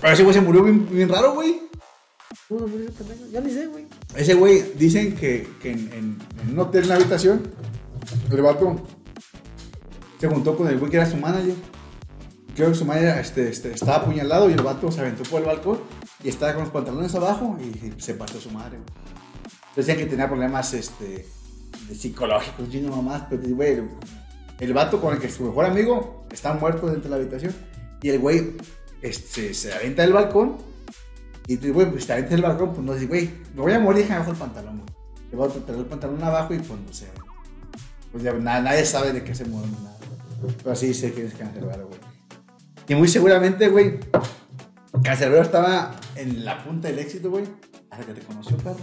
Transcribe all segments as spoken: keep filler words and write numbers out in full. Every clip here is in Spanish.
Pero ese güey se murió bien, bien raro, güey. ¿Cómo murió ese pendejo? Ya ni sé, güey. Ese güey, dicen que, que en, en, en un hotel, en una habitación, el vato se juntó con el güey que era su manager. Creo que su manager este, este, estaba apuñalado y el vato se aventó por el balcón y estaba con los pantalones abajo y se pasó su madre, güey. Decían que tenía problemas este, de psicológicos, y no mamás, pero güey, el, el vato con el que su mejor amigo está muerto dentro de la habitación y el güey este, se avienta del balcón y güey, pues te avienta del balcón, pues no dice, güey, me voy a morir, déjame abajo el pantalón, güey. El vato trae el pantalón abajo y pues no sé, pues ya nada, nadie sabe de qué se muere ni nada, pero así sé que es Cancerbero, güey. Y muy seguramente, güey, Cancerbero estaba en la punta del éxito, güey, hasta que te conoció, perro.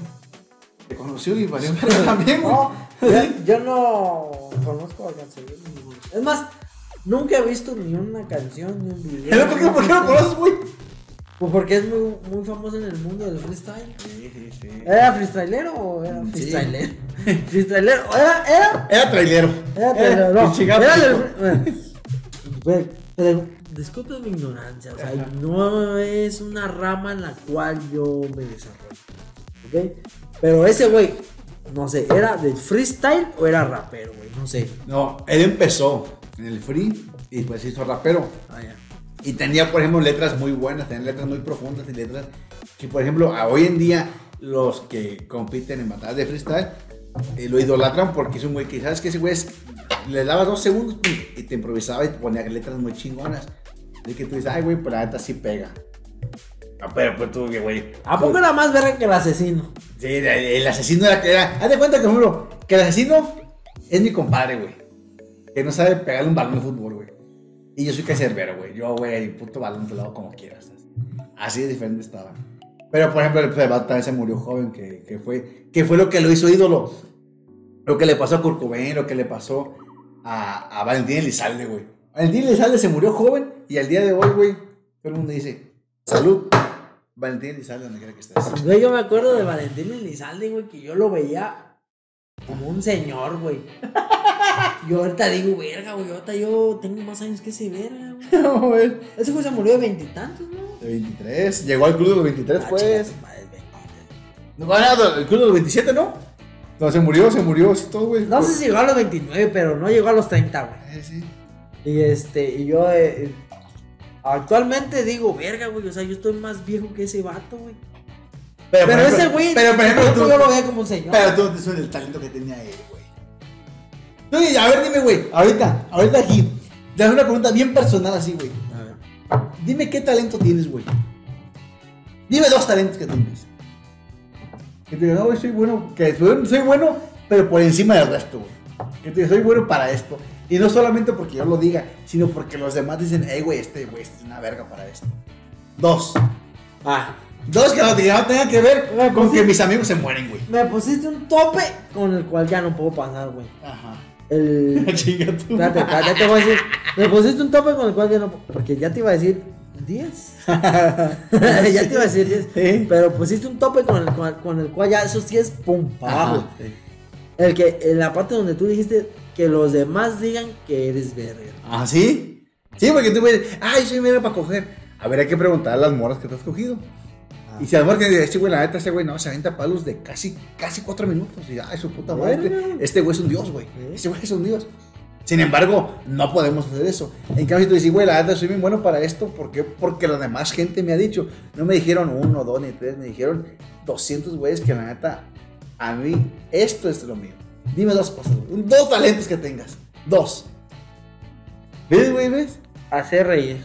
Te conoció y valió perro también, güey. No, yo, yo no conozco a Cancerbero. Es más, nunca he visto ni una canción, ni un video. ¿Por qué, ¿por qué lo conoces, güey? Pues porque es muy, muy famoso en el mundo del freestyle. Sí, sí, sí. ¿Era freestylero o era Sí. freestylero? Freestylero. ¿Era? ¿Era? Era trailero. Era trailero, no. Chingado. Era del... Bueno, güey, pero disculpe mi ignorancia, o sea, Ajá. no es una rama en la cual yo me desarrollo, ¿ok? Pero ese güey, no sé, ¿era del freestyle o era rapero, güey? No sé. No, él empezó en el free y después se hizo rapero. Ah, ya. Y tenía, por ejemplo, letras muy buenas, tenía letras muy profundas y letras que, por ejemplo, a hoy en día los que compiten en batallas de freestyle eh, lo idolatran porque es un güey que, ¿sabes qué? Ese güey es, le dabas dos segundos pum, y te improvisaba y te ponía letras muy chingonas. Y que tú dices, ay, güey, pues la neta sí pega. No, pero pues tú, güey. ¿A poco era más verga que el asesino? Sí, el asesino era que era. Haz de cuenta que, por ejemplo, que el asesino es mi compadre, güey. Que no sabe pegarle un balón de fútbol, güey. Y yo soy Cancerbero, güey. Yo, güey, el puto balón te lo hago como quieras. ¿Sabes? Así de diferente estaba. Pero, por ejemplo, el Prebat también se murió joven, que, que, fue, que fue lo que lo hizo ídolo. Lo que le pasó a Kurt Cobain, lo que le pasó a, a Valentín Elizalde, güey. Valentín Elizalde se murió joven y al día de hoy, güey, todo el mundo dice, salud, Valentín Elizalde, donde quiera que estés. Güey, yo me acuerdo de Valentín Elizalde, güey, que yo lo veía como un señor, güey. Yo ahorita digo, verga, güey, ahorita yo tengo más años que ese verga, güey. No, güey. Ese güey se murió de veintitantos, ¿no? De veintitrés, llegó al club de los veintitrés, Ah, pues. chinga tu madre, veintitrés. No, no, el club de los veintisiete, ¿no? No, se murió, se murió, así todo, güey. No sé si llegó a los veintinueve, pero no llegó a los treinta, güey. Eh, sí. Y este, y yo eh, actualmente digo, verga, güey, o sea, yo estoy más viejo que ese vato, güey. Pero, Pero por ejemplo- ese güey, Pero, por ejemplo, tú. yo lo veía como un señor. Pero tú te suena el talento que tenía él, güey. Oye, a ver, dime, güey. Ahorita, ahorita aquí. Te hago una pregunta bien personal así, güey. A ver. Dime qué talento tienes, güey. Dime dos talentos que tienes. Que te diga, no, güey, soy bueno. Que soy, soy bueno, pero por encima del resto, güey. Que te diga, soy bueno para esto. Y no solamente porque yo lo diga, sino porque los demás dicen, hey, güey, este güey este es una verga para esto. Dos. Ah, Dos que no, que no tengan que ver Güey, con pues que sí. mis amigos se mueren, güey. me pusiste un tope con el cual ya no puedo pasar, güey. Ajá. El... Chinga tú. Espérate, espérate, ya te voy a decir. Me pusiste un tope con el cual ya no puedo. Porque ya te iba a decir diez. Ya te iba a decir diez. Sí. Pero pusiste un tope con el, cual, con el cual ya esos diez, pum, para abajo. Ajá, sí. El que, en la parte donde tú dijiste que los demás digan que eres verga. ¿Ah, sí? Sí, porque tú puedes decir, ay, soy verga para coger. A ver, hay que preguntar a las morras que te has cogido. Y si a lo mejor que dice, este güey, la neta, este güey, no, se avienta palos de casi, casi cuatro minutos. Y ay, su puta madre, este, este güey es un dios, güey. Este güey es un dios. Sin embargo, no podemos hacer eso. En cambio, si tú dices, güey, la neta, soy bien bueno para esto. ¿Por qué? Porque la demás gente me ha dicho. No me dijeron uno, dos, ni tres. Me dijeron doscientos güeyes que la neta, a mí, esto es lo mío. Dime dos cosas, güey. Dos talentos que tengas. Dos. ¿Ves, güey? ¿Ves? Hacer reír.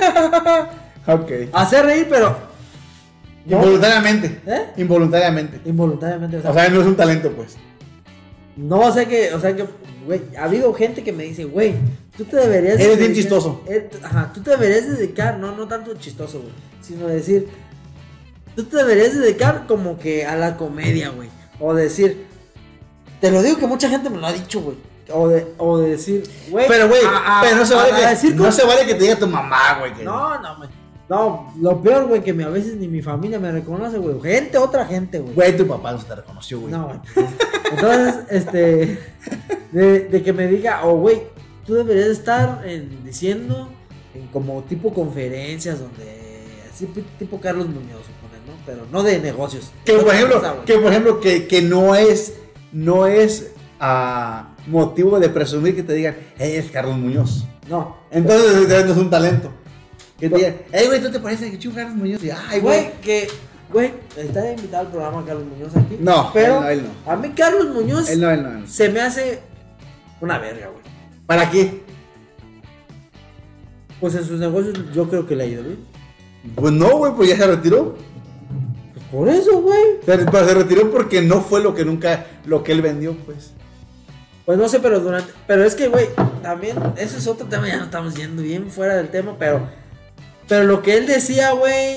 Ok. Hacer reír, pero. No. Involuntariamente. ¿Eh? Involuntariamente. Involuntariamente. O sea, O sea, no es un talento, pues. no, o sea que, o sea que, güey, ha habido gente que me dice, güey, tú te deberías. Eres bien dedicar- chistoso. eh, Ajá, tú te deberías dedicar, no, no tanto chistoso, güey, sino decir, tú te deberías dedicar como que a la comedia, güey. O decir, te lo digo que mucha gente me lo ha dicho, güey. O, de, o de decir, güey. Pero, güey, a- a- pero no se vale a- a que, decir no cosas- se vale que te diga tu mamá, güey. Que... No, no, güey. No, lo peor, güey, que me, a veces ni mi familia me reconoce, güey. Gente, otra gente, güey. Güey, tu papá no se te reconoció, güey. No, güey. Entonces, este. De, de que me diga, oh, güey, tú deberías estar en, diciendo en como tipo conferencias donde así tipo Carlos Muñoz, supone, ¿no? Pero no de negocios. Que por ejemplo, Cosa, que por ejemplo, que, que no es, no es uh, motivo de presumir que te digan, hey, es Carlos Muñoz. No. Entonces no es un talento. Que te digan, hey, güey, ¿tú te pareces que chico Carlos Muñoz? Y, ay, güey, Güey, que, güey, está invitado al programa Carlos Muñoz aquí. No, pero él no, él no. A mí Carlos Muñoz él no, él no, él no. se me hace una verga, güey. ¿Para qué? Pues en sus negocios yo creo que le ha ido bien. Pues no, güey, pues ya se retiró. Pues por eso, güey. Pero, pero se retiró porque no fue lo que nunca, lo que él vendió, pues. Pues no sé, pero durante, pero es que, güey, también, eso es otro tema, ya no estamos yendo bien fuera del tema, pero, pero lo que él decía, güey,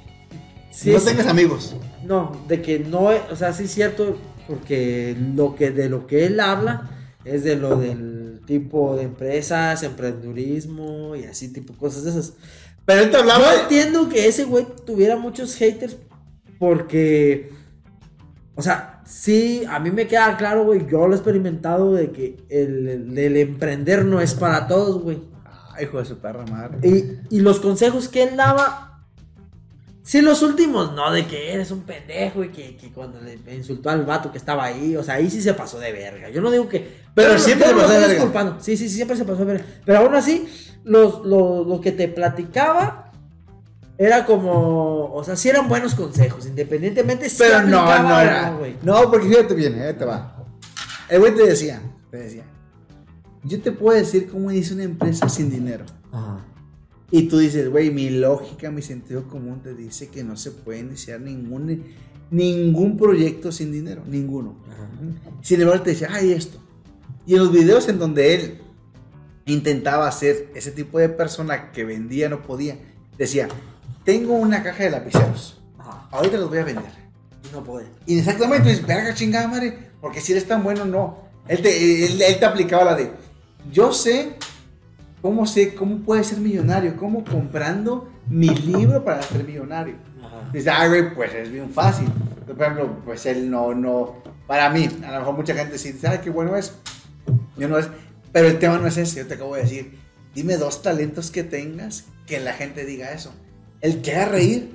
sí no es- tengas amigos. no, de que no, o sea, sí es cierto, porque lo que, de lo que él habla es de lo del tipo de empresas, emprendurismo y así, tipo cosas de esas. Pero él te hablaba. Yo de- entiendo que ese güey tuviera muchos haters porque, o sea, sí, a mí me queda claro, güey, yo lo he experimentado de que el, el- el emprender no es para todos, güey. Ay, hijo de su perra madre. Y, y los consejos que él daba, sí, los últimos, no, de que eres un pendejo y que, que cuando le insultó al vato que estaba ahí, o sea, ahí sí se pasó de verga. Yo no digo que... Pero yo no- siempre yo se no lo pasó de estoy verga. disculpando. Sí, sí, sí, siempre se pasó de verga. Pero aún así, los, lo, lo que te platicaba era como... O sea, sí eran buenos consejos, independientemente si Pero no, aplicaba no o era. güey. No, porque fíjate bien, eh, te va. El güey te decía, te decía, yo te puedo decir cómo inicia una empresa sin dinero. Ajá. Y tú dices, güey, mi lógica, mi sentido común te dice que no se puede iniciar ningún, ningún proyecto sin dinero, ninguno. Ajá. Sin embargo, te decía, ay, esto. Y en los videos en donde él intentaba ser ese tipo de persona que vendía, no podía, decía, tengo una caja de lapiceros, Ajá. ahorita los voy a vender. Y no puede. Y exactamente, dices, verga chingada madre, porque si eres tan bueno, no. Él te, él, él te aplicaba la de, yo sé cómo sé, cómo puedes ser millonario, cómo comprando mi libro para ser millonario. Ajá. Dice, ah, güey, pues es bien fácil. Por ejemplo, pues él no, no, para mí, a lo mejor mucha gente sí dice, ay, qué bueno es. Yo no es, pero el tema no es ese, yo te acabo de decir, dime dos talentos que tengas que la gente diga eso. El que haga reír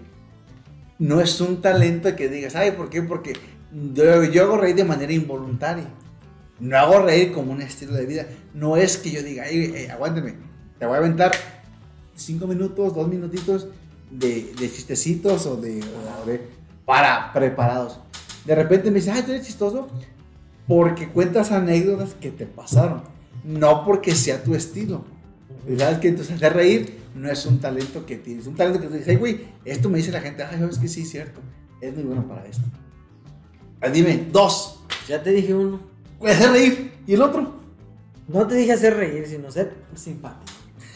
no es un talento que digas, ay, ¿por qué? Porque yo, yo hago reír de manera involuntaria. No hago reír como un estilo de vida. No es que yo diga, ay, eh, aguántame, te voy a aventar cinco minutos, dos minutitos de, de chistecitos o de, o de para preparados. De repente me dice, ay, tú eres chistoso porque cuentas anécdotas que te pasaron, no porque sea tu estilo. Y sabes que entonces hacer reír no es un talento que tienes, un talento que tú dices, hey, güey, esto me dice la gente, ay, sabes que sí, es cierto, es muy bueno para esto. Ah, dime, dos, Ya te dije uno. hacer reír, y el otro. No te dije hacer reír, sino ser simpático.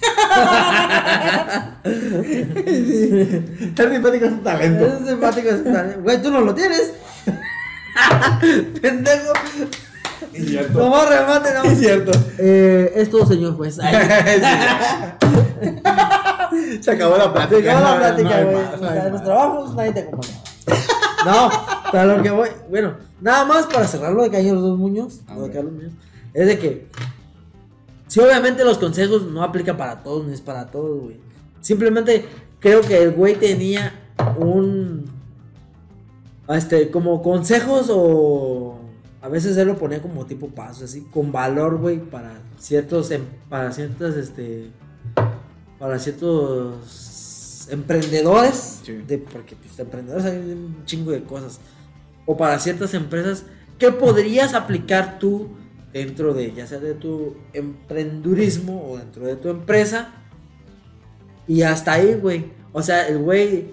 Ser simpático es un talento. Es simpático, es talento. Güey, tú no lo tienes. Pendejo. Es cierto. No más remate, no. Es cierto. Eh, es todo, señor juez. Ay, Se acabó la plática. se acabó no, la plática, no hay güey. más, O no hay sea, en más. los trabajos nadie te acompaña. No, para lo que voy. Bueno, nada más para cerrar lo de Carlos Muñoz. Lo de Ok. Carlos Muñoz. Es de que. Sí, obviamente los consejos no aplican para todos, ni es para todos, güey. Simplemente creo que el güey tenía un. Este, como consejos o. A veces él lo ponía como tipo pasos, así, con valor, güey, para ciertos. em- Para ciertas, este. Para ciertos emprendedores. Sí. De, porque pues, emprendedores hay un chingo de cosas. O para ciertas empresas que podrías aplicar tú dentro de, ya sea de tu emprendurismo o dentro de tu empresa. Y hasta ahí, güey. O sea, el güey.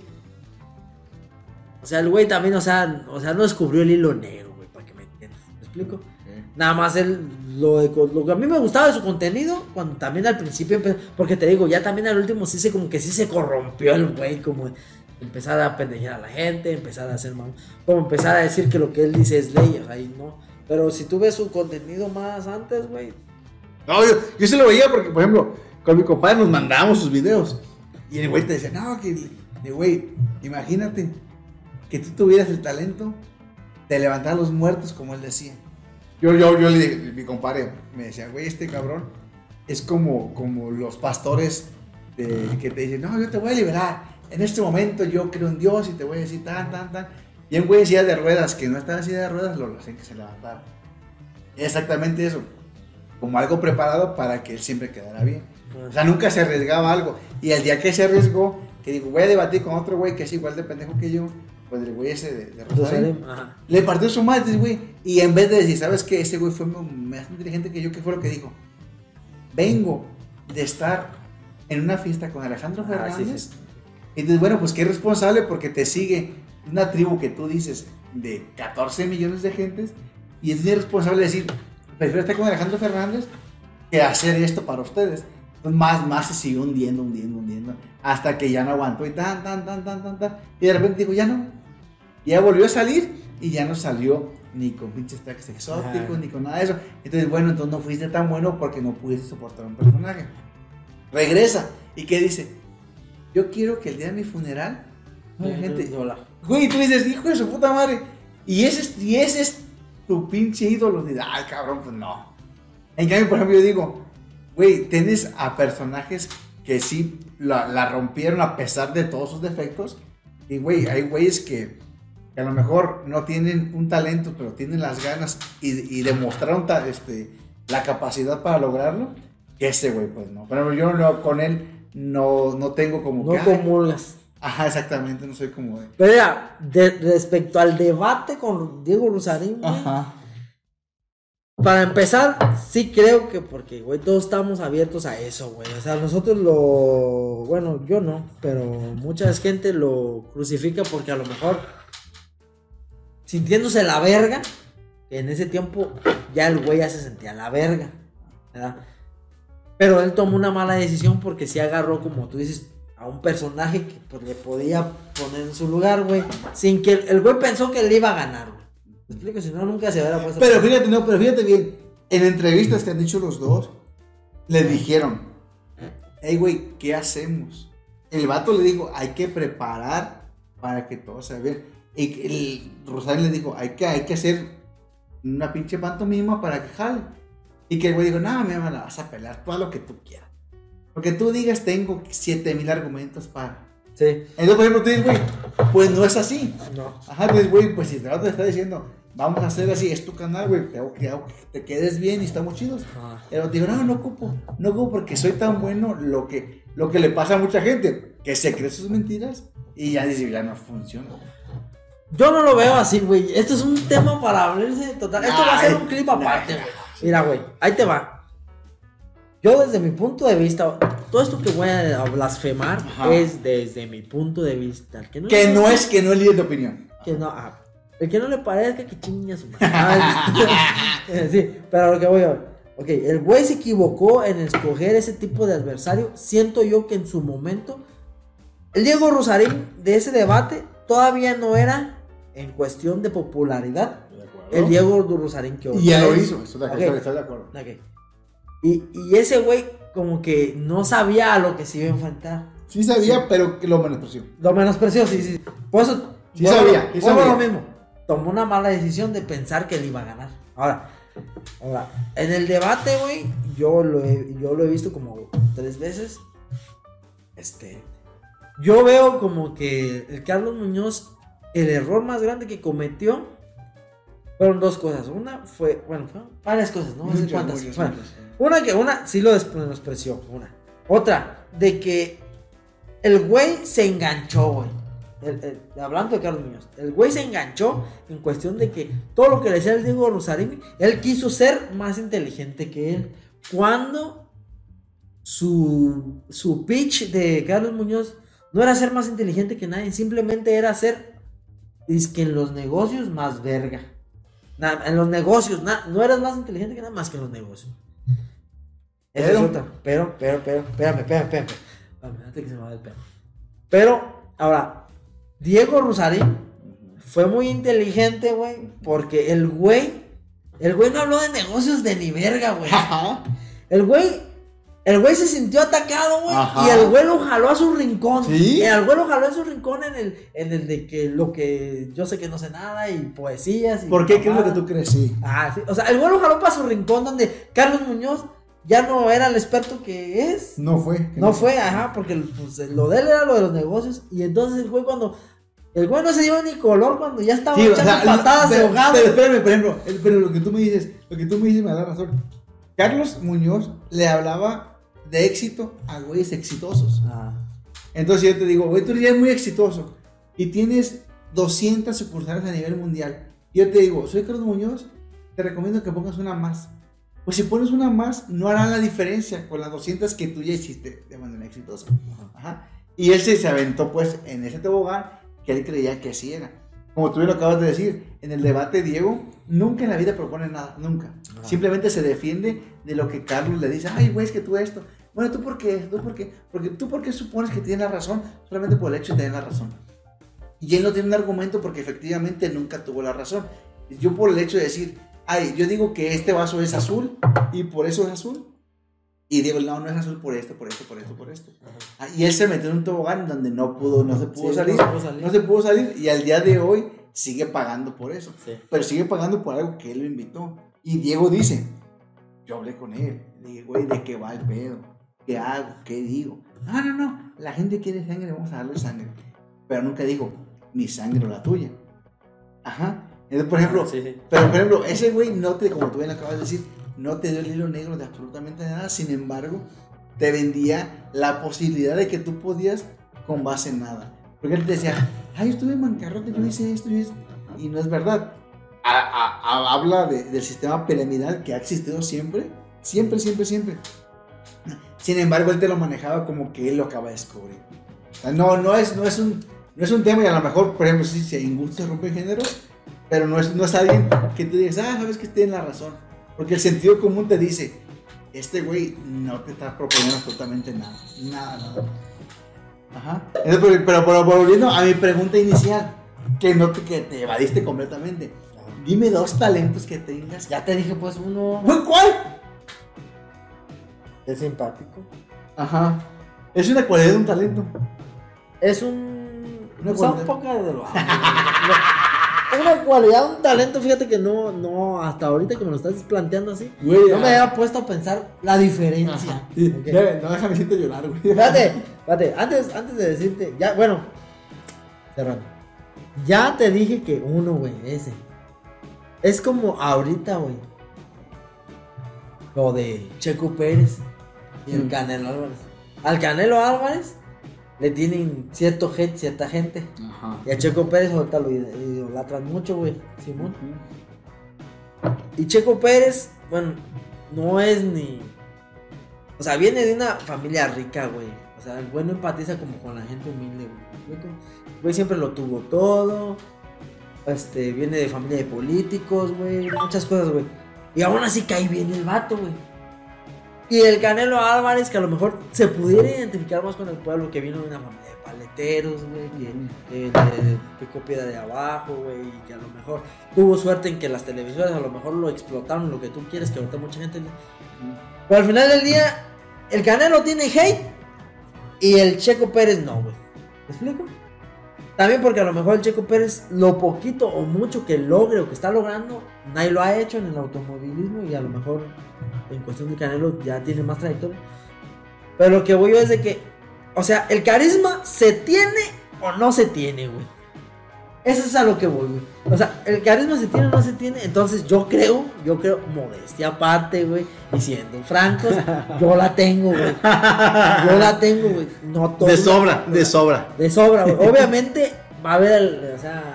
O sea, el güey también, o sea, o sea, no descubrió el hilo negro, güey, para que me entiendas. ¿Me explico? Nada más él, lo, de, lo que a mí me gustaba de su contenido, cuando también al principio empezó, porque te digo, ya también al último sí se como que sí se corrompió el güey, como empezar a pendejear a la gente, empezar a hacer mal, como empezar a decir que lo que él dice es ley, o sea, y no. Pero si tú ves su contenido más antes, güey. No, yo, yo se lo veía porque, por ejemplo, con mi compadre nos mandábamos sus videos. Y el güey te decía, no, que, de güey, imagínate que tú tuvieras el talento de levantar a los muertos, como él decía. Yo, yo, yo le dije, mi compadre me decía, güey, este cabrón es como, como los pastores de, que te dicen, no, yo te voy a liberar. en este momento yo creo en Dios y te voy a decir tan, tan, tan. Y un güey en silla de ruedas, que no estaba en silla de ruedas, lo hacen que se levantara. Exactamente eso. Como algo preparado para que él siempre quedara bien. O sea, nunca se arriesgaba algo. Y el día que se arriesgó, que digo, voy a debatir con otro güey que es igual de pendejo que yo, pues el güey ese de, de Rosario, le partió su madre, güey. Y en vez de decir, ¿sabes qué? Ese güey fue más inteligente que yo, ¿qué fue lo que dijo? Vengo de estar en una fiesta con Alejandro ah, Fernández. Sí, sí. Y dices, bueno, pues qué responsable porque te sigue una tribu que tú dices de catorce millones de gentes. Y es irresponsable decir, prefiero estar con Alejandro Fernández que hacer esto para ustedes. Entonces, más, más se siguió hundiendo, hundiendo, hundiendo. Hasta que ya no aguantó y tan, tan, tan, tan, tan, tan. Y de repente dijo, ya no. Y ya volvió a salir y ya no salió ni con pinches trajes exóticos, ajá, ni con nada de eso. Entonces, bueno, entonces no fuiste tan bueno porque no pudiste soportar un personaje. Regresa. ¿Y qué dice? Yo quiero que el día de mi funeral la gente... Güey, tú dices, hijo de su puta madre. Y ese es, y ese es tu pinche ídolo. Dices, ay, cabrón, pues no. En cambio, por ejemplo, yo digo, güey, tienes a personajes que sí la, la rompieron a pesar de todos sus defectos. Y, güey, hay güeyes que, que a lo mejor no tienen un talento, pero tienen las ganas y, y demostraron ta, este, la capacidad para lograrlo. Que ese güey, pues no. Pero yo no, con él no, no tengo como... No que, comulgas. Ajá, exactamente, no soy como... De... Pero mira, de, respecto al debate con Diego Rusarín, güey, ajá. Para empezar, sí creo que porque, güey, todos estamos abiertos a eso, güey. O sea, nosotros lo... Bueno, yo no, pero mucha gente lo crucifica porque a lo mejor, sintiéndose la verga, que en ese tiempo ya el güey ya se sentía la verga, ¿verdad? Pero él tomó una mala decisión porque sí agarró, como tú dices, a un personaje que pues, le podía poner en su lugar, güey. Sin que el güey pensó que le iba a ganar, güey. ¿Me explico? Si no, nunca se hubiera puesto. Pero fíjate, no, pero fíjate bien. En entrevistas que han dicho los dos, le dijeron, hey, güey, ¿qué hacemos? El vato le dijo, hay que preparar para que todo se vea. Y el Rosario le dijo, hay que, hay que hacer una pinche pantomima para que jale. Y que el güey dijo, no, me la vas a pelar todo lo que tú quieras. Porque tú digas, tengo siete mil argumentos para. Sí. Entonces, por ejemplo, tú dices, güey, pues no es así. No. Ajá, entonces, güey, pues si el vato te está diciendo, vamos a hacer así, es tu canal, güey, que, que, que te quedes bien y estamos chidos. Ah. Pero digo, no, no ocupo, no ocupo porque soy tan bueno, lo que, lo que le pasa a mucha gente, que se cree sus mentiras y ya dice, ya no funciona. Yo no lo veo así, güey. Esto es un tema para abrirse total. Esto ay, va a ser un clip aparte, güey. Mira, güey, ahí te va. Yo desde mi punto de vista, todo esto que voy a blasfemar, ajá, es desde mi punto de vista. Que no, que es, no es que no es líder de opinión. Que no, ah, el que no le parezca que chinga su madre. Sí, pero a lo que voy a ver. Ok, el güey se equivocó en escoger ese tipo de adversario. Siento yo que en su momento, el Diego Rusarín de ese debate todavía no era en cuestión de popularidad. De el Diego Rusarín que hoy. Y ya lo hizo, estoy de acuerdo. Okay. Estoy de acuerdo. Okay. Y, y ese güey como que no sabía a lo que se iba a enfrentar. Sí sabía, sí, pero lo menospreció. Lo menospreció, sí, sí. Por eso, sí bueno, sabía, sí sabía. Lo mismo. Tomó una mala decisión de pensar que él iba a ganar. Ahora, ahora en el debate, güey, yo lo he, yo lo he visto como tres veces. Este, yo veo como que el Carlos Muñoz, el error más grande que cometió fueron dos cosas. Una fue, bueno, fueron varias cosas, ¿no? No sé cuántas. Muchas, bueno, muchas, sí. Una que una sí lo menospreció, una. Otra, de que el güey se enganchó, güey. El, el, hablando de Carlos Muñoz, el güey se enganchó en cuestión de que todo lo que le decía el Diego Rusarín, él quiso ser más inteligente que él. Cuando su, su pitch de Carlos Muñoz no era ser más inteligente que nadie, simplemente era ser, es que en los negocios más verga. Nada, en los negocios, nada, no eras más inteligente que nada más que en los negocios. Eso es otra. Pero, pero, pero, espérame, espérame, espérame. Antes que se me vaya el pedo. Pero, ahora, Diego Rusarín fue muy inteligente, güey, porque el güey, el güey no habló de negocios de ni verga, güey. El güey, el güey se sintió atacado, güey, y el güey lo jaló a su rincón. ¿Sí? El güey lo jaló a su rincón en el, en el de que lo que yo sé que no sé nada y poesías. Y ¿por qué? ¿Qué es lo que tú crees? Sí. Ah, sí. O sea, el güey lo jaló para su rincón donde Carlos Muñoz ya no era el experto que es. No fue. No fue, ajá, porque pues, lo de él era lo de los negocios. Y entonces el güey cuando... El güey no se dio ni color cuando ya estaba Sí, echando o sea, patadas pero, ahogadas. pero espérame, por ejemplo, el- pero lo que tú me dices, lo que tú me dices me da razón. Carlos Muñoz le hablaba de éxito a güeyes exitosos. Ah. Entonces yo te digo, güey, tú eres muy exitoso y tienes doscientas sucursales a nivel mundial. Y yo te digo, soy Carlos Muñoz, te recomiendo que pongas una más. Pues si pones una más, no hará la diferencia con las doscientas que tú ya hiciste de manera exitosa. Ajá. Y él se, se aventó pues en ese tobogán que él creía que así era. Como tú lo acabas de decir, en el debate Diego nunca en la vida propone nada, nunca. Ajá. Simplemente se defiende de lo que Carlos le dice. Ay, güey, es que tú esto. Bueno, ¿tú por qué? ¿Tú por qué? Porque tú por qué supones que tienes la razón solamente por el hecho de tener la razón. Y él no tiene un argumento porque efectivamente nunca tuvo la razón. Yo por el hecho de decir, ay, yo digo que este vaso es azul y por eso es azul. Y digo, no, no es azul por esto, por esto, por esto, por esto. Ah, y él se metió en un tobogán donde no pudo, no se pudo, sí, salir, no se pudo salir. No se pudo salir y al día de hoy sigue pagando por eso. Sí. Pero sigue pagando por algo que él lo invitó. Y Diego dice, yo hablé con él. Le dije, güey, ¿de qué va el pedo? ¿Qué hago? ¿Qué digo? No, no, no. La gente quiere sangre, vamos a darle sangre. Pero nunca digo, mi sangre o la tuya. Ajá. Entonces, por ejemplo, sí, sí. Pero por ejemplo, ese güey no te, como tú bien acabas de decir, no te dio el hilo negro de absolutamente nada. Sin embargo, te vendía la posibilidad de que tú podías con base en nada. Porque él te decía, ay, yo estuve en bancarrota, yo hice esto, yo hice... Y no es verdad. A, a, a, habla de, del sistema piramidal que ha existido siempre. Siempre, siempre, siempre. Sin embargo, él te lo manejaba como que él lo acaba de descubrir. O sea, no, no, es, no, es un, no es un tema, y a lo mejor, por ejemplo, si se ingusta se rompe géneros, pero no es, no es alguien que tú digas, ah, sabes que tiene la razón. Porque el sentido común te dice, este güey no te está proponiendo absolutamente nada. Nada, nada. Ajá. Entonces, pero, pero, pero volviendo a mi pregunta inicial, que no te, que te evadiste completamente. Dime dos talentos que tengas. Ya te dije, pues uno. ¿Cuál? Es simpático. Ajá. Es una cualidad de un talento. Es un. Una o sea, un poco de lo. Una cualidad, un talento, fíjate que no, no, hasta ahorita que me lo estás planteando así, güey, no me había puesto a pensar la diferencia. Sí, okay. Debe, no, déjame siento llorar, güey. Espérate, espérate, antes, antes de decirte, ya, bueno, cerrando. Ya te dije que uno, güey, ese. Es como ahorita, güey, lo de Checo Pérez y el mm. Canelo Álvarez. Al Canelo Álvarez le tienen cierto hate, cierta gente. Ajá. Y a Checo Pérez ahorita lo idolatran mucho, güey, Simón. Uh-huh. Y Checo Pérez, bueno, no es ni... O sea, viene de una familia rica, güey. O sea, el güey no empatiza como con la gente humilde, güey. El güey siempre lo tuvo todo. Este, viene de familia de políticos, güey. Muchas cosas, güey. Y aún así cae bien el vato, güey. Y el Canelo Álvarez, que a lo mejor se pudiera identificar más con el pueblo, que vino de una familia de paleteros, güey, que, que, que copia de abajo, güey, y que a lo mejor tuvo suerte en que las televisoras a lo mejor lo explotaron, lo que tú quieres, que ahorita mucha gente... Pero al final del día, el Canelo tiene hate y el Checo Pérez no, güey. ¿Me explico? También porque a lo mejor el Checo Pérez, lo poquito o mucho que logre o que está logrando, nadie lo ha hecho en el automovilismo y a lo mejor en cuestión de Canelo ya tiene más trayectoria. Pero lo que voy yo es de que, o sea, el carisma se tiene o no se tiene, güey. Eso es a lo que voy, güey. O sea, el carisma se tiene o no se tiene. Entonces yo creo, yo creo, modestia aparte, güey, y siendo francos, yo la tengo, güey. Yo la tengo, güey. No todo. De sobra, la, de sobra. De sobra, güey. Obviamente va a haber, o sea,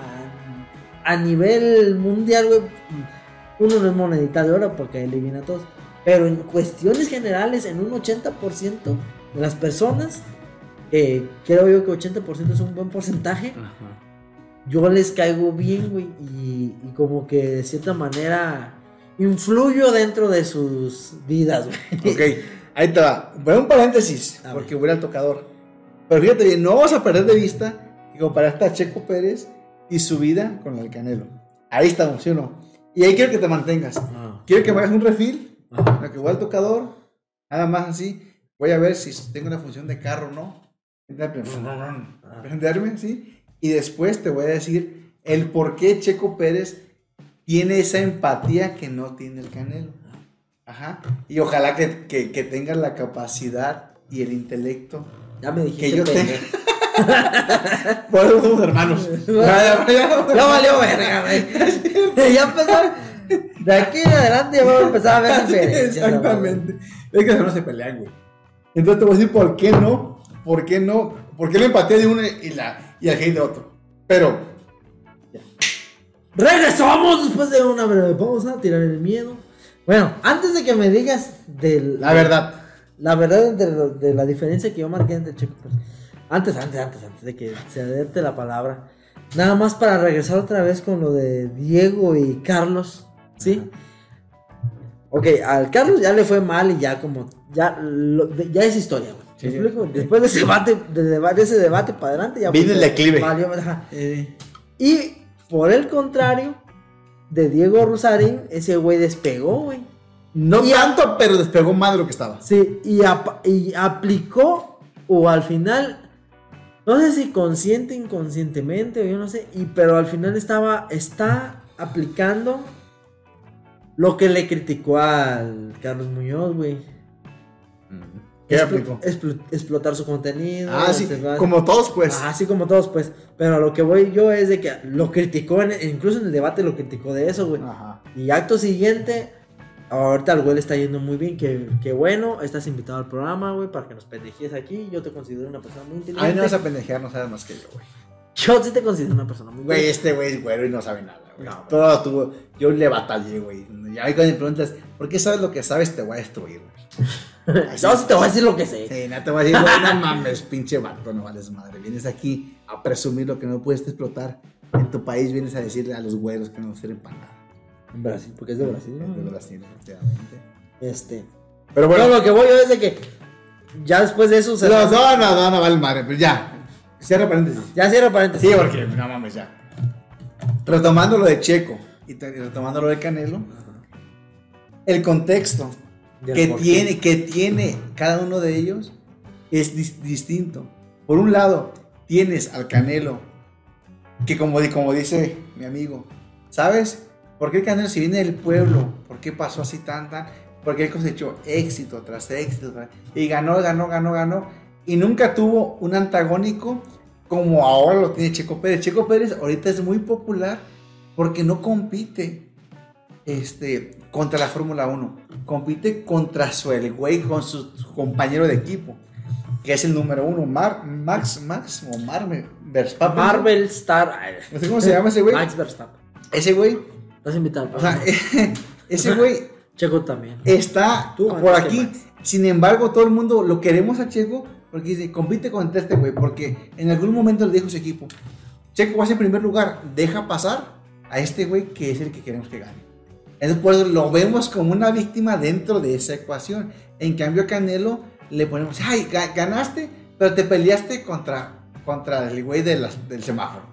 a nivel mundial, güey, uno no es monedita de oro porque ahí le viene a todos. Pero en cuestiones generales, en un ochenta por ciento de las personas, eh, creo yo que ochenta por ciento es un buen porcentaje. Ajá. Yo les caigo bien, güey, y, y como que de cierta manera influyo dentro de sus vidas, güey. Ok, ahí te va. Voy a un paréntesis, a porque voy al tocador. Pero fíjate bien, no vamos a perder de vista que comparaste a Checo Pérez y su vida con el Canelo. Ahí estamos, ¿sí o no? Y ahí quiero que te mantengas. Ah, quiero que me hagas un refil, ah, lo que voy al tocador, nada más así. Voy a ver si tengo una función de carro o no. Prenderme, ¿sí? Y después te voy a decir el por qué Checo Pérez tiene esa empatía que no tiene el Canelo. Ajá. Y ojalá que, que, que tengas la capacidad y el intelecto Ya me dijiste. que yo pendejo. tenga. Por eso somos hermanos. Ya, ya, ya, ya valió verga, güey. Ya empezó. De aquí en adelante ya vamos a empezar a ver diferencias. Exactamente. Es que no se pelean, güey. Entonces te voy a decir por qué no. ¿Por qué no? ¿Por qué la empatía de uno y, la, y el hate de otro? Pero. Ya. Regresamos después de una breve pausa. Tirar el miedo. Bueno, antes de que me digas de La verdad. La verdad de, de la diferencia que yo marqué entre Checo Pérez. Antes, antes, antes, antes de que se aderte la palabra. Nada más para regresar otra vez con lo de Diego y Carlos. ¿Sí? Ok, al Carlos ya le fue mal y ya como. Ya, lo, de, ya es historia, güey. Sí, ¿Me explico? sí. Después de ese debate, de, debate, de ese debate para adelante ya Vino el declive. Valió, ajá. Eh. Y por el contrario, de Diego Rusarín, ese güey despegó, güey. No Y tanto, pero despegó más de lo que estaba. Sí, y, ap- y aplicó, o al final, no sé si consciente, inconscientemente, o yo no sé, y, pero al final estaba, está aplicando lo que le criticó al Carlos Muñoz, güey. ¿Qué Explo- aplicó? explo- explotar su contenido. Ah, sí, observar- como todos, pues. Ah, así como todos, pues. Pero a lo que voy yo es de que lo criticó, en- incluso en el debate lo criticó de eso, güey. Ajá. Y acto siguiente, ahorita al güey le está yendo muy bien, que, que bueno, estás invitado al programa, güey, para que nos pendejes aquí. Yo te considero una persona muy A inteligente. mí no vas a pendejear, no sabes más que yo, güey. Yo sí te considero una persona muy Güey, inteligente. este güey es güero y no sabe nada, güey. No, güey. Todo tuvo. Yo le batallé, güey. Y ahí cuando me preguntas, ¿por qué sabes lo que sabes? Te voy a destruir, güey. Así Yo sí te voy a decir lo que sé. Sí, no te voy a decir, güey, no mames, pinche vato, no vales madre. Vienes aquí a presumir lo que no puedes explotar. En tu país vienes a decirle a los güeros que no sirven para nada. En Brasil, porque es de Brasil, ¿no? Es de Brasil, efectivamente. Este. Pero Bueno, bueno, lo que voy yo es de que ya después de eso se. no, no, no, no, no vale madre, pero ya. Cierra paréntesis. Ya cierro paréntesis. Sí, porque no mames, ya. Retomando lo de Checo y te- y retomando lo de Canelo, el contexto Del que por qué. tiene, que tiene cada uno de ellos es dis- distinto. Por un lado, tienes al Canelo, que como, di- como dice mi amigo, ¿sabes? ¿Por qué el Canelo, si viene del pueblo, por qué pasó así tan, tan? Porque él cosechó éxito tras éxito, tras- y ganó, ganó, ganó, ganó, y nunca tuvo un antagónico como ahora lo tiene Checo Pérez. Checo Pérez ahorita es muy popular porque no compite este, contra la Fórmula uno, compite contra su el güey, con su compañero de equipo, que es el número uno, Mar, Max, Max o Mar, Verstappen. Marvel Star. Ay, No sé cómo se llama ese güey. Max Verstappen. Ese güey, Estás invitado. o sea, ese güey Checo también. está Tú, por antes que aquí. Max. Sin embargo, todo el mundo lo queremos a Checo porque dice, compite contra este güey, porque en algún momento le dijo su equipo, Checo va a ser en primer lugar, deja pasar a este güey que es el que queremos que gane. Entonces por eso lo vemos como una víctima dentro de esa ecuación. En cambio a Canelo le ponemos, ay, ga- ganaste, pero te peleaste contra, contra el güey de las- del semáforo.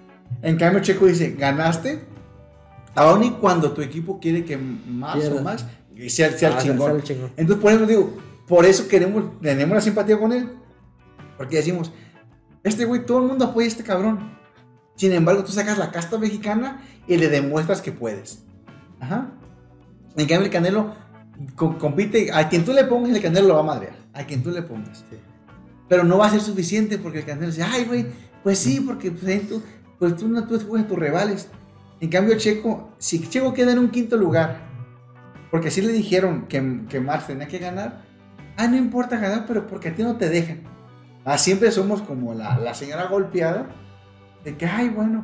En cambio Checo dice, ganaste, aún y cuando tu equipo quiere que más Pierda. o más, y sea, sea el Ah, sea chingón. el chingón. Entonces por eso digo, por eso queremos, tenemos la simpatía con él, porque decimos, este güey, todo el mundo apoya a este cabrón. Sin embargo, tú sacas la casta mexicana y le demuestras que puedes. Ajá. En cambio, el Canelo co- compite, a quien tú le pongas, el Canelo lo va a madrear. A quien tú le pongas. Pero no va a ser suficiente porque el Canelo dice, ay, güey, pues sí, porque pues, ahí tú, pues tú no tú escoges a tus rivales. En cambio, Checo, si Checo queda en un quinto lugar, porque así le dijeron que, que Max tenía que ganar, ah, no importa ganar, pero porque a ti no te dejan. Ah, siempre somos como la, la señora golpeada, de que, ay, bueno,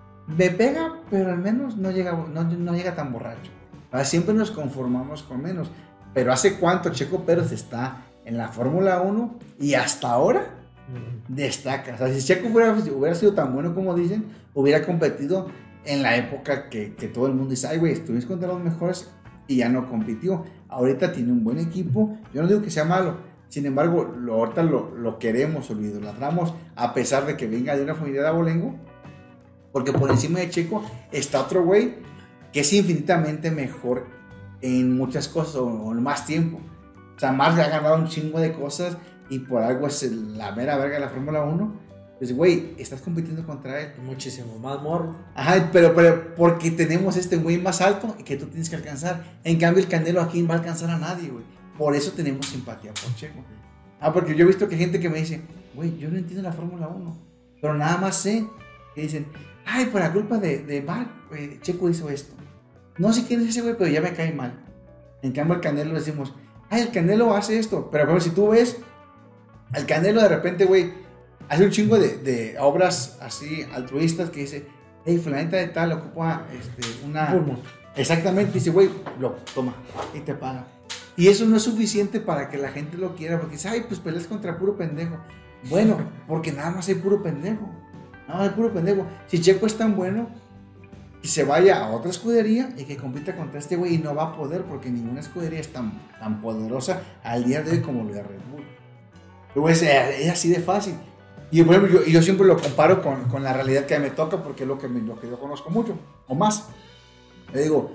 me pega, pero al menos no llega, no, no llega tan borracho. Ah, siempre nos conformamos con menos. Pero ¿hace cuánto Checo Pérez está en la Fórmula uno y hasta ahora destaca? O sea, si Checo fuera, hubiera sido tan bueno como dicen, hubiera competido en la época que, que todo el mundo dice, ay, güey, estuviste contra los mejores y ya no compitió. Ahorita tiene un buen equipo. Yo no digo que sea malo. Sin embargo, lo, ahorita lo, lo queremos o lo idolatramos a pesar de que venga de una familia de abolengo. Porque por encima de Checo está otro güey que es infinitamente mejor en muchas cosas o, o en más tiempo. O sea, Max le ha ganado un chingo de cosas y por algo es el- la mera verga de la Fórmula uno. Pues, güey, estás compitiendo contra él. Muchísimo más morro. Ajá, pero, pero porque tenemos este güey más alto y que tú tienes que alcanzar. En cambio, el Canelo aquí no va a alcanzar a nadie, güey. Por eso tenemos simpatía por Checo. Ah, porque yo he visto que hay gente que me dice, güey, yo no entiendo la Fórmula uno, pero nada más sé que dicen, ay, por la culpa de, de Mark, eh, Checo hizo esto. No sé quién es ese güey, pero ya me cae mal. En cambio, el Canelo decimos, ay, el Canelo hace esto. Pero, pero si tú ves, el Canelo de repente, güey, hace un chingo de, de obras así altruistas que dice, hey, fulanita de tal ocupa este, una... Pulmón. Exactamente, dice, güey, lo toma y te paga. Y eso no es suficiente para que la gente lo quiera, porque dice, ay, pues peleas contra puro pendejo. Bueno, porque nada más hay puro pendejo. Nada más hay puro pendejo. Si Checo es tan bueno, que se vaya a otra escudería y que compita contra este güey y no va a poder, porque ninguna escudería es tan, tan poderosa al día de hoy como lo de Red Bull. Pero es, es así de fácil. Y por ejemplo, yo, yo siempre lo comparo con, con la realidad que me toca, porque es lo que, me, lo que yo conozco mucho, o más. Le digo,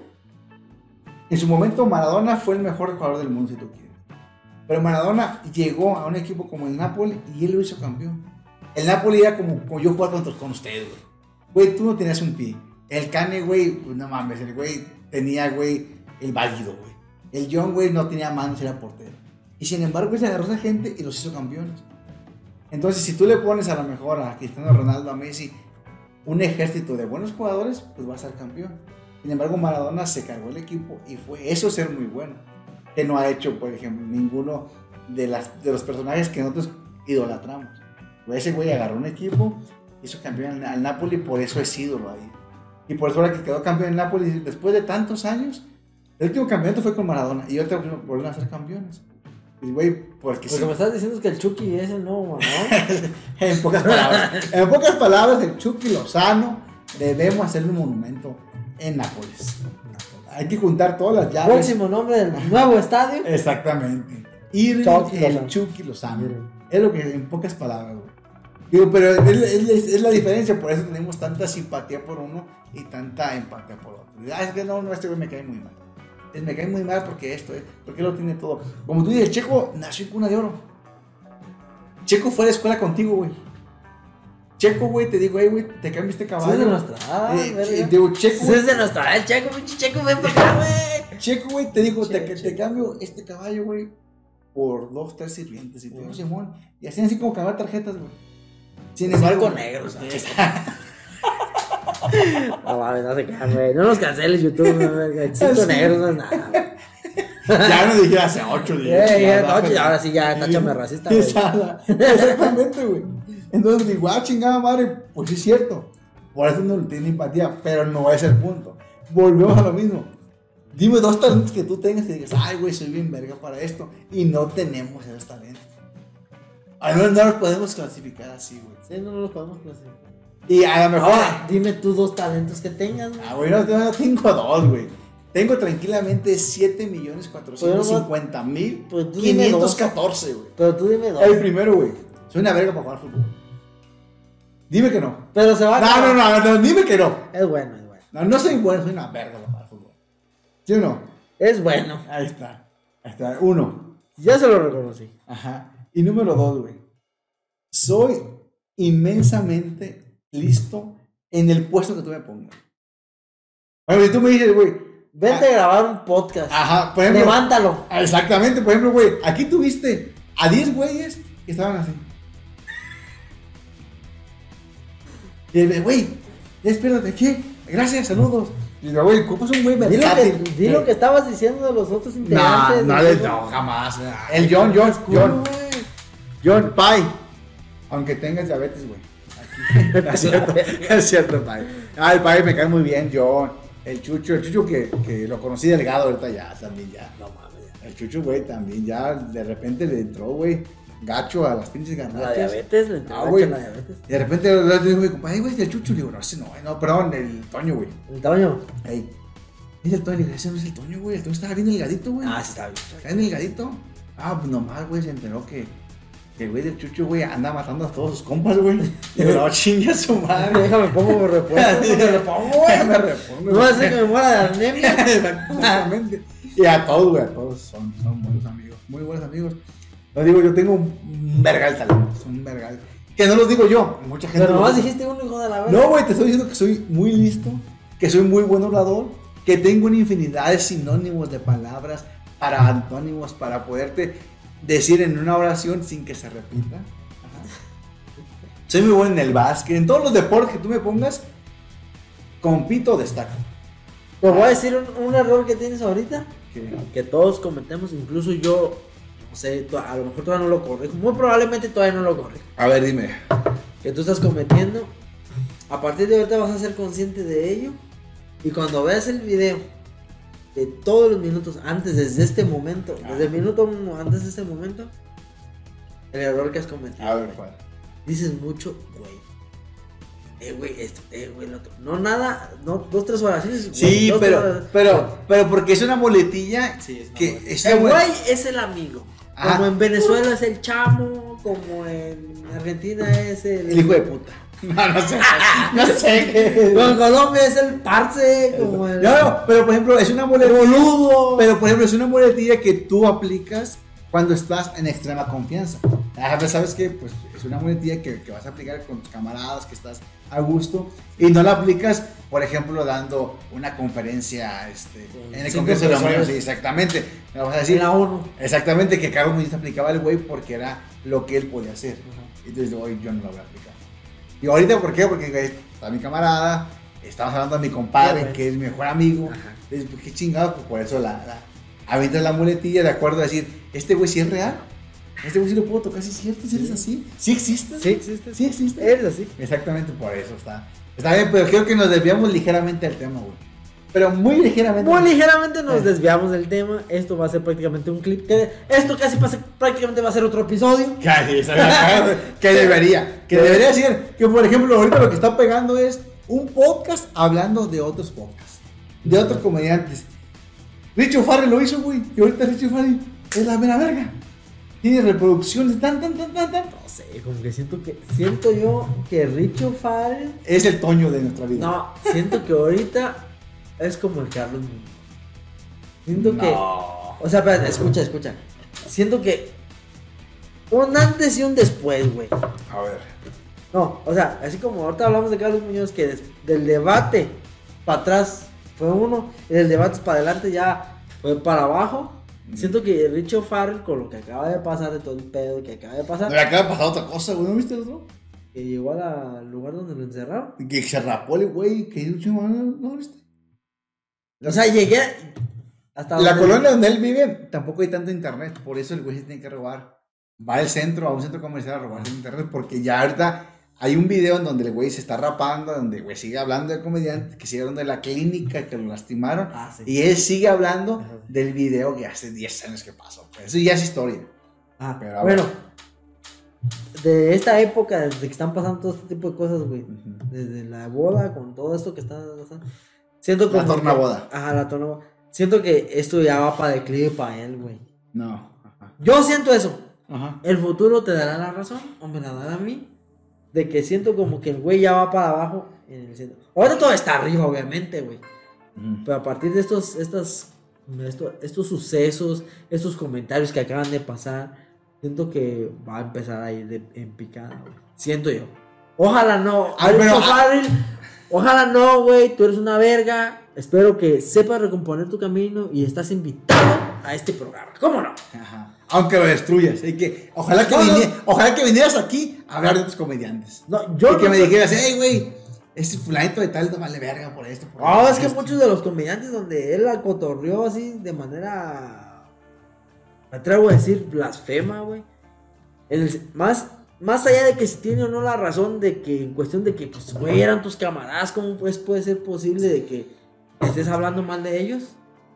en su momento Maradona fue el mejor jugador del mundo, si tú quieres. Pero Maradona llegó a un equipo como el Napoli y él lo hizo campeón. El Napoli era como, como yo jugaba contra, con ustedes, güey. Güey, tú no tenías un pie. El Cane, güey, pues no mames, el güey tenía, güey, el válido, güey. El John, güey, no tenía manos, era portero. Y sin embargo, güey, se agarró a esa gente y los hizo campeones. Entonces, si tú le pones a lo mejor a Cristiano Ronaldo, a Messi, un ejército de buenos jugadores, pues va a ser campeón. Sin embargo, Maradona se cargó el equipo y fue eso ser muy bueno. Que no ha hecho, por ejemplo, ninguno de, las, de los personajes que nosotros idolatramos. Ese güey agarró un equipo, hizo campeón al Napoli, por eso es ídolo ahí. Y por eso ahora que quedó campeón en Napoli, después de tantos años, el último campeonato fue con Maradona y ahora volvieron a ser campeones. Y güey, porque Lo sí. que me estás diciendo es que el Chucky es el nuevo Maradona. En pocas palabras, en pocas palabras, el Chucky Lozano debemos hacerle un monumento en Nápoles. Hay que juntar todas las llaves. Próximo nombre del nuevo estadio. Exactamente. Ir Chucky el Lozano. Chucky Lozano. Es lo que en pocas palabras, güey. Digo, pero es, es, es la diferencia, por eso tenemos tanta simpatía por uno y tanta empatía por otro. Ah, es que no, no, este güey me cae muy mal. Me cae muy mal porque esto, ¿eh? Porque lo tiene todo. Como tú dices, Checo nació en cuna de oro. Checo fue a la escuela contigo, güey. Checo, güey, te digo, hey, güey, te cambio este caballo. Sí, es de nuestra edad, eh, verga. digo, Checo. Sí, es de nuestra edad, el Checo, pinche Checo, ven para acá, güey. Checo, güey, te digo, te, Checo, te Checo. cambio este caballo, güey, por dos, tres sirvientes. Y te digo, Simón. Y hacían así como cambiar tarjetas, güey. Sin embargo. Cinco negros, ¿sabes? No mames, no se quedan, güey. No nos canceles YouTube, güey. Cinco Sí. negros no es nada, güey. Ya no dijera hace ocho días. Eh, ya, ya, no, ya, ahora sí, ya, táchame racista, güey. Exactamente, güey. Entonces digo, ah, chingada madre, pues sí es cierto. Por eso no le tiene empatía, pero no es el punto. Volvemos a lo mismo. Dime dos talentos que tú tengas y digas, ay, güey, soy bien verga para esto. Y no tenemos esos talentos. Al menos no los podemos clasificar así, güey. Sí, no los podemos clasificar. Y a lo mejor. Ahora, dime tú dos talentos que tengas, güey. Ah, güey, no, no tengo dos, güey. Tengo tranquilamente siete millones cuatrocientos cincuenta mil Pues tú dime quinientos dos. catorce, güey. Pero tú dime dos. El primero, güey. Soy una verga para jugar fútbol. Dime que no. Pero se va a No, no, acabar. no, no, dime que no. Es bueno, es bueno. No, no soy bueno, soy una verga para jugar fútbol. ¿Sí o no? Es bueno. Ahí está. Ahí está. Uno. Ya se lo reconocí. Ajá. Y número dos, güey. Soy inmensamente listo en el puesto que tú me pongas. Bueno, si tú me dices, güey. Vente ah, a grabar un podcast. Ajá, por ejemplo. Levántalo. Exactamente, por ejemplo, güey. Aquí tuviste a diez güeyes que estaban así. Y el güey, ya espérate, ¿qué? Gracias, saludos. Y yo, güey, ¿cómo es un güey Di lo, que, versátil? di lo que estabas diciendo de los otros No, integrantes. no, de- no, no, jamás. El John, John, John. John, Pai. Aunque tengas diabetes, güey. Aquí. Es cierto, es cierto, Pai. Ah, el Pai me cae muy bien, John. El Chucho, el Chucho que, que lo conocí delgado, ahorita ya, también ya. No mames. ya. El Chucho, güey, también ya de repente le entró, güey, gacho a las pinches La garnachas. diabetes, le entró Ah, gacho güey. la diabetes. Y de repente le digo, mi compadre, güey, el Chucho. Le digo, no, ese no, no, perdón, el Toño, güey. ¿El tamaño? Ey, es el Toño, le digo, ese no es el Toño, güey. El Toño estaba bien delgadito, güey. Ah, sí está bien. Está en el gadito. Ah, pues nomás, güey, se enteró que, que el güey del Chucho, güey, anda matando a todos sus compas, güey. Y no, chingue a su madre. Déjame pongo repuesto. Me repongo, güey. Me repongo. No va a hacer que me muera de anemia. Exactamente. Y a todos, güey, a todos son, son buenos amigos. Muy buenos amigos. Lo digo, yo tengo un vergal talento. Un vergal. Que no lo digo yo, mucha gente. Pero lo nomás dice. dijiste un hijo de la verga. No, güey, te estoy diciendo que soy muy listo, que soy muy buen orador, que tengo una infinidad de sinónimos de palabras, para antónimos, para poderte decir en una oración sin que se repita. Ajá. Soy muy bueno en el básquet, en todos los deportes que tú me pongas, compito o destaco. Te voy a decir un, un error que tienes ahorita, ¿Qué? que todos cometemos, incluso yo, no sé, to- a lo mejor todavía no lo corrijo, muy probablemente todavía no lo corrijo, A ver, dime. que tú estás cometiendo, a partir de ahorita vas a ser consciente de ello, y cuando veas el video de todos los minutos antes, desde este momento, Ah. desde el minuto uno antes de este momento, el error que has cometido. A ver, ¿cuál? Dices mucho, güey. Eh, güey, esto, eh, güey, lo otro. No, nada, no, dos, tres oraciones. güey, Sí, dos, pero, tres horas. pero, pero porque es una muletilla Sí, es una que muletilla. es El una güey es el amigo. Ajá. Como en Venezuela es el chamo, como en Argentina es el. el hijo de puta. No, no sé. No sé. Como en Colombia es el parce, como el. No, no, pero por ejemplo, es una muletilla. Boludo. Pero por ejemplo, es una muletilla que tú aplicas cuando estás en extrema confianza. Ah, pues, ¿sabes qué? Pues es una muletilla que, que vas a aplicar con tus camaradas, que estás a gusto, y no la aplicas, por ejemplo, dando una conferencia este, Con en el cinco Congreso de la Unión. personas. Sí, exactamente. Me vas a decir. En la ONU. Exactamente, que Carlos Muñiz aplicaba el güey porque era lo que él podía hacer. Y entonces, hoy yo no lo voy a aplicar. Y ahorita, ¿por qué? Porque güey, está mi camarada, estamos hablando de mi compadre, Sí, güey. que es mi mejor amigo. Ajá. Entonces, pues, qué chingado, pues por eso la, la avientas la muletilla de acuerdo a decir, este güey sí es real. Este güey sí lo puedo tocar, sí es cierto, si eres así. Sí existe. Sí existe. Sí existe. Eres así. Exactamente por eso está. Está bien, pero creo que nos desviamos ligeramente del tema, güey. Pero muy ligeramente. Muy ligeramente nos Eh. desviamos del tema. Esto va a ser prácticamente un clip. que- Esto casi pasa- prácticamente va a ser otro episodio. Casi, ¿sabes? Que debería, que debería ser, que por ejemplo ahorita lo que está pegando es un podcast hablando de otros podcasts, de otros comediantes. Richo Farrell lo hizo, güey, y ahorita Richo Farrell es la mera verga. Tiene reproducciones tan, tan, tan, tan, tan. No sé, como que siento que. Siento yo que Richo Farrell. Es el Toño de nuestra vida. No, siento que ahorita es como el Carlos Muñoz. Siento que. No. O sea, espérate, escucha, escucha. Siento que. Un antes y un después, güey. A ver. No, o sea, así como ahorita hablamos de Carlos Muñoz, que des- del debate para atrás fue uno, y del debate para adelante ya fue para abajo. Siento que Richo Farrell, con lo que acaba de pasar, de todo el pedo que acaba de No pasar, le acaba de pasar otra cosa, güey, ¿no viste el otro? que llegó a la- al lugar donde lo encerraron. Que se rapó el güey, que hizo un ¿no ¿no viste? O sea, llegué hasta La donde- colonia donde él vive tampoco hay tanto internet, por eso el güey se tiene que robar. Va al centro, a un centro comercial a robarse el internet, porque ya ahorita hay un video en donde el güey se está rapando, donde el güey sigue hablando de comediante, que sigue hablando de la clínica que lo lastimaron, Ah, sí. y él sigue hablando Ajá. del video que hace diez años que pasó. Pues eso ya es historia. Ah, Pero, a bueno, de esta época, desde que están pasando todo este tipo de cosas, güey. Ujú. Desde la boda, con todo esto que está pasando. Siento La como tornaboda. que- Ajá, la tornaboda. Siento que esto ya va para declive para él, güey. No. Ajá. Yo siento eso. Ajá. El futuro te dará la razón, o me la dará a mí. De que siento como que el güey ya va para abajo en el centro. Ahora todo está arriba, obviamente, güey. Ujú. Pero a partir de estos, estas, esto- estos sucesos, estos comentarios que acaban de pasar, siento que va a empezar a ir de, en picada, güey. Siento yo. Ojalá no. Ay, pero- Richo Farrell, ojalá no, güey. Tú eres una verga. Espero que sepas recomponer tu camino y estás invitado a este programa. ¿Cómo no? Ajá. Aunque lo destruyas. Así que ojalá que, No, no. vini- ojalá que vinieras aquí a hablar de otros comediantes. No, yo y que no me soy- dijeras, hey, güey, ese fulanito de tal no vale verga por esto. Por No, esto, es que por esto". muchos de los comediantes donde él la cotorreó así de manera, me atrevo a decir, blasfema, güey. En el- Más, más allá de que si tiene o no la razón de que en cuestión de que, pues, güey, eran tus camaradas, ¿cómo pues puede ser posible de que estés hablando mal de ellos?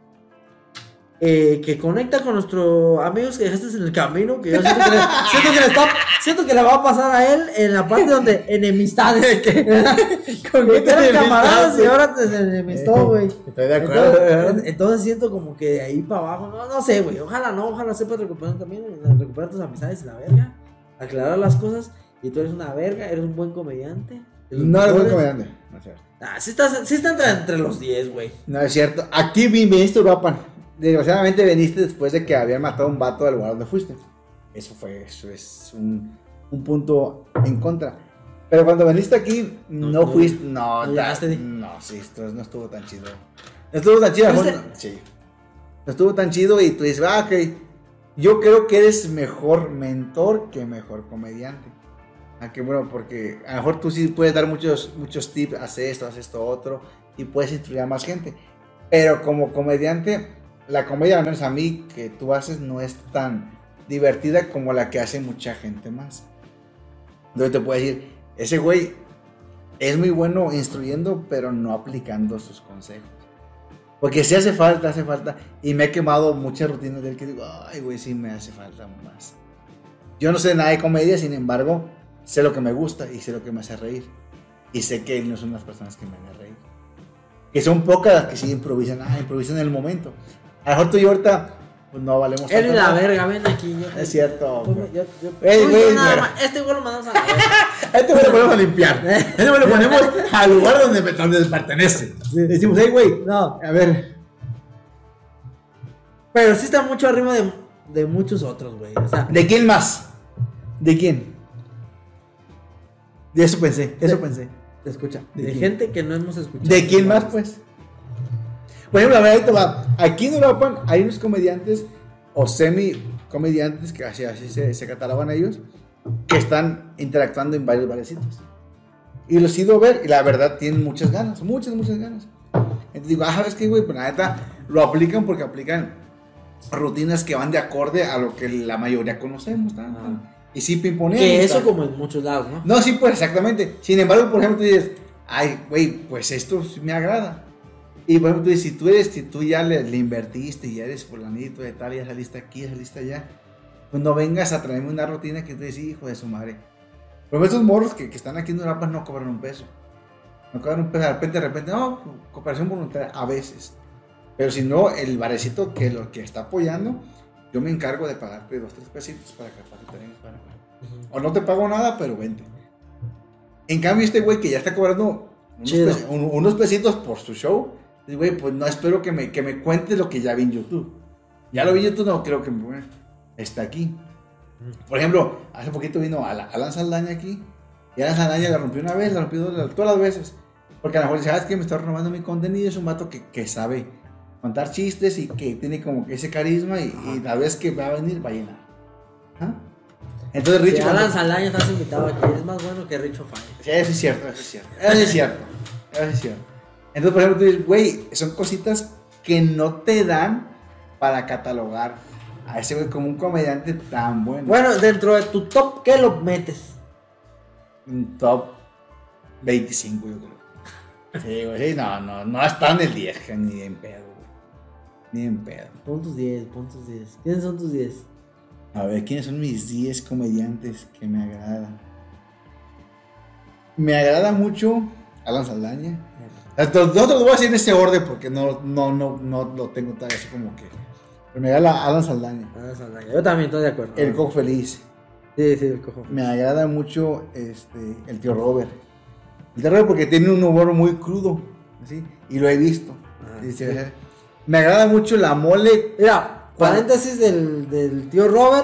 Eh, que conecta con nuestros amigos que dejaste en el camino, que yo siento que, le, siento, que le está, siento que le va a pasar a él en la parte donde enemistades, que, ¿Con que qué te eran enemistás, camaradas y güey? ahora te enemistó, güey. Estoy de acuerdo. Entonces, entonces siento como que de ahí para abajo, no, no sé, güey, ojalá no, ojalá sepas recuperar también, recuperar tus amistades y la verga, aclarar las cosas, y tú eres una verga, eres un buen comediante. de los No eres buen mejores. comediante. No es cierto. Ah, sí, estás, sí está entre, entre los diez, güey. No es cierto. Aquí vi- viniste a Uruapan. Desgraciadamente viniste después de que habían matado a un vato del lugar donde fuiste. Eso fue, eso es un, un punto en contra. Pero cuando viniste aquí, no, no fuiste, no, no, ta, llegaste, no, sí, esto no estuvo tan chido. No estuvo tan chido, ¿Fuiste? no, sí. No estuvo tan chido y tú dices, ah, ok, yo creo que eres mejor mentor que mejor comediante. Ah, que bueno, porque a lo mejor tú sí puedes dar muchos, muchos tips, haz esto, haz esto, otro, y puedes instruir a más gente. Pero como comediante, la comedia, al menos a mí, que tú haces, no es tan divertida como la que hace mucha gente más. Entonces te puedo decir, ese güey es muy bueno instruyendo, pero no aplicando sus consejos. Porque si hace falta, hace falta. Y me he quemado muchas rutinas de él que digo, ay, güey, sí me hace falta más. Yo no sé nada de comedia, sin embargo, sé lo que me gusta y sé lo que me hace reír. Y sé que él no son las personas que me hacen reír. Que son pocas las que sí improvisan, ah, improvisan en el momento. A lo mejor tú y yo ahorita, pues no valemos Eres la nada. verga, ven aquí. Yo, Es cierto. Tú me- yo, yo, Ey, tú y güey, yo nada güey. más. Este güey lo mandamos a la verga. A este güey lo ponemos a limpiar. A este güey lo ponemos al lugar donde, donde pertenece. Decimos, hey, güey, No, a ver. pero sí está mucho arriba de, de muchos otros, güey. O sea, ¿De quién más? ¿De quién? De eso pensé, eso De- pensé. te escucha. ¿De De, quién? gente que no hemos escuchado. ¿De quién más, pues? Por ejemplo, a ver, ahí te va. Aquí en Europa hay unos comediantes o semi-comediantes, que así, así se, se catalogan ellos, que están interactuando en varios barecitos. Y los he ido a ver y la verdad tienen muchas ganas, muchas, muchas ganas. Entonces digo, ah, ¿sabes qué, güey? Pues la neta lo aplican porque aplican rutinas que van de acorde a lo que la mayoría conocemos. ¿Tan, tan? Ah. Y sí pimponean. Que y eso tal. como en muchos lados, ¿no? No, sí, pues exactamente. Sin embargo, por ejemplo, tú dices, ay, güey, pues esto sí me agrada. Y por ejemplo, tú dices, si tú eres, si tú ya le, le invertiste y ya eres fulanito de tal, ya saliste aquí, ya saliste allá, pues no vengas a traerme una rutina que tú dices, hijo de su madre. Pero estos morros que, que están aquí en Europa no cobran un peso. No cobran un peso, de repente, de repente, no, cooperación voluntaria, a veces. Pero si no, el barecito que lo que está apoyando, yo me encargo de pagarte dos, tres pesitos para que para que te vengas para acá. O no te pago nada, pero vente. En cambio, este güey que ya está cobrando unos, Chido. pes- un- unos pesitos por su show, dice, güey, pues no espero que me, que me cuente lo que ya vi en YouTube. Ya lo vi en YouTube, no creo que me bueno, está aquí. Por ejemplo, hace poquito vino Ala- Alan Saldaña aquí. Y Alan Saldaña la rompió una vez, la rompió dos- todas las veces. Porque a lo mejor dice, ¿sabes qué? Me está robando mi contenido. Es un vato que, que sabe contar chistes y que tiene como que ese carisma. Y, y la vez que va a venir, va a llenar. ¿Ah? Entonces, Si Rich. Alan cuando- Saldaña estás invitado aquí, es más bueno que Richo Fire. Sí, eso es cierto, eso es cierto. Eso es cierto. Eso es cierto. Entonces, por ejemplo, tú dices, güey, son cositas que no te dan para catalogar a ese güey como un comediante tan bueno. Bueno, dentro de tu top, ¿qué lo metes? Un top veinticinco, yo creo. Sí, güey, sí, no, no, no está en el diez, ni en pedo, güey. Ni en pedo. Pon tus diez, pon tus diez. ¿Quiénes son tus diez? A ver, ¿quiénes son mis diez comediantes que me agradan? Me agrada mucho Alan Saldaña. Nosotros lo voy a decir en ese orden porque no, no, no, no lo tengo tan así como que. Pero me agrada Alan Saldaña. Alan Saldaña. Yo también estoy de acuerdo. El Cojo Feliz. Sí, sí, el cojo. Me agrada mucho este, el tío Robert. El tío Robert porque tiene un humor muy crudo. ¿Sí? Y lo he visto. Ah, Sí, sí, sí. ajá. Me agrada mucho la mole. Mira, paréntesis del, del tío Robert.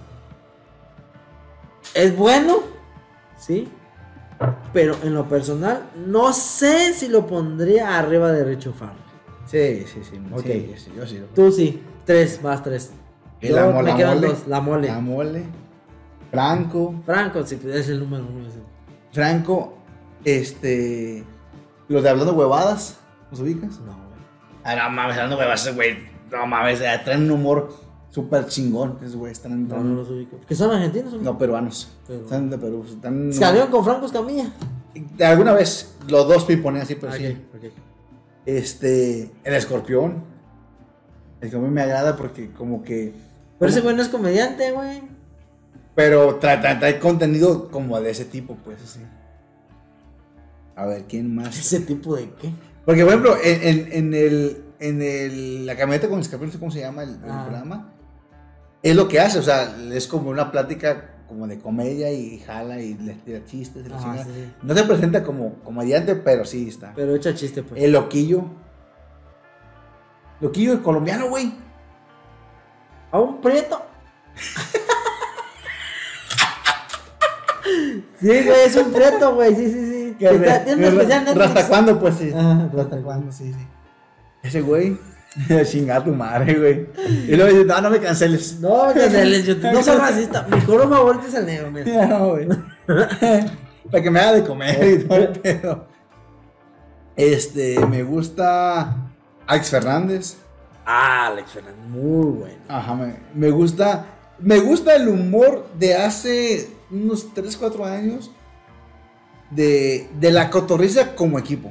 Es bueno, ¿sí? Pero en lo personal, no sé si lo pondría arriba de Richo Farrell. Sí, sí, sí. Ok. Sí, sí, yo sí. Tú sí, tres más tres. Y Yo la, mo- me la quedan mole. dos, la mole. La mole. Franco. Franco, si es el número uno. ese. Franco. Este. Los de Hablando Huevadas. ¿Los ubicas? No, güey. Ah, no mames, Hablando Huevadas, güey. No mames, eh, traen un humor súper chingón. Esos güey están. No, no los ubico. ¿Que son argentinos? o qué? No, peruanos. Pero- Están de Perú. Están. Salieron con Franco Escamilla. De alguna vez los dos piponean así, pero Ah, sí. ok, ok. Este. El escorpión. El que a mí me agrada porque, como que. Pero ese como- güey no es comediante, güey. Pero trae, trae, trae contenido como de ese tipo, pues así. A ver, ¿quién más? ¿Ese tipo de qué? Porque, por ejemplo, en, en, en el. En el, la camioneta con el escorpión, no sé cómo se llama el, el Ah. programa. Es lo que hace, o sea, es como una plática como de comedia y jala y les tira chistes. Y la Ah, chingada. sí, sí. No se presenta como comediante, pero sí está. Pero echa chiste, pues. El loquillo. Loquillo es colombiano, güey. A un prieto. Sí, güey, es un preto, güey, sí, sí, sí. Que Está- re- tiene un re- especial Netflix. ¿Hasta cuándo? Pues sí. Ajá. ¿Hasta cuándo? Sí, sí. Ese güey, chinga tu madre, güey. Y luego dice, no, no me canceles. No, me canceles, yo te- no soy racista. Mi color favorito es el negro, mira. No, güey. Para que me haga de comer y todo el pedo. Este, me gusta Alex Fernández. Ah, Alex Fernández, muy bueno. Ajá, me, me gusta. Me gusta el humor de hace unos tres, cuatro años. De, de la cotorriza como equipo.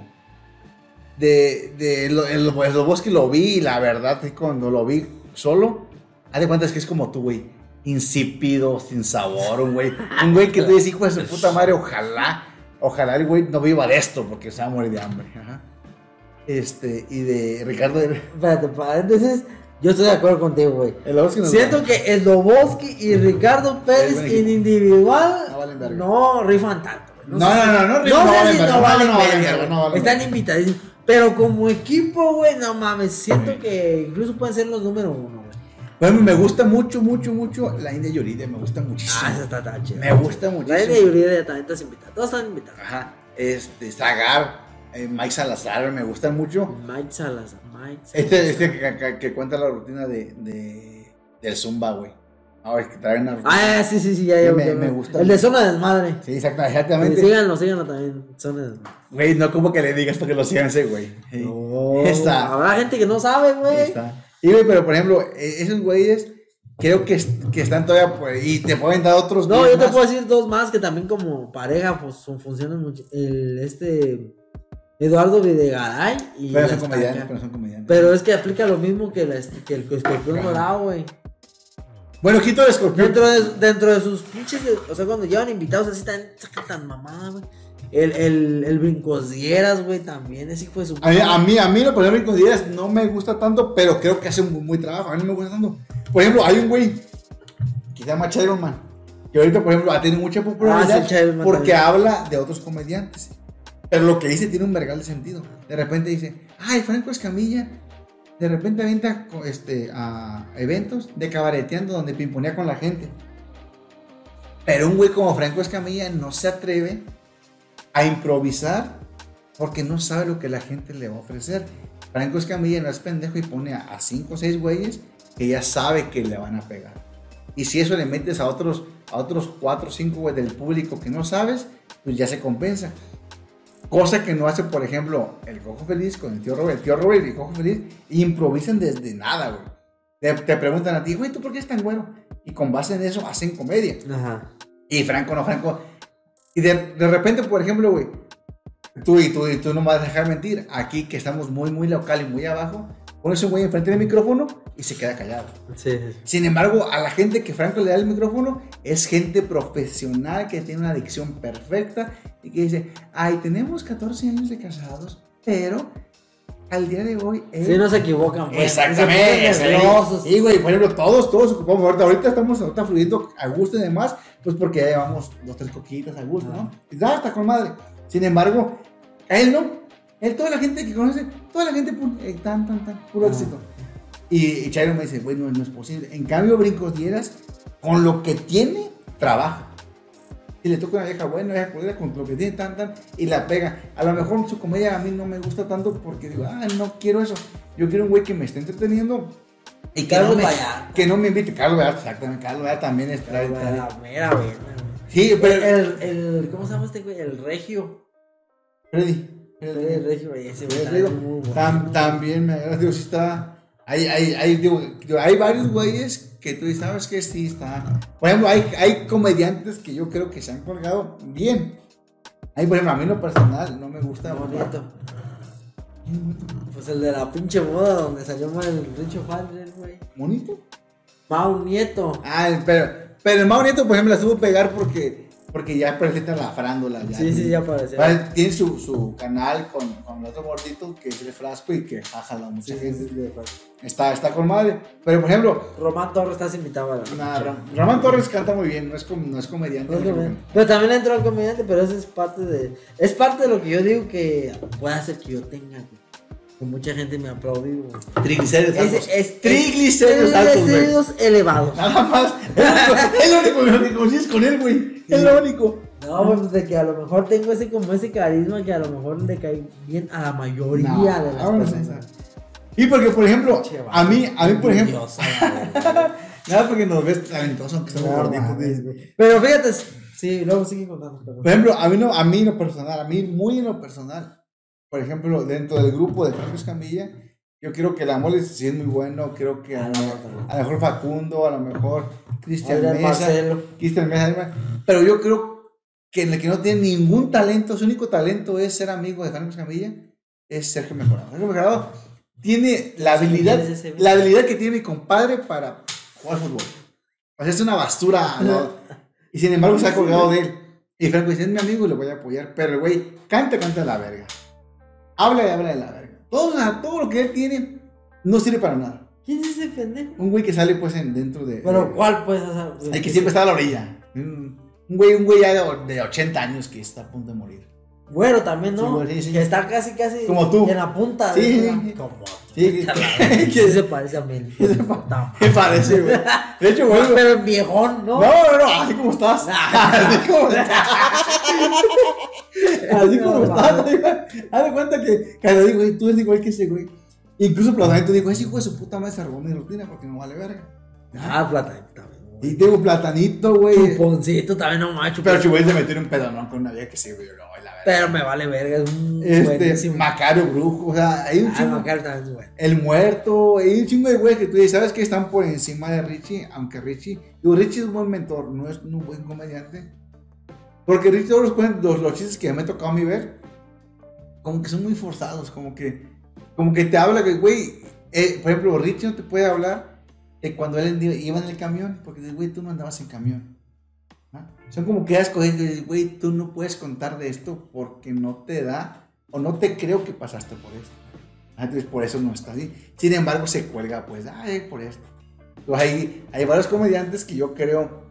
De, de lo, el, el Loboski lo vi y la verdad es que cuando lo vi solo, haz de cuenta es que es como tú, güey. Insípido, sin sabor, un güey. Un güey que tú dices, hijo de su puta madre, ojalá. Ojalá el güey no viva de esto porque se va a morir de hambre. Ajá. Este, y de Ricardo. Espérate, paréntesis. Yo estoy de acuerdo contigo, güey. El Loboski nos Siento va. que Sloboski y Ricardo Pérez buen en equipo. individual No valen verga. no rifan tanto. güey. No, sé no, si- no, no, no rifan, no sé valen si verga, no no, valen no valen verga, verga, güey. no valen Están verga. invitadísimos. Pero como equipo, güey, no mames. Siento que incluso pueden ser los número uno, güey. Bueno, me gusta mucho, mucho, mucho la India Yuride. Me gusta muchísimo. Ah, esa está tan chida. Me gusta muchísimo. La India Yuridia también estás invitada. Todos están invitados. Ajá. Este, Zagar, eh, Mike Salazar, me gustan mucho. Mike Salazar. Mike Salazar. Este, este que, que, que cuenta la rutina de, de del Zumba, güey. Ah, es que trae una rutina. Ah, sí, sí, sí, ya, ya. Me- ya, me ya. gusta. El de Zona Desmadre. Sí, exacta- Sí, exactamente. síganlo, síganlo también. Zona Desmadre. Güey, no como que le digas porque lo sigan ese, güey. Sí. No, Está. habrá gente que no sabe, güey. Está. Y, güey, pero por ejemplo, eh, esos güeyes creo que, est- que están todavía por y te pueden dar otros. No, diez yo te más. puedo decir dos más que también como pareja pues son, funcionan mucho. El este Eduardo Videgaray y Pero la son comediantes, Estaca. pero son comediantes. Pero es que aplica lo mismo que, la, que el escorpión Ajá. dorado, güey. Bueno, quito el escorpión. Dentro de, dentro de sus pinches, o sea, cuando llevan invitados así tan, sacan tan mamada, güey. El, el, el Brincosieras, güey, también es hijo de su A mí, a mí, a mí, por ejemplo, con días no me gusta tanto, pero creo que hace un muy, muy trabajo. A mí no me gusta tanto. Por ejemplo, hay un güey que se llama Chiron, que ahorita, por ejemplo, ha tenido mucha popularidad Ah, sí, Chiron Man porque también. habla de otros comediantes. Pero lo que dice tiene un vergal de sentido. De repente dice, ay, Franco Escamilla, de repente avienta este, a eventos de cabareteando donde pimponea con la gente. Pero un güey como Franco Escamilla no se atreve a improvisar porque no sabe lo que la gente le va a ofrecer. Franco Escamilla no es pendejo y pone a cinco o seis güeyes que ya sabe que le van a pegar. Y si eso le metes a otros a otros cuatro o cinco güeyes del público que no sabes, pues ya se compensa. Cosa que no hace, por ejemplo, el Cojo Feliz con el tío Robert. El tío Robert y el Cojo Feliz improvisan desde nada, güey. Te, te preguntan a ti, güey, ¿tú por qué estás tan güero? Y con base en eso hacen comedia. Ajá. Y Franco no, Franco. Y de, de repente, por ejemplo, güey, tú y tú y tú no me vas a dejar mentir. Aquí que estamos muy, muy local y muy abajo, pones un güey enfrente del micrófono y se queda callado. Sí, sí. Sin embargo, a la gente que Franco le da el micrófono es gente profesional que tiene una dicción perfecta y que dice, ay, tenemos catorce años de casados, pero al día de hoy... él-". Sí, no se equivocan, güey. Exactamente. Se ponen nerviosos. Sí, güey, por ejemplo, todos, todos ocupamos. Ahorita, ahorita estamos ahorita fluyendo a gusto y demás, pues porque ya llevamos dos, tres coquitas a gusto, ¿no? Y ya está con madre. Sin embargo, a él no. Él, toda la gente que conoce, toda la gente, pum, eh, tan, tan, tan, puro Ah. éxito. Y, y Chairo me dice, bueno, no es posible. En cambio, Brincos Dieras, con lo que tiene, trabaja. Y le toca una vieja buena, una vieja culera, con lo que tiene tan, tan, y la pega. A lo mejor su comedia a mí no me gusta tanto porque digo, ah, no quiero eso. Yo quiero un güey que me esté entreteniendo. Y que, no Carlos me, Vallarta. que no me invite. Carlos Vallarta, exactamente. Carlos Vallarta también está. Pero, güey, la mera vena, güey. Sí, pero. El, el, ¿cómo se llama este güey? El Regio. Freddy. El Regio, güey, ese güey Yo está digo, muy bueno. tam- también me agrada, digo, sí está. Hay, hay, hay, digo, digo, hay varios güeyes que tú sabes que sí está. Por ejemplo, hay, hay comediantes que yo creo que se han colgado bien. Hay, por ejemplo, a mí en lo personal no me gusta. Bonito. Pues el de la pinche boda donde salió mal el Richo Farrell, güey. ¿Monito? Mau Nieto. Ah, pero, pero el Mau Nieto, por ejemplo, la supo pegar porque, porque ya presenta la farándula. Ya, Sí, sí, ya apareció. Ahora tiene su, su canal con, con el otro gordito que es el frasco y que jaja la mucha Sí, sí, gente. sí, de acuerdo. Está, está con madre. Pero, por ejemplo, Román Torres estás invitado a la nah, Ram- Román Torres canta muy bien, no es, com- no es comediante. No es comediante. Pero también entró al comediante, pero eso es parte de. Es parte de lo que yo digo que puede hacer que yo tenga. güey. Que mucha gente me aplaude. güey. Triglicéridos altos. Es, es, Triglicéridos altos, güey. triglicéridos elevados. Nada más. Es lo único, es lo único que consigues con él, güey. Es lo único. No, pues de que a lo mejor tengo ese como ese carisma que a lo mejor le cae bien a la mayoría No, de las vámonos, personas. Y porque, por ejemplo, Che, va, a mí, a mí, por ejemplo, Dios, a la verga. nada porque nos ves talentosos, aunque somos No, gorditos. mames, ¿Sí? güey. Pero fíjate, sí, luego sigue contando. Perdón. Por ejemplo, a mí, no, a mí en lo personal, a mí muy en lo personal, por ejemplo, dentro del grupo de Franco Escamilla, yo creo que la mole sí es muy bueno, creo que a, Ah, no, no. a lo mejor Facundo, a lo mejor Cristian Adrián Mesa, Marcelo. Cristian Mesa, pero yo creo que en el que no tiene ningún talento, su único talento es ser amigo de Franco Escamilla, es Sergio Mejorado. Sergio Mejorado tiene la habilidad, ¿Quién es ese, güey? la habilidad que tiene mi compadre para jugar fútbol. O sea, es una basura. ¿no? Y sin embargo se ha colgado de él. Y Franco dice, es mi amigo y lo voy a apoyar. Pero el güey canta, canta de la verga. Habla y habla de la verga. Todo, todo lo que él tiene no sirve para nada. ¿Quién es ese pendejo? Un güey que sale pues en, dentro de... Pero, de- ¿cuál pues? O sea, el que siempre está a la orilla. Un un güey, un güey ya de, de ochenta años que está a punto de morir. Güero también, ¿no? Sí, güey, sí, sí. Que está casi, casi. Como tú. En la punta. Sí, de sí, esa- sí. Como. Sí, A la que- verga, que- sí se parece a mí. se Me parece, güey. De hecho, güey... Pero en viejón, ¿no? No, no, no, así como estás. Así como estás. Así como No, estás. mames. Haz de cuenta que cuando digo, güey, tú eres igual que ese güey. Incluso Platanito dijo, ese hijo de su puta madre se robó mi rutina porque no vale verga. Ah, Platanito también. güey. Y tengo Platanito, güey. Chuponcito también, no macho. Pero Chubel se metió en un pedonón con una vieja que se güey, no, la verdad. Pero me vale verga, es un Este, buenísimo. Macario Brujo, o sea, hay un Ah, chingo. Macario también es bueno. El Muerto, hay un chingo de güey que tú dices, ¿sabes qué? Están por encima de Richie, aunque Richie, digo, Richie es un buen mentor, no es un buen comediante. Porque Richie, todos los, cuen- los, los chistes que me ha tocado a mí ver, como que son muy forzados, como que, como que te habla que, güey, eh, por ejemplo, Richie no te puede hablar de cuando él iba en el camión, porque, güey, tú no andabas en camión. ¿Ah? Son como que has cogido y dices, güey, tú no puedes contar de esto porque no te da, o no te creo que pasaste por esto. Ah, entonces, por eso no está así. Sin embargo, se cuelga, pues, ay, por esto. Entonces, hay, hay varios comediantes que yo creo,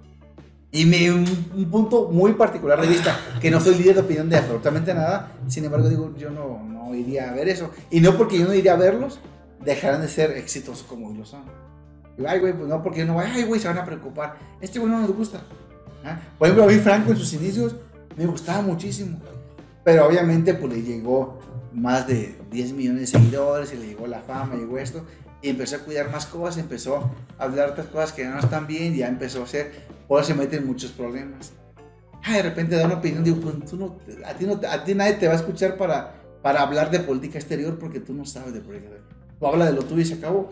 y me, un, un punto muy particular de vista, que no soy líder de opinión de absolutamente nada, sin embargo, digo, yo no, no iría a ver eso. Y no porque yo no iría a verlos, dejarán de ser exitosos como lo son. Digo, ay, güey, pues no, porque yo no voy, ay, güey, se van a preocupar. Este güey no nos gusta. ¿Ah? Por ejemplo, a mí Franco en sus inicios me gustaba muchísimo. Pero obviamente pues le llegó más de diez millones de seguidores y le llegó la fama, llegó esto. Y empezó a cuidar más cosas, empezó a hablar otras cosas que no están bien, ya empezó a hacer, por eso se mete en muchos problemas. Ah, de repente da una opinión, digo, pues tú no, a ti, no, a ti nadie te va a escuchar para, para hablar de política exterior porque tú no sabes de política exterior. Tú habla de lo tuyo y se acabó.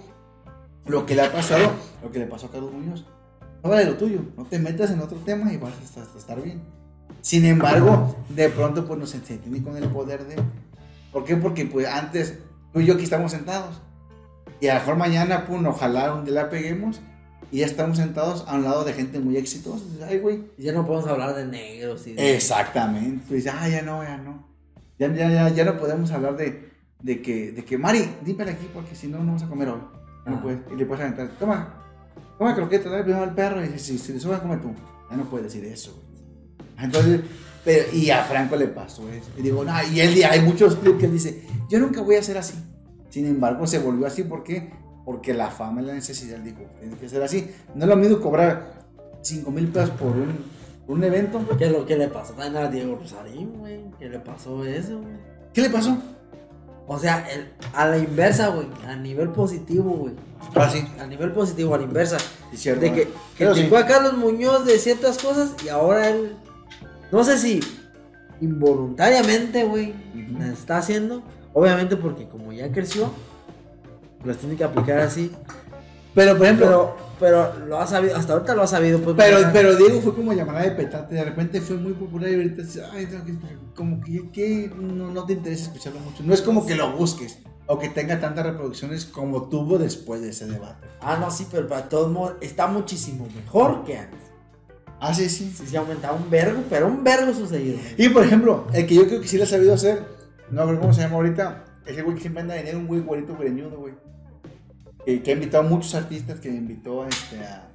Lo que le ha pasado, lo que le pasó a Carlos Muñoz. Habla de lo tuyo, no te metas en otro tema y vas a estar, a estar bien. Sin embargo, de pronto pues nos entiende con el poder de... ¿Por qué? Porque pues antes, tú y yo aquí estamos sentados. Y a lo mejor mañana, pues, ojalá un día la peguemos y ya estamos sentados a un lado de gente muy exitosa. Dices, ay, güey. Ya no podemos hablar de negros y de... Exactamente. Tú dices, ah, ya no, ya no. Ya, ya, ya, ya no podemos hablar de, de, que, de que, Mari, dípele aquí porque si no, no vamos a comer hoy. Ya no Ah. puedes. Y le puedes aventar, toma, toma croqueta, dale primero al perro y si, si le sobra, come tú. Ya no puedes decir eso, güey. Entonces, pero, y a Franco le pasó eso. Y digo, no, y él, hay muchos clips que él dice, yo nunca voy a ser así. Sin embargo, se volvió así, ¿por qué? Porque la fama y la necesidad, dijo, tiene que ser así. No es lo mismo cobrar cinco mil pesos por un, por un evento. ¿Qué es lo que le pasó también a Diego Rosarín, güey? ¿Qué le pasó eso, güey? ¿Qué le pasó? O sea, el- a la inversa, güey. A nivel positivo, güey. Ah, sí. A nivel positivo, a la inversa. Sí, cierto. De que Pero sí. criticó a Carlos Muñoz de ciertas cosas y ahora él, no sé si involuntariamente, güey, Ujú. la está haciendo. Obviamente porque como ya creció, las tiene que aplicar así. Pero, por ejemplo, Pero, pero lo ha sabido, hasta ahorita lo ha sabido. Pues, pero, mira, pero Diego fue como llamada de petate. De repente fue muy popular y ahorita, ay, no, que- como que, que no, no te interesa escucharlo mucho. No es como que lo busques o que tenga tantas reproducciones como tuvo después de ese debate. Ah, no, sí, pero para todos modos está muchísimo mejor que antes. Ah, sí, sí. Sí, se ha aumentado un vergo, pero un vergo sucedido. Y por ejemplo, el que yo creo que sí lo ha sabido hacer, no creo cómo se llama ahorita, ese güey que siempre anda de dinero, un güey güerito greñudo, güey. Que, que ha invitado a muchos artistas, que invitó este, a,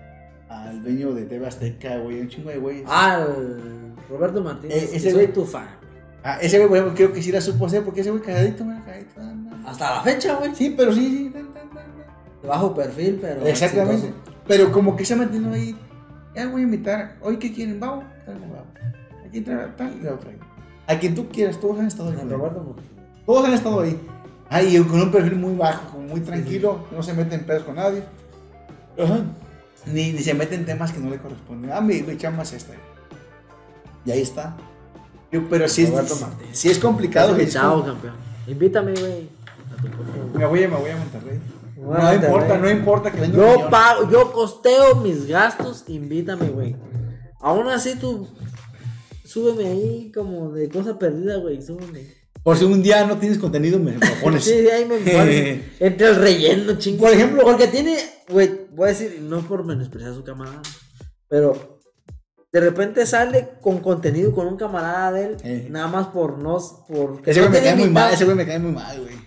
al dueño de T V Azteca, güey, un chingo de güeyes. Ah, el Roberto Martínez, Eh, ese que soy güey- tu fan. Ah, ese güey, por ejemplo, creo que sí la supo hacer, porque ese güey calladito, güey, calladito. anda. Hasta la fecha, güey. Sí, pero sí, sí. tan, tan, tan, tan. De bajo perfil, pero. Exactamente. exitoso. Pero como que se ha metido ahí, ya voy a invitar, hoy qué quieren, vamos, vamos. Aquí trae tal y lo traigo. A quien tú quieras, todos han estado ahí. Roberto Montes. Todos han estado ahí. Ay, con un perfil muy bajo, como muy tranquilo, no se mete en pedos con nadie. Ajá. Ni, ni se mete en temas que no le corresponden. Ah, mi, mi chamba es esta. Y ahí está. Yo, pero sí es, sí es complicado. Invitado, campeón. Invítame, güey. A tu podcast. Me voy, me voy a Monterrey. Bueno, No te importa, ve. no importa que venga un Yo millón. pago, yo costeo mis gastos, invítame, güey. Aún así tú súbeme ahí como de cosa perdida, güey, súbeme. Por si un día no tienes contenido, me lo pones. Sí, ahí me pones entre el relleno, chingo. Por ejemplo, porque tiene, güey, voy a decir, no por menospreciar a su camarada, pero de repente sale con contenido con un camarada de él, Eh. nada más por no, por ese güey me tiene cae muy invitado. mal, ese güey me cae muy mal, güey.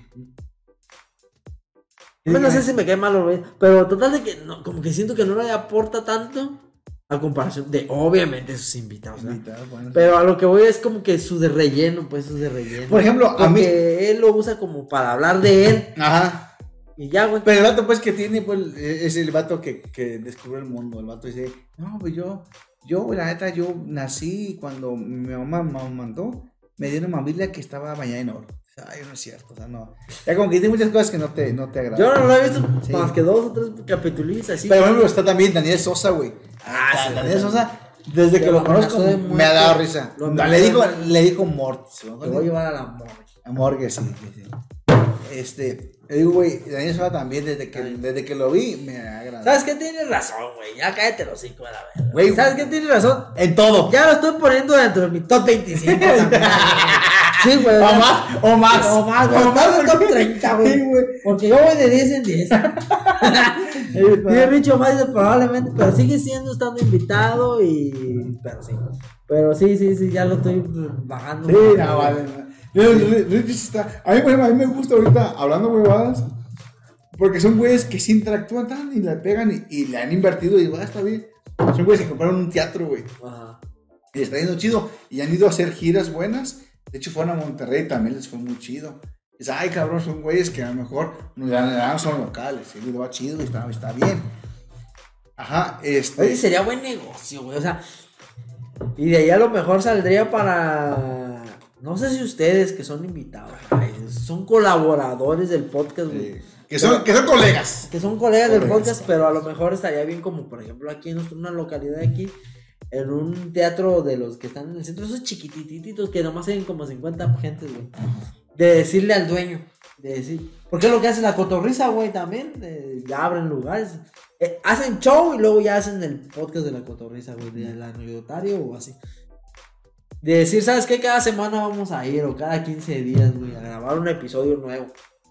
Bueno, no sé si me cae mal o güey, pero total de que no, como que siento que no le aporta tanto a comparación de obviamente sus invitados, ¿no? Invitado, bueno. Pero a lo que voy es como que su de relleno, pues su de relleno. Por ejemplo, a mí. Porque él lo usa como para hablar de él Ajá. y ya, güey. Pero el vato, pues, que tiene, pues, es el vato que, que descubrió el mundo. El vato dice, no, pues yo, yo, güey, la neta, yo nací cuando mi mamá me mandó, me dieron una Biblia que estaba bañada en oro. O sea, ay, no es cierto, o sea, no. Ya como que dice muchas cosas que no te, no te agradan. Yo no lo he visto Sí. más que dos o tres capítulos así. Pero, por ejemplo, está también Daniel Sosa, güey. Ah, sí, Daniel sí. Sosa, desde que Lo lo conozco, amenazó de me muerte. ha dado risa. Lo No, amenazó le de dijo, muerte. le dijo Mortis. Te voy a llevar a la morgue. A morgue, sí, sí, sí. Este, le digo, güey, Daniel Sosa también, desde que, desde que lo vi, me agrada. ¿Sabes qué? Tienes razón, güey. Ya cállate los hocico a la verga. Güey, ¿sabes qué? Tienes razón. En todo. Ya lo estoy poniendo dentro de mi top veinticinco también, güey. Sí, güey. O más, o más. O más, güey. O más del top treinta, güey. Sí, güey. Porque yo voy de diez en diez. Y he dicho más probablemente, pero sigue siendo estando invitado y. Pero sí. Pero sí, sí, sí, ya lo estoy bajando. Sí, no, vale. no. Yo- yo- yo- yo- está- A mí, por ejemplo, a mí me gusta ahorita hablando huevadas, porque son güeyes que sí interactúan tan y le pegan y, y le han invertido y va, está bien. Son güeyes que compraron un teatro, güey. Ajá. Y está yendo chido. Y han ido a hacer giras buenas. De hecho, fueron a Monterrey y también les fue muy chido. Dice, ay, cabrón, son güeyes que a lo mejor no, ya no son locales. Y les va chido y está, está bien. Ajá, este. Oye, sería buen negocio, güey. O sea, y de ahí a lo mejor saldría para. No sé si ustedes que son invitados, ay, son colaboradores del podcast, güey. eh, que, son, que son colegas. Que son colegas del Colegas. podcast, pero a lo mejor estaría bien como, por ejemplo, aquí en nuestra- una localidad de aquí, en un teatro de los que están en el centro, esos chiquitititos que nomás tienen como cincuenta gentes, güey. De decirle al dueño, de decir, porque es lo que hace la cotorriza, güey, también, de- ya abren lugares, eh, hacen show y luego ya hacen el podcast de la cotorriza, güey, del anecdotario o así. De decir, ¿sabes qué? Cada semana vamos a ir o cada quince días, güey, a grabar un episodio nuevo.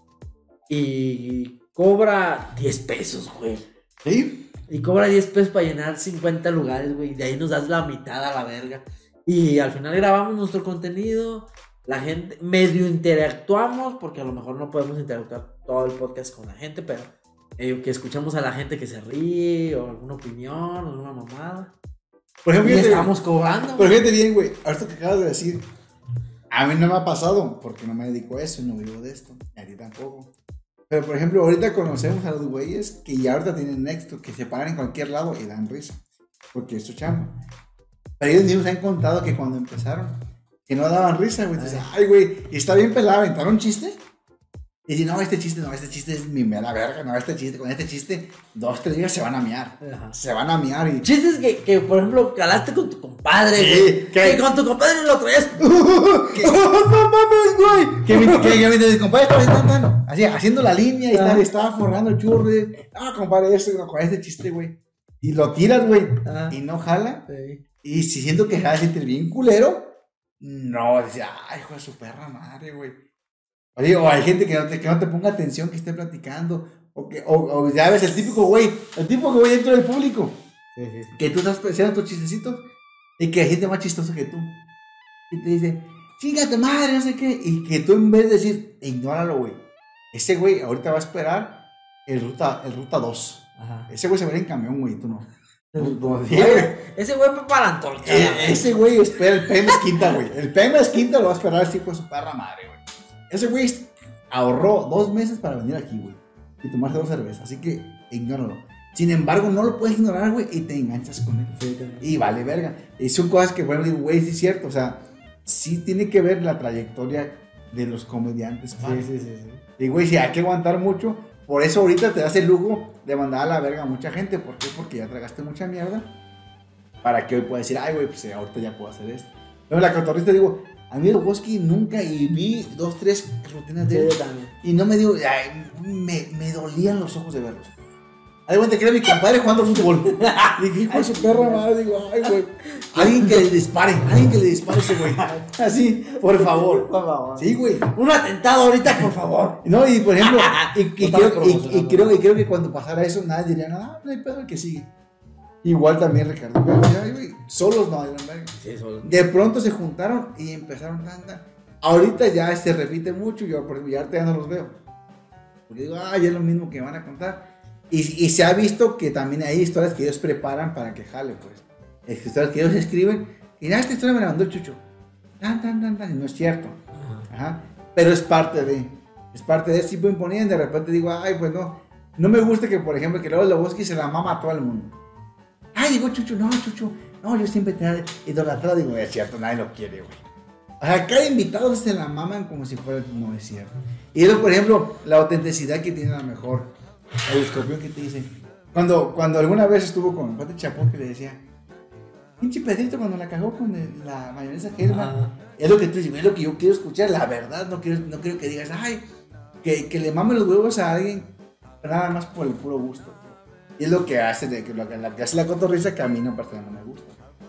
Y cobra diez pesos, güey. ¿Sí? Y cobra diez pesos para llenar cincuenta lugares, güey. De ahí nos das la mitad a la verga. Y al final grabamos nuestro contenido. La gente, medio interactuamos, porque a lo mejor no podemos interactuar todo el podcast con la gente, pero eh, que escuchamos a la gente que se ríe, o alguna opinión, alguna mamada. Por Y ejemplo, fíjate- estamos cobrando. Pero güey. fíjate bien, güey, ahorita que acabas de decir, a mí no me ha pasado, porque no me dedico a eso y no vivo de esto, y a ti tampoco. Pero, por ejemplo, ahorita conocemos a los güeyes que ya ahorita tienen éxito, que se paran en cualquier lado y dan risa, porque es su chamba. Pero ellos mismos han contado que cuando empezaron, que no daban risa, güey. Entonces, ay, güey, y está bien pelado, aventaron un chiste. Y dicen, no, este chiste, no, este chiste es mi mera verga, no, este chiste, con este chiste, dos, tres días se van a miar. Ajá. Se van a miar y... Chistes que, que, por ejemplo, calaste con tu compadre, Sí, güey. que- Que con tu compadre lo traías. ¿Qué? ¡Oh, no mames, güey! Que mi, que, que mi compadre estaba haciendo, tan- así, haciendo la línea y tal, y estaba forrando el churro. Y, ah, compadre, este, con este chiste, güey. Y lo tiras, güey. Ajá. Y no jala. Sí. Y si siento que jala, siente bien culero. No, decía, ay, hijo de su perra madre, güey. Oye, o hay gente que no te, que no te ponga atención, que esté platicando. O, que, o, o ya ves, el típico güey, el típico güey dentro del público. Sí, sí, sí. Que tú estás haciendo tus chistecitos y que hay gente más chistosa que tú. Y te dice, chingate madre, no sé qué. Y que tú en vez de decir, ignóralo, güey. Ese güey ahorita va a esperar el ruta, el ruta dos. Ajá. Ese güey se va a ir en camión, güey, tú no. Tú- tú- sí, Oye, güey. ese güey fue para la antorcha. Eh, ese güey espera el P M Quinta, güey. El P M Quinta lo va a esperar ese hijo de su perra madre, güey. Ese güey ahorró dos meses para venir aquí, güey. Y tomarse dos cervezas. Así que ignóralo. Sin embargo, no lo puedes ignorar, güey, y te enganchas con él. Sí, también. Y vale verga. Y son cosas que, bueno, digo, güey, sí es cierto. O sea, sí tiene que ver la trayectoria de los comediantes. Sí, sí, sí, sí. Y, güey, sí, hay que aguantar mucho. Por eso ahorita te das el lujo de mandar a la verga a mucha gente. ¿Por qué? Porque ya tragaste mucha mierda. Para que hoy puedas decir, ay, güey, pues ahorita ya puedo hacer esto. Pero la cotorrista, digo, a mí el Bosque nunca, y vi dos, tres rutinas de él. Sí, yo también. Y no me digo, ay, me, me dolían los ojos de verlos. Hay cuenta que era mi compadre jugando fútbol. Y dije, hijo de su perra madre, digo, ay, güey. Alguien que le dispare, alguien que le dispare a ese güey. Así, por favor. Por favor. Sí, güey. Un atentado ahorita, por favor. No, y por ejemplo, y, y, No creo, estamos y, y promocionando. creo, y creo que cuando pasara eso, nadie diría, no, no hay pedo el que sigue. Igual también Ricardo. Pero ya, güey, solos no, de verga. Sí, solo. De pronto se juntaron y empezaron a andar. Ahorita ya se repite mucho, yo por ejemplo, ya ahorita ya no los veo. Porque digo, ah, ya es lo mismo que van a contar. Y, y se ha visto que también hay historias que ellos preparan para que jale, pues. Es historias que ellos escriben. Y nada, esta historia me la mandó el Chucho. Tan, tan, tan, tan. Y no es cierto. Ajá. Pero es parte de. Es parte de. Si me ponían, de repente digo, ay, pues no. No me gusta que, por ejemplo, que luego Loboski se la mama a todo el mundo. Ay, llegó Chucho. No, Chucho. No, yo siempre tenía idolatrado. Digo, es cierto, nadie lo quiere, güey. O sea, cada invitado se la maman como si fuera. No es cierto. Y luego, por ejemplo, la autenticidad que tiene a lo mejor. El escorpión que te dice. Cuando, cuando alguna vez estuvo con Pati Chapón que le decía, pinche Pedrito cuando la cagó con el, la mayonesa Hellman. Ah. Es lo que tú dices, es lo que yo quiero escuchar, la verdad. No quiero, no quiero que digas, ay, que, que le mame los huevos a alguien, nada más por el puro gusto. Y es lo que hace, de, que, lo, que, lo que hace la cotorriza, que a mí no, no me gusta.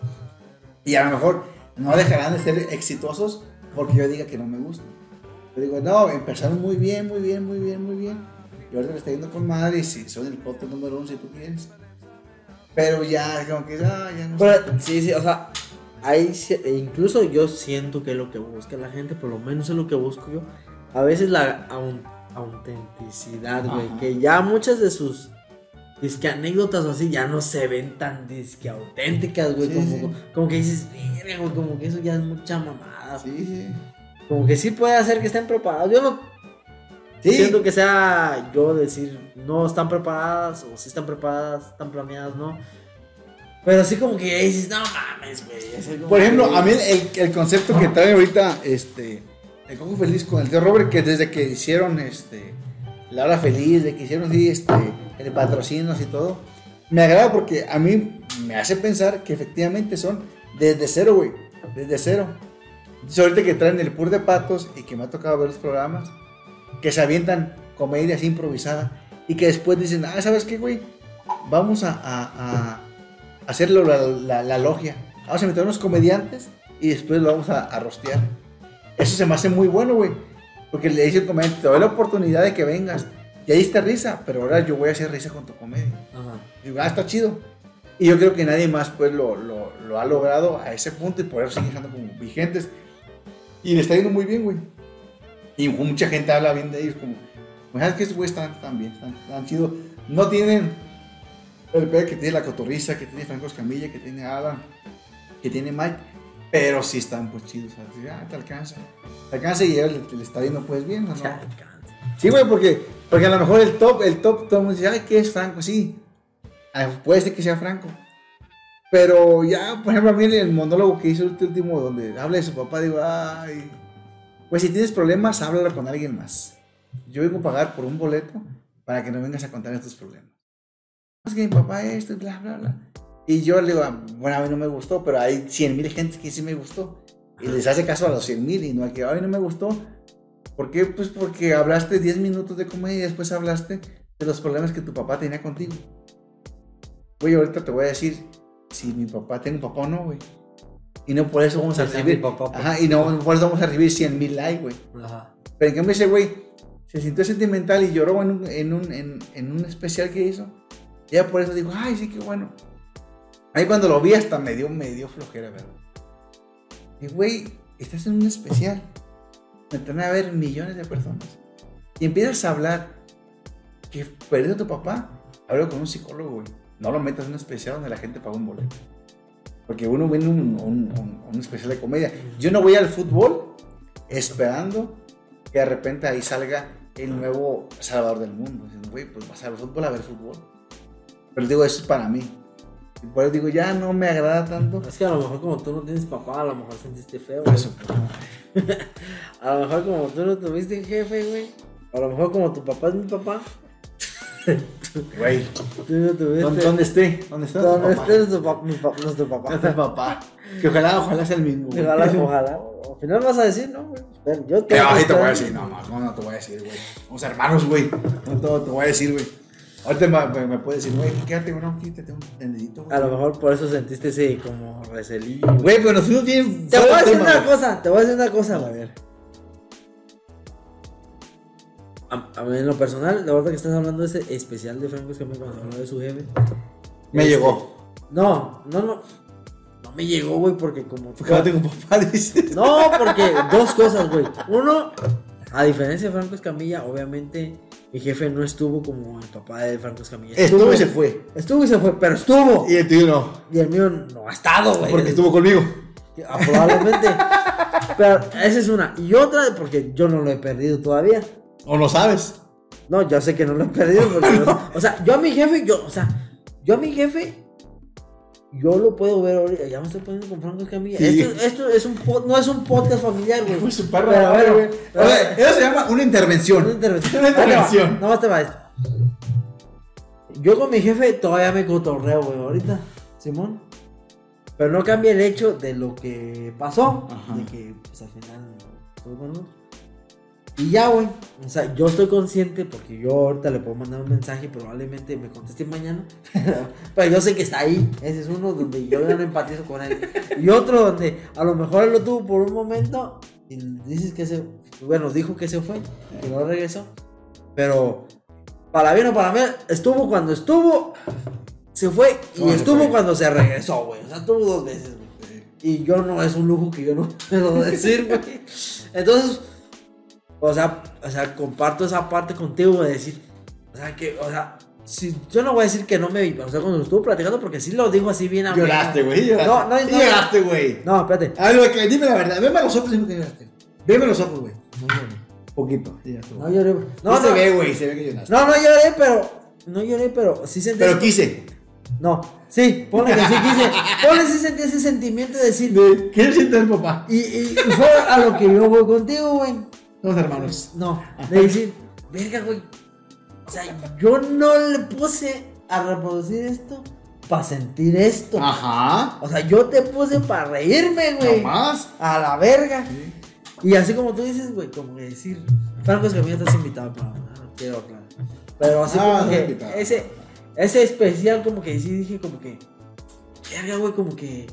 Y a lo mejor no dejarán de ser exitosos porque yo diga que no me gusta. Yo digo, no, empezaron muy bien, muy bien, muy bien, muy bien. Y ahorita le está yendo con madre y si son el podcast número uno si tú quieres. Pero ya, como que ah, ya no Pero, sé. sí, sí, o sea, hay, ci- e incluso yo siento que es lo que busca la gente, por lo menos es lo que busco yo. A veces la au- autenticidad, güey, Ajá. que ya muchas de sus disque anécdotas o así ya no se ven tan disque auténticas, güey, Sí, como, sí. como que dices, "Verga, güey, como que eso ya es mucha mamada". Sí, sí. Como que sí puede hacer que estén preparados. Yo no Sí. siento que sea yo decir no están preparadas o si están preparadas, están planeadas, no. Pero así como que dices, no mames, güey. así como Por ejemplo, que- a mí el, el concepto que trae ahorita este, el Cojo Feliz con el tío Robert, que desde que hicieron este, La Hora Feliz, de que hicieron sí, este, el patrocinos y todo, me agrada porque a mí me hace pensar que efectivamente son desde cero, güey, desde cero. Entonces, ahorita que traen el pur de patos y que me ha tocado ver los programas, que se avientan comedia así improvisada y que después dicen, ah, ¿sabes qué, güey? Vamos a, a, a hacerlo la, la, la logia. Vamos a meter unos comediantes y después lo vamos a, a rostear. Eso se me hace muy bueno, güey. Porque le dice el comediante, te doy la oportunidad de que vengas. Ya diste risa, pero ahora yo voy a hacer risa con tu comedia. Ajá. Y digo, ah, está chido. Y yo creo que nadie más pues lo, lo, lo ha logrado a ese punto y por eso siguen estando como vigentes. Y le está yendo muy bien, güey. Y mucha gente habla bien de ellos, como, ¿sabes que estos güeyes están tan bien, están tan chidos? No tienen el pedo que tiene la Cotorriza, que tiene Franco Escamilla, que tiene Alan, que tiene Mike, pero sí están pues chidos, ¿sabes? Ah, te alcanza. Te alcanza y ya le, le está yendo pues bien, ¿no? Ya, alcanza. Sí, güey, porque, porque a lo mejor el top, el top, todo el mundo dice, ay, ¿qué es Franco? Sí, ah, puede ser que sea Franco. Pero ya, por ejemplo, a mí el monólogo que hizo el último, donde habla de su papá, digo, ay, pues si tienes problemas, háblalo con alguien más. Yo vengo a pagar por un boleto para que no vengas a contar estos problemas. Es que mi papá esto y bla, bla, bla. Y yo le digo, bueno, a mí no me gustó, pero hay cien mil gente que sí me gustó. Y les hace caso a los cien mil y no a que a mí no me gustó. ¿Por qué? Pues porque hablaste diez minutos de comedia y después hablaste de los problemas que tu papá tenía contigo. Güey, ahorita te voy a decir si mi papá tiene un papá o no, güey. Y no por eso vamos a Que sea recibir. mi papá, pues. Ajá, y no por eso vamos a recibir cien mil likes, güey. Ajá. Pero en cambio ese güey se sintió sentimental y lloró en un, en un, en, en un especial que hizo. Y ya por eso digo, ay, sí, qué bueno. Ahí cuando lo vi hasta me dio, me dio flojera, ¿verdad? Y güey, estás en un especial. Me van a ver millones de personas. Y empiezas a hablar que perdió a tu papá. Hablo con un psicólogo, güey. No lo metas en un especial donde la gente paga un boleto. Porque uno viene un, un, un, un especial de comedia. Yo no voy al fútbol esperando que de repente ahí salga el nuevo Salvador del mundo. Diciendo, güey, pues vas al fútbol a ver fútbol. Pero digo, eso es para mí. Y por eso digo, ya no me agrada tanto. Es que a lo mejor como tú no tienes papá, a lo mejor sentiste feo. Por güey. eso, pues, A lo mejor como tú no tuviste jefe, güey. A lo mejor como tu papá es mi papá. güey. Tú no tuviste. ¿Dónde, ¿Dónde esté? ¿Dónde está No, tu papá? este es tu papá, mi papá, no es tu papá. Este es papá. Que ojalá, ojalá sea el mismo. güey. Ojalá, ojalá. Al final vas a decir, no, güey. Espera, Yo te Pero ahorita te voy a decir, no, no, no te voy a decir, güey. Somos hermanos, güey. No todo te voy a decir, güey. Ahorita me, me, me puedes decir, güey, quédate, güey, no, quítate un tendidito, güey. A lo mejor por eso sentiste ese como recelillo. Güey, pero nos fuimos bien. Te voy a fuera del decir tema, una güey. cosa, te voy a decir una cosa, güey. A ver. A, a mí en lo personal, la verdad que estás hablando de ese especial de Franco Escamilla cuando habló de su jefe. Me este, llegó. No, no, no. No me llegó, güey, porque como. Porque no tengo papá, dices. No, porque dos cosas, güey. Uno, a diferencia de Franco Escamilla, obviamente mi jefe no estuvo como el papá de Franco Escamilla. Estuvo y se fue. Estuvo y se fue, pero estuvo. Y el tuyo no. Y el mío no ha estado, güey. Porque estuvo conmigo. Ah, probablemente. Pero esa es una. Y otra, porque yo no lo he perdido todavía. O no sabes. No, yo sé que no lo he perdido. Porque no- o sea, yo a mi jefe, yo, o sea, yo a mi jefe, yo lo puedo ver ahorita. Ya me estoy poniendo con Franco Escamilla. Sí. Esto, esto es un pod- no es un podcast familiar, güey. Fue su perro. Pero, güey, güey. pero- O sea, eso se llama una intervención. Una intervención. Una intervención. Ahí te va, Nada más te va esto. Yo con mi jefe todavía me cotorreo, güey, ahorita, Simón. Pero no cambia el hecho de lo que pasó. Ajá. De que, pues al final, estuvo con nosotros. Y ya, güey. O sea, yo estoy consciente porque yo ahorita le puedo mandar un mensaje y probablemente me conteste mañana. Pero yo sé que está ahí. Ese es uno donde yo ya no empatizo con él. Y otro donde a lo mejor él lo tuvo por un momento y dices que se. Bueno, dijo que se fue, que no regresó. Pero para bien o para mal, estuvo cuando estuvo, se fue y No, se estuvo fue. cuando se regresó, güey. O sea, tuvo dos veces, güey. Y yo no, es un lujo que yo no puedo decir, güey. Entonces, o sea, o sea, comparto esa parte contigo de decir, o sea, que, o sea, si, yo no voy a decir que no me vi, o sea, cuando lo estuve platicando, porque sí lo dijo así bien a Lloraste, güey. Lloraste. No, no, no. Lloraste, güey. No, espérate. A ver, güey, dime la verdad. Veme a los ojos y dime que lloraste. Veme a los ojos, güey. No lloré. Poquito. Sí, ya estuvo. No lloré. No, No, se no, ve, güey. Se ve que lloraste. no, no lloré, pero, no lloré, pero sí sentí. Pero quise. No, sí, ponle que sí quise. Ponle sí sentí ese sentimiento de decir. De, ¿qué siente el papá? Y, y fue a lo que yo voy contigo, güey. Somos hermanos. No, de decir, verga, güey. O sea, yo no le puse a reproducir esto para sentir esto. Ajá. O sea, yo te puse para reírme, güey. Jamás. A la verga. Sí. Y así como tú dices, güey, como que decir, Franco Escamilla estás invitado para no quiero hablar. Pero así Ah, como estás que invitado. ese, ese especial como que sí dije como que, verga, güey, como que,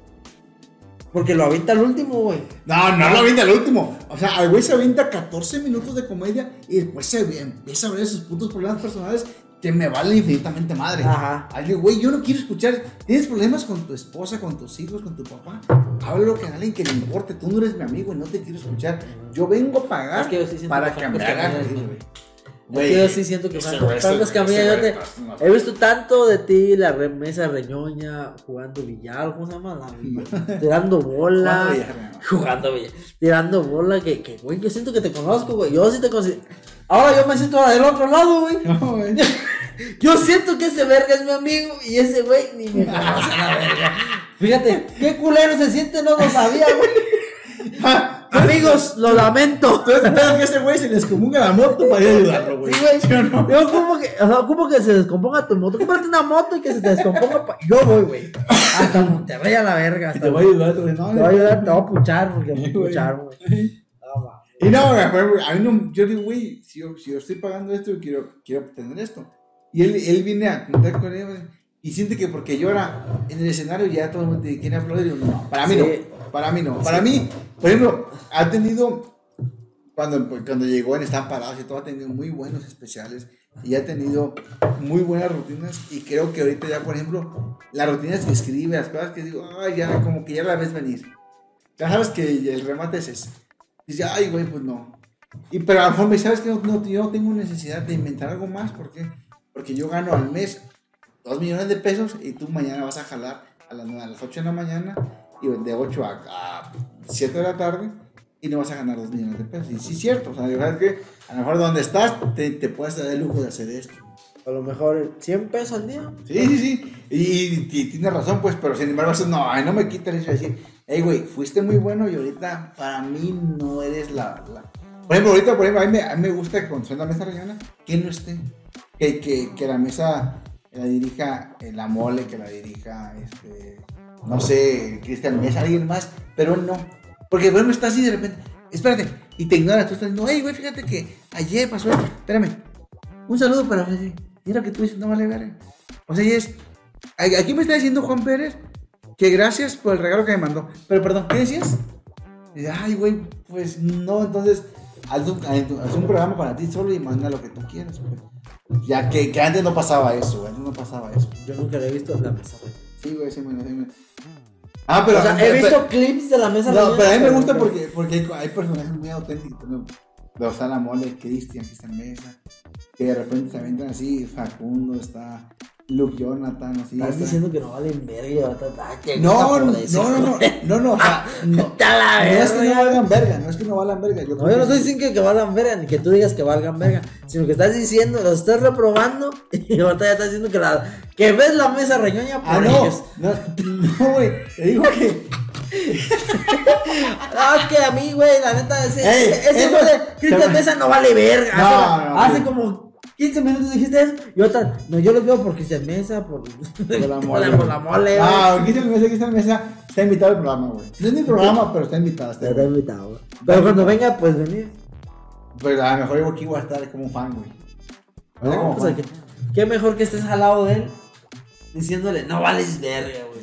porque lo avienta al último, güey. No, no lo avienta al último. O sea, al güey se avienta catorce minutos de comedia y después se empieza a ver sus putos problemas personales que me valen infinitamente madre. Ajá. Ay, güey, yo no quiero escuchar. Tienes problemas con tu esposa, con tus hijos, con tu papá. Háblalo con alguien que le importe. Tú no eres mi amigo y no te quiero escuchar. Yo vengo a pagar Es que yo sí siento para que que me Franco hagas Escamilla es reír, güey. güey. Es que yo sí siento que ese Franco, güey, Franco ese- Escamilla, ese yo güey, te, no, no. he visto tanto de ti, la re- mesa reñoña, jugando billar, ¿cómo se llama? La- tirando bola. Jugando billar, mi amor. Jugando billar. Tirando bola, que, que, güey, yo siento que te conozco, güey. Yo sí te conozco. Ahora yo me siento del otro lado, güey. No, güey. Yo siento que ese verga es mi amigo y ese güey ni me conoce a la verga. Fíjate, qué culero se siente, no lo sabía, güey. Amigos, lo lamento. Entonces espero que ese güey se les componga la moto para ir a ayudarlo, güey. Sí, güey. ¿Sí o no? Yo como que, o sea, como que se descomponga tu moto. Cómprate una moto y que se te descomponga. Pa... Yo voy, güey. Hasta Monterrey a la verga. Y Hasta te voy a ayudar, güey. No, Te voy a ayudar, te voy a puchar porque me Sí, voy a güey. puchar, güey. No, ma. Y no, güey, pero a mí no, yo digo, güey, si yo, si yo estoy pagando esto, yo quiero, quiero obtener esto. Y él, él viene a contar con él, güey, y siente que porque llora en el escenario ya todo el mundo te quiere aplaudir. Y yo, no, para mí Sí. no, para mí no. Para mí, por ejemplo, ha tenido, cuando, cuando llegó en Están Parados y todo, ha tenido muy buenos especiales y ha tenido muy buenas rutinas. Y creo que ahorita ya, por ejemplo, las rutinas que escribe, las cosas que digo, ay, ya como que ya la ves venir. Ya sabes que el remate es ese. Dice, ay, güey, pues no. Y, pero a lo mejor me sabes que no, no, yo no tengo necesidad de inventar algo más. ¿Por qué? Porque yo gano al mes dos millones de pesos y tú mañana vas a jalar a las, a las ocho de la mañana y de ocho a, a siete de la tarde y no vas a ganar dos millones de pesos. Y sí es cierto. O sea, yo sabes que a lo mejor donde estás te, te puedes dar el lujo de hacer esto. A lo mejor cien pesos al día. Sí, sí, sí. Y, y, y tienes razón, pues, pero sin embargo, eso no, ay, no me quita el hecho de decir, hey, güey, fuiste muy bueno y ahorita para mí no eres la. la... Por ejemplo, ahorita, por ejemplo, a mí me, a mí me gusta que cuando suena la mesa reñona, que no esté. Que, que, que la mesa la dirija eh, la mole, que la dirija, este, no sé, Cristian Mesa, alguien más, pero no. Porque, bueno, está así de repente, espérate, y te ignoras, tú estás diciendo, hey, güey, fíjate que ayer pasó esto, espérame, un saludo para Freddy. Mira que tú dices, no vale ver. O sea, y es, aquí me está diciendo Juan Pérez que gracias por el regalo que me mandó. Pero perdón, ¿qué decías? Y, ay, güey, pues no, entonces, haz un, haz un programa para ti solo y manda lo que tú quieras, güey. Ya que, que antes no pasaba eso, güey, antes no pasaba eso. Yo nunca le he visto la mesa, güey. Sí, güey, sí, me, sí, me. Ah, pero. O sea, he visto pero, clips de la mesa. No, pero a mí me gusta pero, porque, porque hay, hay personajes muy auténticos, ¿no? De Osana Mole, Cristian, Cristian Mesa, que de repente se aventan así, Facundo, está Luke Jonathan, así. Estás está... diciendo que no valen verga, que no, no, no, no, no, no, no, o sea, no, no es que no valgan verga, no es que no valgan verga. Yo, no, yo no estoy diciendo que, que valgan verga, ni que tú digas que valgan verga, sino que estás diciendo, lo estás reprobando, y ahorita ya estás diciendo que la, que ves la mesa reñoña por ah, no, ellos. No, no, güey, te digo que... No, es que a mí, güey, la neta, ese, hey, ese güey de Cristian Mesa no vale verga. No, hace, no, hace no. como quince minutos dijiste eso. Y otra, no, yo los veo por Cristian Mesa, por, por la mole. por la mole, ah, Cristian Mesa, Cristian Mesa está invitado al programa, güey. No es mi programa, pero está invitado. Está, está invitado, güey. Pero cuando venga, pues venir. Pues a lo mejor yo aquí voy a estar como fan, güey. No, como pues, fan. Que, qué mejor que estés al lado de él diciéndole, no vales verga, güey.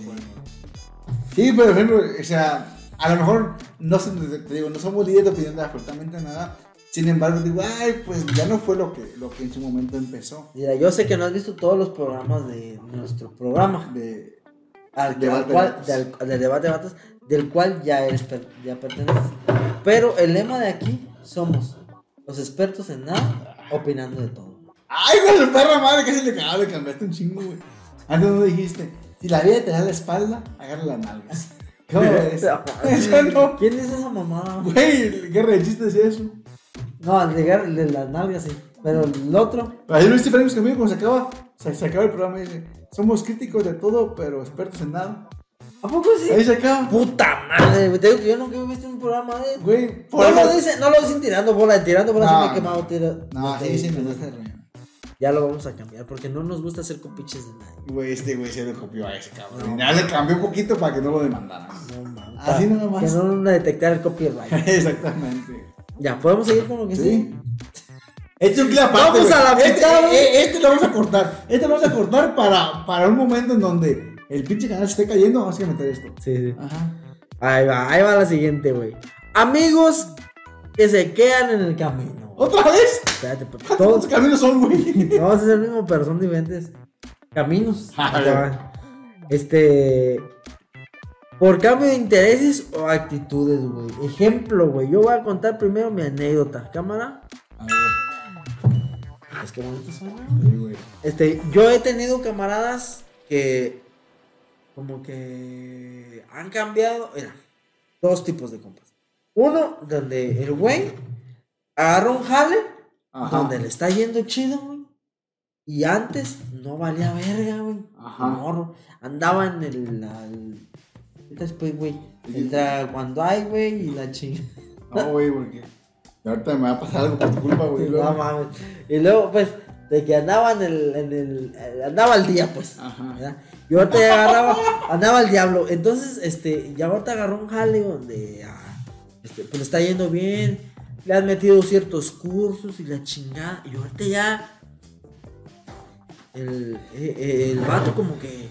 Sí, pero por ejemplo, o sea, a lo mejor, no te digo, no somos líderes de opinión de absolutamente nada. Sin embargo, digo, ay, pues ya no fue lo que, lo que en su momento empezó. Mira, yo sé que no has visto todos los programas de nuestro programa. De, al, de al cual, del, del debate de batas, del cual ya, eres, ya perteneces. Pero el lema de aquí somos los expertos en nada, opinando de todo. Ay, güey, su perra madre, casi le cagaba, le cambiaste un chingo, güey. Antes no dijiste, si la vida te da la espalda, agarra las nalgas. ¿Cómo es? Eso no. ¿Quién dice esa mamada? Güey, ¿qué re chiste decía eso? No, el de, el de las nalgas sí, pero el otro. Ahí lo viste Frank conmigo cuando se acaba, se, se acaba el programa y dice, somos críticos de todo, pero expertos en nada. ¿A poco sí? Ahí se acaba. Puta madre, güey, te digo que yo nunca he visto un programa de él. Güey, no lo dicen, no lo dicen tirando bola, tirando bola no, sí me he quemado tira. No, sí, sí me gusta el ya lo vamos a cambiar porque no nos gusta hacer copiches de nadie. Güey, este güey se lo copió a ese cabrón. No, ya le cambió un poquito para que no lo demandaran. No, man. Así nada más. Que no detectar el copyright. Exactamente. Ya, ¿podemos seguir con lo que sí? Sí. Este es un clip aparte. Vamos a la este, mitad. Este, este lo vamos a cortar. Este lo vamos a cortar para, para un momento en donde el pinche canal se esté cayendo. Vamos a meter esto. Sí, sí. Ajá. Ahí va, ahí va la siguiente, güey. Amigos que se quedan en el camino. ¿Otra vez? Espérate, ¿Cuántos todos... caminos son, güey? No, es el mismo, pero son diferentes caminos. Ah, este. Por cambio de intereses o actitudes, güey. Ejemplo, güey. Yo voy a contar primero mi anécdota. ¿Cámara? A ver. Es que bonito suena. Sí, güey. Este, yo he tenido camaradas que. Como que. Han cambiado. Mira, dos tipos de compas. Uno, donde el güey agarra un jale. Ajá. Donde le está yendo chido, güey. Y antes no valía verga, güey. Ajá. Morro. Andaba en el. el después, güey. Entra cuando hay, güey, y la chingada. No, güey, porque ahorita me va a pasar algo por tu culpa, güey. No mames. Y luego, pues, de que andaba en el. En el andaba al día, pues. Ajá. ¿verdad? Y ahorita ya agarraba. Andaba al diablo. Entonces, este. Ya ahorita agarró un jale donde. Ah, este, pues le está yendo bien. Le han metido ciertos cursos y la chingada. Y ahorita ya. El, el, el vato como que.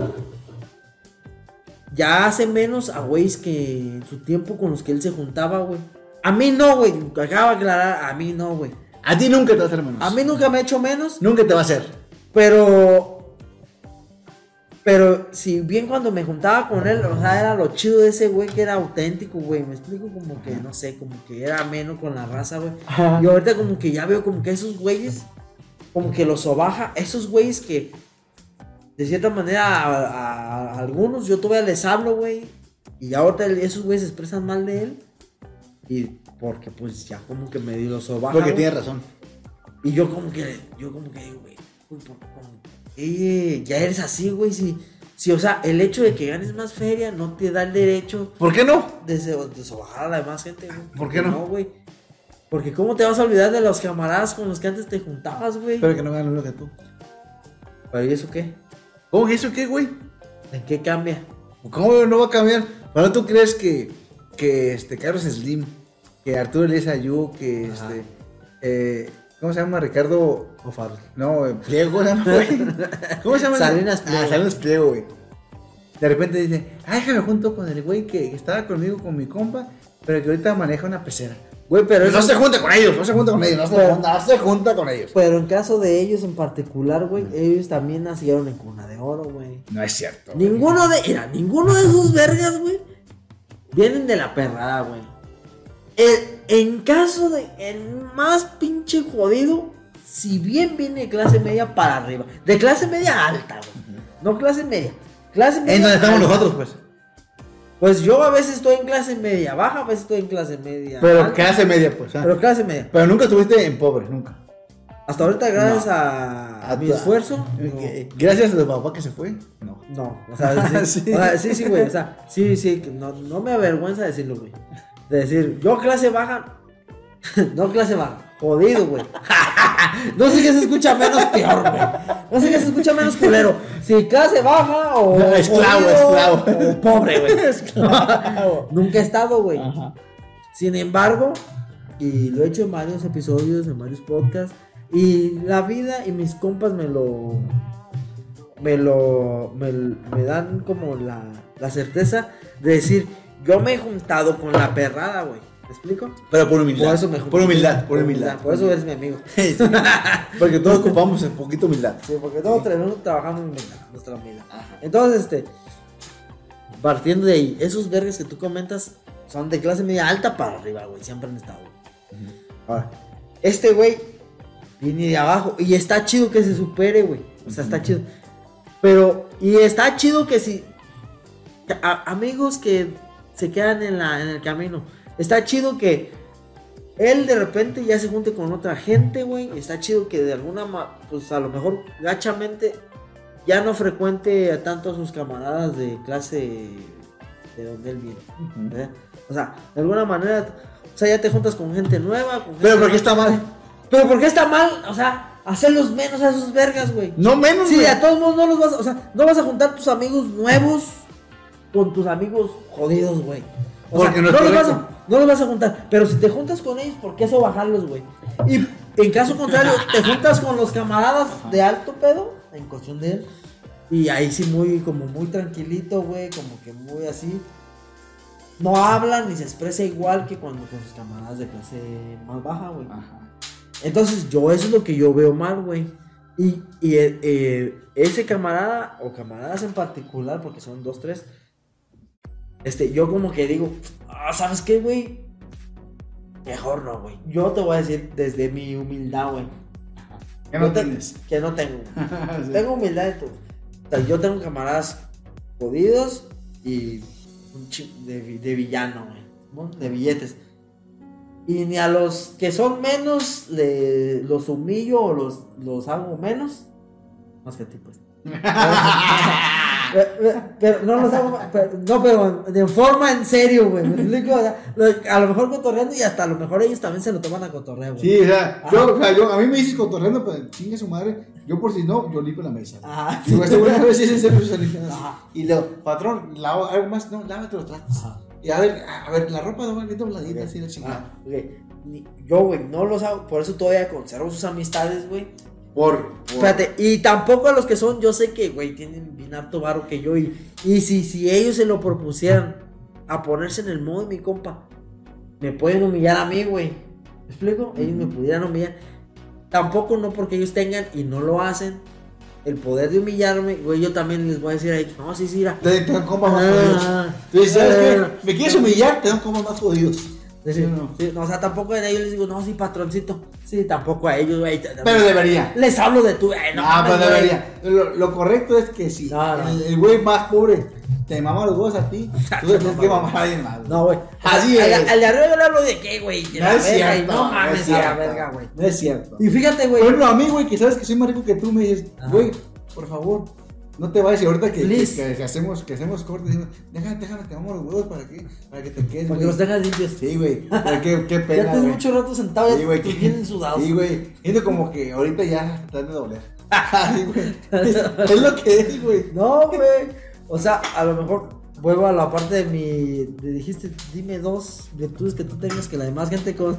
Ya hace menos a güeyes que en su tiempo con los que él se juntaba, güey. A mí no, güey. Acaba de aclarar, a mí no, güey. A ti nunca te va a hacer menos. A mí nunca me ha hecho menos. Nunca te va a hacer. Pero. Pero si bien cuando me juntaba con él, o sea, era lo chido de ese güey que era auténtico, güey. Me explico como que, no sé, como que era ameno con la raza, güey. Y ahorita como que ya veo como que esos güeyes, como que los sobaja. Esos güeyes que. De cierta manera, a, a, a algunos yo todavía les hablo, güey. Y ahorita esos güeyes se expresan mal de él. Y porque pues ya como que medio lo sobaja. Porque güey. tiene razón. Y yo como que, yo como que digo, güey, Eh, ya eres así, güey, si, si, o sea, el hecho de que ganes más feria no te da el derecho ¿Por qué no? de, de sobajar a la demás gente, güey. ¿Por qué no? No, güey. Porque cómo te vas a olvidar de los camaradas con los que antes te juntabas, güey. Pero que no ganen lo que tú. ¿Pero y eso qué? ¿Cómo que eso qué, güey? ¿En qué cambia? ¿Cómo no va a cambiar? Bueno, ¿tú crees que, que este Carlos Slim, que Arturo Elías Ayú, que Ajá. este, eh, ¿cómo se llama? Ricardo, O Farro. no, eh, Pliego, ¿no, güey? ¿Cómo se llama? Salinas Pliego. Ah, Salinas Pliego, güey. De repente dice, ah, déjame junto con el güey que estaba conmigo, con mi compa, pero que ahorita maneja una pecera. Güey, pero No eso- se junta con ellos, no se junta con ellos, no se, Pero- junta, no se junta con ellos. Pero en caso de ellos en particular, güey, ellos también nacieron en cuna de oro, güey. No es cierto. güey. Ninguno de, mira, ninguno de esos vergas, güey, vienen de la perrada, güey. El- En caso de el más pinche jodido, si bien viene de clase media para arriba, de clase media alta, güey, no clase media, clase media En donde estamos alta. nosotros, pues. Pues yo a veces estoy en clase media baja, a veces estoy en clase media Pero alta, clase media, pues. ah. pero clase media. Pero nunca estuviste en pobre, nunca. Hasta ahorita, gracias No. a, A mi tu- esfuerzo, Eh, no. Gracias a tu papá que se fue. No. No, o sea, sí, Sí. o sea, sí, sí, güey, o sea, sí, sí, que no, no me avergüenza decirlo, güey. De decir, yo clase baja, no clase baja, jodido, güey. No sé qué se escucha menos peor, güey. No sé qué se escucha menos culero. Si clase baja o Esclavo, jodido, esclavo. o pobre, güey. Nunca he estado, güey. Ajá. Sin embargo, y lo he hecho en varios episodios, en varios podcasts, y la vida y mis compas me lo me lo me, me dan como la, la certeza de decir, yo me he juntado con la perrada, güey. ¿Me explico? Pero por humildad. Por eso me junto. Por humildad, por humildad. Por eso eres mi amigo. Sí. Porque todos ocupamos un poquito humildad. Sí, porque todos tenemos trabajando en humildad, nuestra humildad. Entonces, este, partiendo de ahí, esos vergas que tú comentas son de clase media alta para arriba, güey. Siempre han estado. Ahora, este güey viene de abajo y está chido que se supere, güey. O sea, está chido. Pero, y está chido que si a- amigos que se quedan en, la, en el camino, está chido que él de repente ya se junte con otra gente, güey. Está chido que de alguna ma- pues a lo mejor gachamente ya no frecuente a tanto a sus camaradas de clase de donde él viene. ¿verdad? O sea, de alguna manera, o sea, ya te juntas con gente nueva. Con gente Pero ¿por qué nueva. está mal? Pero ¿por qué está mal? O sea, hacerlos menos a esos vergas, güey. No menos, Sí, güey. a todos modos no los vas a, o sea, no vas a juntar tus amigos nuevos con tus amigos jodidos, güey. O Porque sea, no no, es los vas correcto. a, no los vas a juntar, pero si te juntas con ellos, ¿por qué eso bajarlos, güey? Y en caso contrario, te juntas con los camaradas de alto pedo, en cuestión de él, y ahí sí muy, como muy tranquilito, güey, como que muy así. No habla ni se expresa igual que cuando con sus camaradas de clase más baja, güey. Ajá. Entonces, yo eso es lo que yo veo mal, güey. Y, y eh, eh, ese camarada, o camaradas en particular, porque son dos, tres, este, yo como que digo, ah, ¿sabes qué, güey? Mejor no, güey. Yo te voy a decir desde mi humildad, güey. ¿Qué no Yo te- tienes? Que no tengo. Sí. Tengo humildad de todo. O sea, yo tengo camaradas jodidos y un chi- de, vi- de villano, güey. ¿no? De billetes. Y ni a los que son menos le, los humillo o los, los hago menos. Más que a ti, pues. Pero, pero- pero no los hago. pero- no, pero de forma en serio, güey. ¿Me explico? O sea, lo- a lo mejor cotorreando y hasta a lo mejor ellos también se lo toman a cotorreo, güey. Sí, o sea, Ajá. yo, o sea, yo, a mí me dices cotorreando, pero chingue su madre. Yo por si no, yo limpio la mesa. Ajá. Digo, este güey a veces en serio se limpia así. Ajá. Y luego, patrón, lavo algo más, no, lávate los trastos. Ajá. Y a ver, a ver, la ropa no va bien dobladita, así la chingada. Ah, ok. Ni- Yo, güey, no los hago. Por eso todavía conservo sus amistades, güey. Por, por- Espérate, y tampoco a los que son, yo sé que, güey, tienen bien harto varo que yo. Y, y si, si ellos se lo propusieran a ponerse en el modo de mi compa, me pueden humillar a mí, güey. ¿Me explico? Ellos me pudieran humillar. Tampoco no porque ellos tengan y no lo hacen el poder de humillarme, güey. Yo también les voy a decir a ellos, no, sí, sí, mira. Te, te dan compas más Ah, jodidos. Tú dices, ¿sabes ah, qué? ¿Me quieres humillar? Te dan compas más jodidos. Sí, Sí, no. sí, no, o sea, tampoco a ellos les digo, no, sí, patroncito. Sí, tampoco a ellos, güey. Pero debería. Les hablo de tú, eh, no, Ah, mames, pero güey. debería. Lo, lo correcto es que si No, no. el el güey más pobre te te mama los huevos a ti, tú te tienes que mamar a alguien más. No, güey. Así al, es. Al de arriba yo le hablo de qué, güey. No es cierto. No mames, es a la cierto. verga, güey. No es cierto. Y fíjate, güey. Por ejemplo, a mí, güey, que sabes que soy más rico que tú, me dices, Ajá. güey, por favor, no te vayas. Y ahorita que, que, Please. que, que hacemos, que hacemos cortes, decimos, déjame, déjame, te mamo los huevos para que, para que te quedes, Para que güey. los tengas limpios. Sí, güey. Pero qué, qué Ya pena, tienes güey. mucho rato sentado, Sí, ya güey. tus vienen sudados. Sí, güey. Siento como que ahorita ya te están de doler. Ay, güey. Es, es lo que es, güey. No, güey. O sea, a lo mejor vuelvo a la parte de mi. De, dijiste, dime dos virtudes que tú tengas que la demás gente con.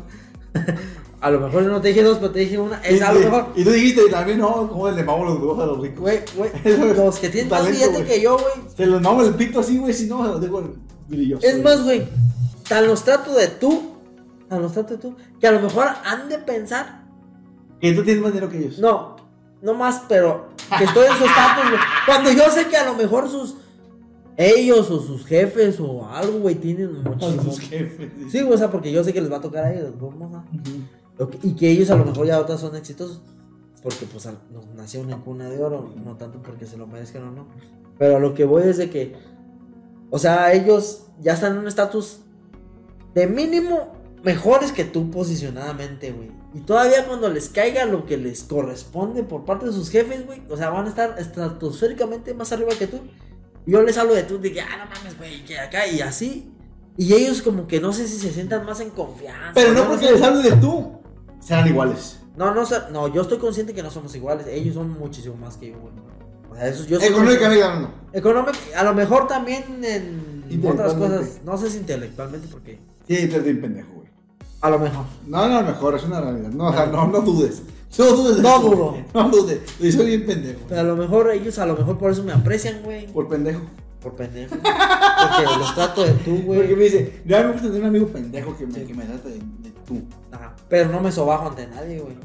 A lo mejor yo no te dije dos, pero te dije una. Es Y- a lo y- mejor. Y tú dijiste, también no, ¿cómo le mamo los huevos a los ricos? Güey, güey. Eso es Los que tienen más talento, billete güey. que yo, güey. Se los mamo el pito así, güey, si no, se los dejo brilloso. Es más, güey. Tan los trato de tú. Tan los trato de tú. Que a lo mejor han de pensar. Que tú tienes más dinero que ellos. No, no más, pero que estoy en su estatus, güey. Cuando yo sé que a lo mejor sus. Ellos o sus jefes o algo, güey, tienen Con muchísimo. sus jefes. Sí, güey, o sea, porque yo sé que les va a tocar a ellos, vamos a. Ujú. Lo que- Y que ellos a lo mejor ya otras son exitosos. Porque pues al- nos nacieron en cuna de oro. No tanto porque se lo merezcan o no. Pero a lo que voy es de que. O sea, ellos ya están en un estatus de mínimo mejores que tú posicionadamente, güey. Y todavía cuando les caiga lo que les corresponde por parte de sus jefes, güey. O sea, van a estar estratosféricamente más arriba que tú. Y yo les hablo de tú, de que, ah, no mames, güey, que acá y así. Y ellos como que no sé si se sientan más en confianza. Pero no yo porque sé. les hable de tú, serán iguales. No, no, sé, no, yo estoy consciente que no somos iguales. Ellos son muchísimo más que yo, güey. O sea, eso yo soy- Económicamente hablando. Económic- a lo mejor también en otras Intelectualmente. cosas. No sé si intelectualmente, porque. Sí, te eres bien pendejo, güey. A lo mejor. No, no, mejor, es una realidad. No, o sea, no, no dudes. No dudes. de No eso, dudo. güey. No dudes. Yo soy bien pendejo. Pero a lo mejor ellos, a lo mejor por eso me aprecian, güey. Por pendejo. Por pendejo. Porque los trato de tú, Porque güey. me dice, ya me gusta tener un amigo pendejo que me, que me trata de, de tú. Ajá. Pero no me sobajo ante nadie, güey.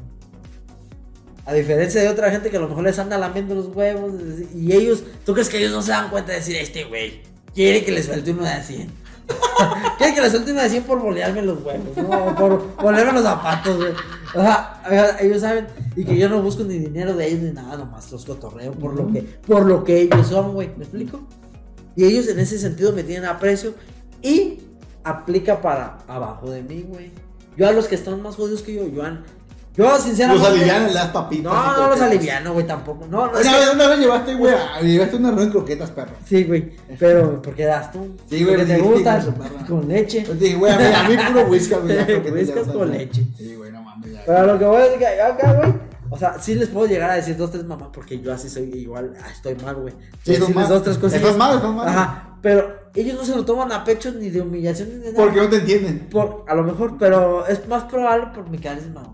A diferencia de otra gente que a lo mejor les anda lamiendo los huevos. Y ellos, ¿tú crees que ellos no se dan cuenta de decir, este güey quiere que les suelte uno de cien? Quiere que les suelte uno de cien por bolearme los huevos, no, por ponerme los zapatos, güey. O sea, ellos saben. Y que yo no busco ni dinero de ellos ni nada, nomás los cotorreo por lo que, por lo que ellos son, güey. ¿Me explico? Y ellos en ese sentido me tienen aprecio. Y aplica para abajo de mí, güey. Yo a los que están más jodidos que yo, yo, han, yo sinceramente. Los alivianan, le das papitas. No, y no los croquetas. aliviano, güey, tampoco. No, no, es Una que- vez, una vez llevaste, güey, a- llevaste una rueda en croquetas, perro. Sí, güey. Pero, ¿por qué das tú? Sí, güey, Porque te dijiste gustan que su perra. con leche. Yo te dije, güey, a mí, a mí puro whisky, güey. ya croquetas Whiskas ya no con sabes. leche. Sí, güey, no mames, ya. Pero a lo que voy a decir que yo acá, güey. O sea, sí les puedo llegar a decir dos, tres mamás, porque yo así soy igual. Ah, estoy mal, güey. Sí, estás Decirles mal. dos, tres cosas. Estás mal, estás mal. Ajá. Pero ellos no se lo toman a pecho ni de humillación ni de nada. Porque no te entienden. Por, a lo mejor, pero es más probable por mi carisma.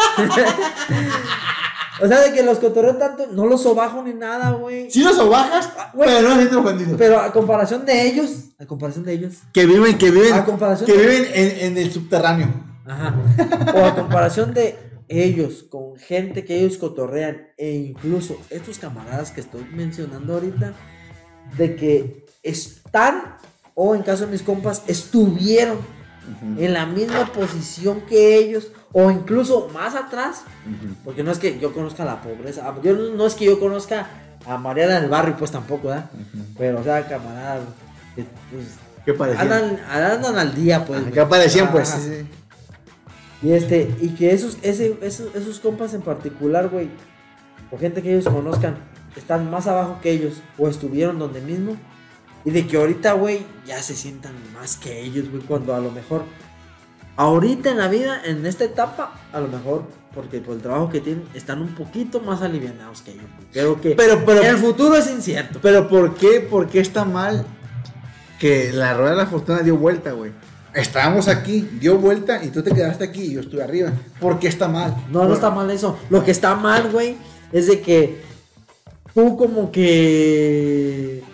O sea, de que los cotorreo tanto, no los sobajo ni nada, güey. Sí los sobajas, güey. pero no se sienten ofendidos. Pero a comparación de ellos, a comparación de ellos, Que viven, que viven, A comparación que de- viven en, en el subterráneo. ajá, o a comparación de ellos con gente que ellos cotorrean, e incluso estos camaradas que estoy mencionando ahorita, de que están, o en caso de mis compas, estuvieron en la misma posición que ellos, o incluso más atrás, porque no es que yo conozca la pobreza, yo no, no es que yo conozca a Mariana del barrio, pues tampoco, ¿verdad? Pero, o sea, camaradas, que, pues, ¿Qué parecían? andan, andan al día, pues. Ajá, güey. que aparecían, pues. Ajá. Sí, sí. Y este, y que esos, ese, esos, esos compas en particular, güey, o gente que ellos conozcan, están más abajo que ellos, o estuvieron donde mismo, y de que ahorita, güey, ya se sientan más que ellos, güey, cuando a lo mejor, ahorita en la vida, en esta etapa, a lo mejor, porque por el trabajo que tienen, están un poquito más alivianados que ellos, güey. Pero que Pero, pero, el futuro es incierto. pero ¿por qué, por qué está mal que la rueda de la fortuna dio vuelta, güey? Estábamos aquí, dio vuelta y tú te quedaste aquí y yo estuve arriba. ¿Por qué está mal? No, no Por- está mal eso. Lo que está mal, güey, es de que tú como que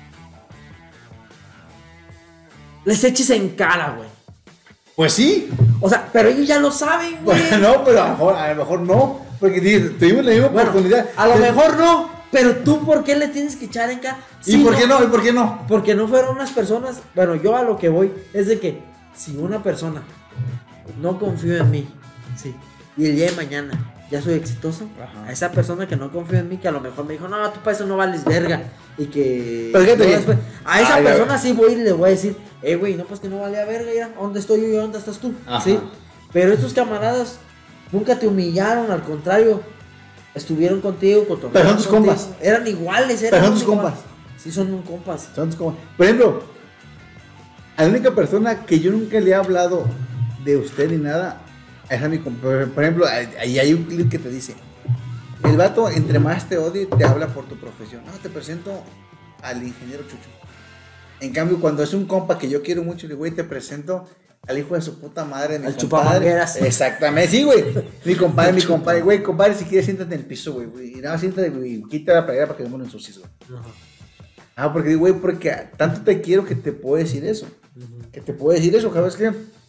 les eches en cara, güey. Pues sí. O sea, pero ellos ya lo saben, güey. No, pero a lo mejor, a lo mejor no. Porque dices, tuvimos la misma Bueno, oportunidad. a lo Te- mejor no, pero tú ¿por qué le tienes que echar en cara? ¿Y Sí, por qué no? ¿Y por qué no? Porque no fueron unas personas, bueno, yo a lo que voy es de que si una persona no confío en mí, sí, y el día de mañana ya soy exitoso, Ajá. a esa persona que no confía en mí, que a lo mejor me dijo, no, tú para eso no vales verga, y que... Pero fíjate no, bien. después- a esa Ay, persona ay. sí voy y le voy a decir, eh, güey, no, pues que no valía verga, mira, ¿dónde estoy yo y dónde estás tú? Ajá. ¿Sí? Pero estos camaradas nunca te humillaron, al contrario, estuvieron contigo, con Pero son tus compas. Eran iguales, eran Pero son tus igual- compas. Sí, son un compas. Son como, por ejemplo, a la única persona que yo nunca le he hablado de usted ni nada es a mi compa. Por ejemplo, ahí hay un clip que te dice: el vato, entre más te odie, te habla por tu profesión. No, te presento al ingeniero Chucho. En cambio, cuando es un compa que yo quiero mucho, le digo, güey, te presento al hijo de su puta madre, mi Al compadre. chupamangueras. Exactamente, sí, güey. Mi compadre, mi compadre, güey, compadre, si quieres siéntate en el piso, güey, güey. Y nada, siéntate, güey, quita la playera para que no me lo ensucies, güey. Ajá. Ah, porque digo, güey, porque tanto te quiero que te puedo decir eso. Ujú. Que te puedo decir eso, ¿sabes qué?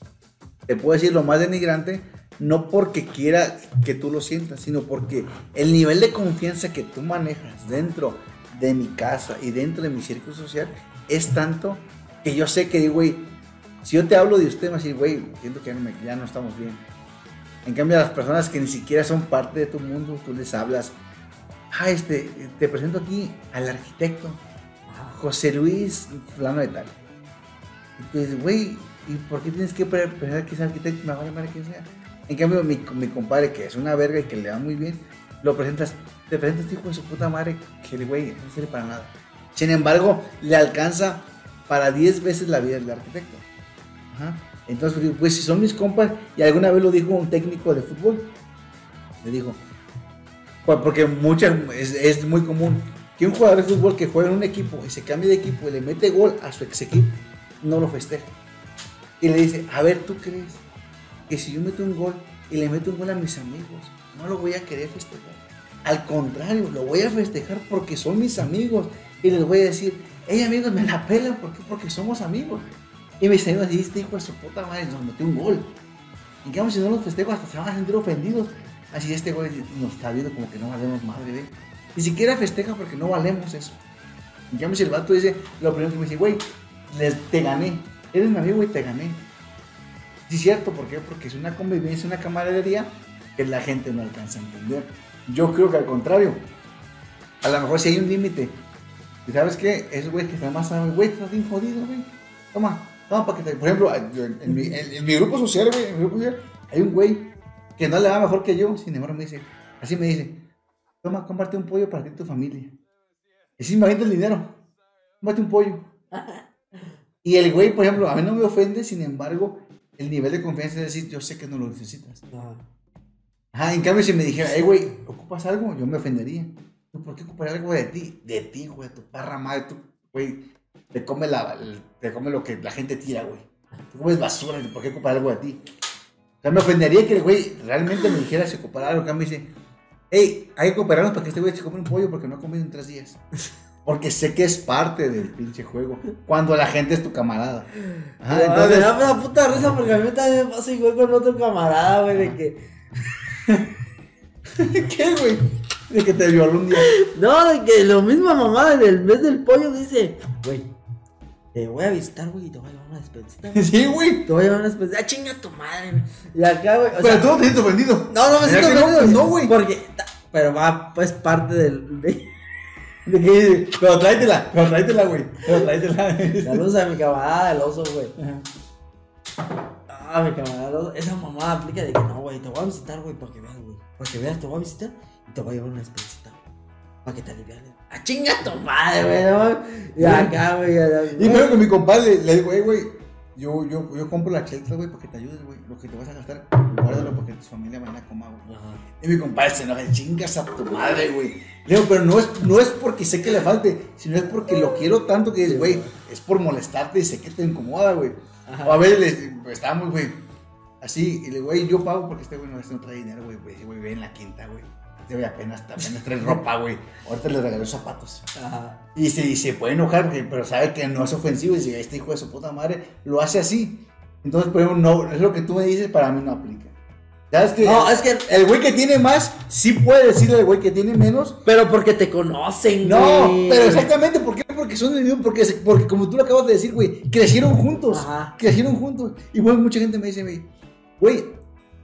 Te puedo decir lo más denigrante, no porque quiera que tú lo sientas, sino porque el nivel de confianza que tú manejas dentro de mi casa y dentro de mi círculo social es tanto que yo sé que, digo, güey, si yo te hablo de usted, me vas a decir, güey, siento que ya no, me- ya no estamos bien. En cambio, a las personas que ni siquiera son parte de tu mundo, tú les hablas, ah, este, te presento aquí al arquitecto José Luis, fulano de tal. Y tú dices, güey, ¿y por qué tienes que pre- pensar que es arquitecto? Me va a llamar a quien sea. En cambio, mi, mi compadre, que es una verga y que le va muy bien, lo presentas, te presentas hijo de su puta madre, que el güey no sirve para nada. Sin embargo, le alcanza para diez veces la vida del arquitecto. Ajá. Entonces, pues si son mis compas, y alguna vez lo dijo un técnico de fútbol, le dijo, pues, porque muchas, es, es muy común que un jugador de fútbol que juega en un equipo y se cambia de equipo y le mete gol a su ex equipo, no lo festeja. Y le dice, a ver, ¿tú crees que si yo meto un gol y le meto un gol a mis amigos, no lo voy a querer festejar? Al contrario, lo voy a festejar porque son mis amigos. Y les voy a decir, hey amigos, me la pelan, ¿por qué? Porque somos amigos. Y mis amigos dicen, este hijo de su puta madre nos metió un gol. Y cambio, si no los festejo, hasta se van a sentir ofendidos. Así este güey nos está viendo como que no valemos madre, ¿ve? Ni siquiera festeja porque no valemos eso. En cambio, si el vato dice, lo primero que me dice, güey, les, te gané. Eres mi amigo y te gané. Sí, cierto, ¿por qué? Porque es una convivencia, una camaradería que la gente no alcanza a entender. Yo creo que al contrario, a lo mejor si hay un límite. ¿Y sabes qué? Esos güeyes que están más saben, güey, estás bien jodido, güey. Toma, toma para que te... Por ejemplo, en, en, mi, en, en mi grupo social, güey, en mi grupo social, hay un güey que no le va mejor que yo. Sin embargo, me dice, así me dice, toma, comparte un pollo para ti y tu familia. Y si me avienta el dinero, cómprate un pollo. Y el güey, por ejemplo, a mí no me ofende, sin embargo, el nivel de confianza es decir, yo sé que no lo necesitas. Ajá. Ajá, en cambio, si me dijera, hey, güey, ¿ocupas algo? Yo me ofendería. ¿Por qué ocuparía algo de ti? De ti, güey, tu parra madre, tú, güey, te come, la, te come lo que la gente tira, güey. Tú comes basura, ¿por qué ocupar algo de ti? O sea, me ofendería que el güey realmente me dijera si ocupara algo. Acá me dice, hey, hay que cooperarnos para que este güey se come un pollo porque no ha comido en tres días. Porque sé que es parte del pinche juego. Cuando la gente es tu camarada. Ajá, No, entonces... me da una puta risa porque a mí también me pasa igual con otro camarada, güey, de que... ¿Qué, güey? De que te violó un día. No, de que lo mismo mamá del mes del pollo dice, güey, te voy a visitar, güey, y te voy a llevar una despensita. güey. Sí, güey. Te voy a llevar una despensita. Ah, chinga tu madre. Y acá, güey, o Pero sea, tú no te sientes ofendido. no, no me ¿Verdad siento que no? ofendido, Pues no, güey. Porque, ta- pero va, pues, parte del... De... ¿De qué dice? Pero tráetela, pero tráetela, güey. Pero tráetela. Saludos a mi camarada del oso, güey. Ajá. Ah, mi camarada del oso. Esa mamá aplica de que no, güey, te voy a visitar, güey, para que veas, güey. Para que veas, te voy a visitar y te voy a llevar una despensita, güey. Para que te alivianes. ¡Ah, chinga tu madre, güey! ¿No? Y acá, güey, ya, ya, Y pero con mi compadre le digo, hey, güey, yo, yo, yo compro la chelta, güey, para que te ayudes, güey. Lo que te vas a gastar, guárdalo para que tu familia mañana coma, güey. Ajá. Y mi compadre se enoja, chingas a tu madre, güey. Le digo, pero no es, no es porque sé que le falte, sino es porque lo quiero tanto que dices, güey, es por molestarte y sé que te incomoda, güey. Ajá. O a veces les, estábamos, güey, así, y le digo, güey, yo pago porque este güey no, este no trae dinero, güey, güey, güey, ve en la quinta, güey. Este güey apenas, apenas trae ropa, güey. Ahorita le regaló zapatos. Ajá. Y se, y se puede enojar, porque, pero sabe que no es ofensivo. Y dice, este hijo de su puta madre lo hace así. Entonces, por ejemplo, no, es lo que tú me dices, para mí no aplica. ¿Sabes que No, es que... el güey que tiene más, sí puede decirle al güey que tiene menos? Pero porque te conocen, No, güey. pero exactamente, ¿por qué? Porque son del mismo, porque, porque como tú lo acabas de decir, güey, crecieron juntos. Ajá. Crecieron juntos. Y bueno, mucha gente me dice, güey, güey,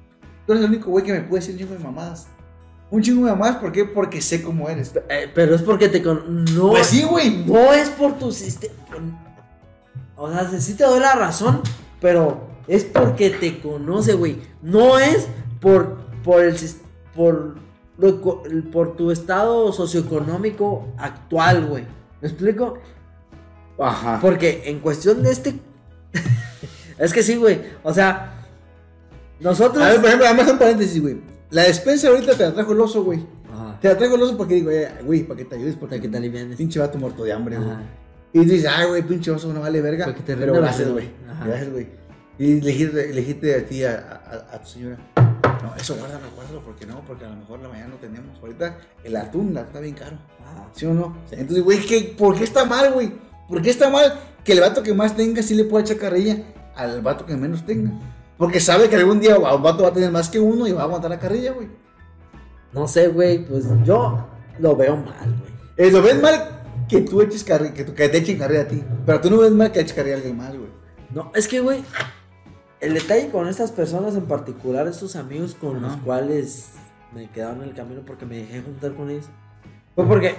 tú eres el único güey que me puede decir un chingo de mamadas. Un chingo de mamadas, ¿por qué? Porque sé cómo eres. Eh, pero es porque te con... No, pues sí, güey. No es por tu sistema. O sea, sí te doy la razón, pero es porque te conoce, güey. No es por, por el por, lo, por tu estado socioeconómico actual, güey. ¿Me explico? Ajá. Porque en cuestión de este... es que sí, güey. O sea, nosotros... A ver, por ejemplo, además un paréntesis, güey. La despensa ahorita te la trajo el oso, güey. Ajá. Te la trajo el oso porque digo, eh, güey, para que te ayudes, porque Para que te alivianes. Pinche vato muerto de hambre, güey. Ajá. Y dices, ay, güey, pinche oso, no vale verga. Porque te Pero rinde gracias, la güey. Ajá. Gracias, güey. Y le dijiste, le dijiste a ti, a, a, a tu señora, no, eso guárdalo, guárdalo, porque no, porque a lo mejor la mañana no tenemos. Ahorita el atún la está bien caro. Ajá. ¿Sí o no? Sí. Entonces, güey, ¿qué, ¿por qué está mal, güey? ¿Por qué está mal que el vato que más tenga sí le pueda echar carrilla al vato que menos tenga? Porque sabe que algún día un vato va a tener más que uno y va a aguantar la carrilla, güey. No sé, güey, pues yo lo veo mal, güey. Eh, lo ves mal que tú eches carrilla, que, que te echen carrilla a ti. Pero tú no ves mal que eches carrilla a alguien más, güey. No, es que, güey, el detalle con estas personas en particular, estos amigos con Ajá. los cuales me quedaron en el camino porque me dejé juntar con ellos, fue porque...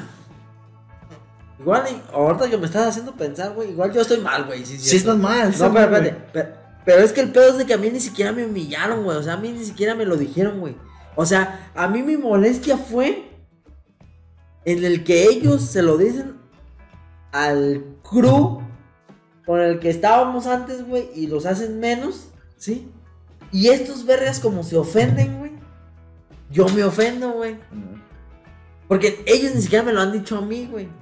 igual, ahorita que me estás haciendo pensar, güey, igual yo estoy mal, güey. Sí, sí estás mal. No, estás pero mal, espérate, pero, pero es que el pedo es de que a mí ni siquiera me humillaron, güey. O sea, a mí ni siquiera me lo dijeron, güey. O sea, a mí mi molestia fue en el que ellos se lo dicen al crew con el que estábamos antes, güey, y los hacen menos, ¿sí? Y estos vergas como se ofenden, güey. Yo me ofendo, güey. Porque ellos ni siquiera me lo han dicho a mí, güey.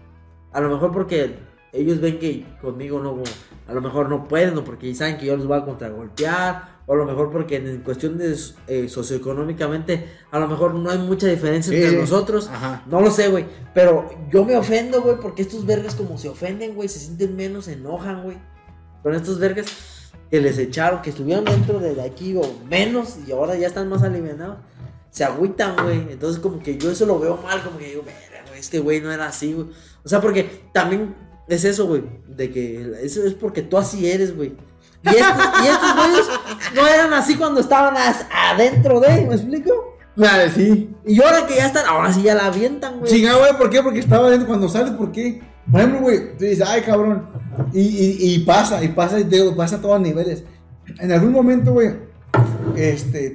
A lo mejor porque ellos ven que conmigo no, a lo mejor no pueden, o porque saben que yo los voy a contragolpear, o a lo mejor porque en cuestión de eh, socioeconómicamente, a lo mejor no hay mucha diferencia sí, entre nosotros. Ajá. No lo sé, güey. Pero yo me ofendo, güey, porque estos vergas como se ofenden, güey, se sienten menos, se enojan, güey. Con estos vergas que les echaron, que estuvieron dentro de aquí o menos, y ahora ya están más alivianados, se agüitan, güey. Entonces como que yo eso lo veo mal, como que digo, verga, güey, este güey no era así, güey. O sea, porque también es eso, güey, de que eso es porque tú así eres, güey. Y estos, y estos güeyes no eran así cuando estaban as, adentro de, ¿me explico? Claro, sí. Y ahora que ya están, ahora sí ya la avientan, güey. Chinga, güey, ¿por qué? Porque estaba dentro cuando sales, ¿por qué? Por ejemplo, güey, tú dices, ay, cabrón. Y, y, y pasa, y pasa, y te digo, pasa a todos niveles. En algún momento, güey, este,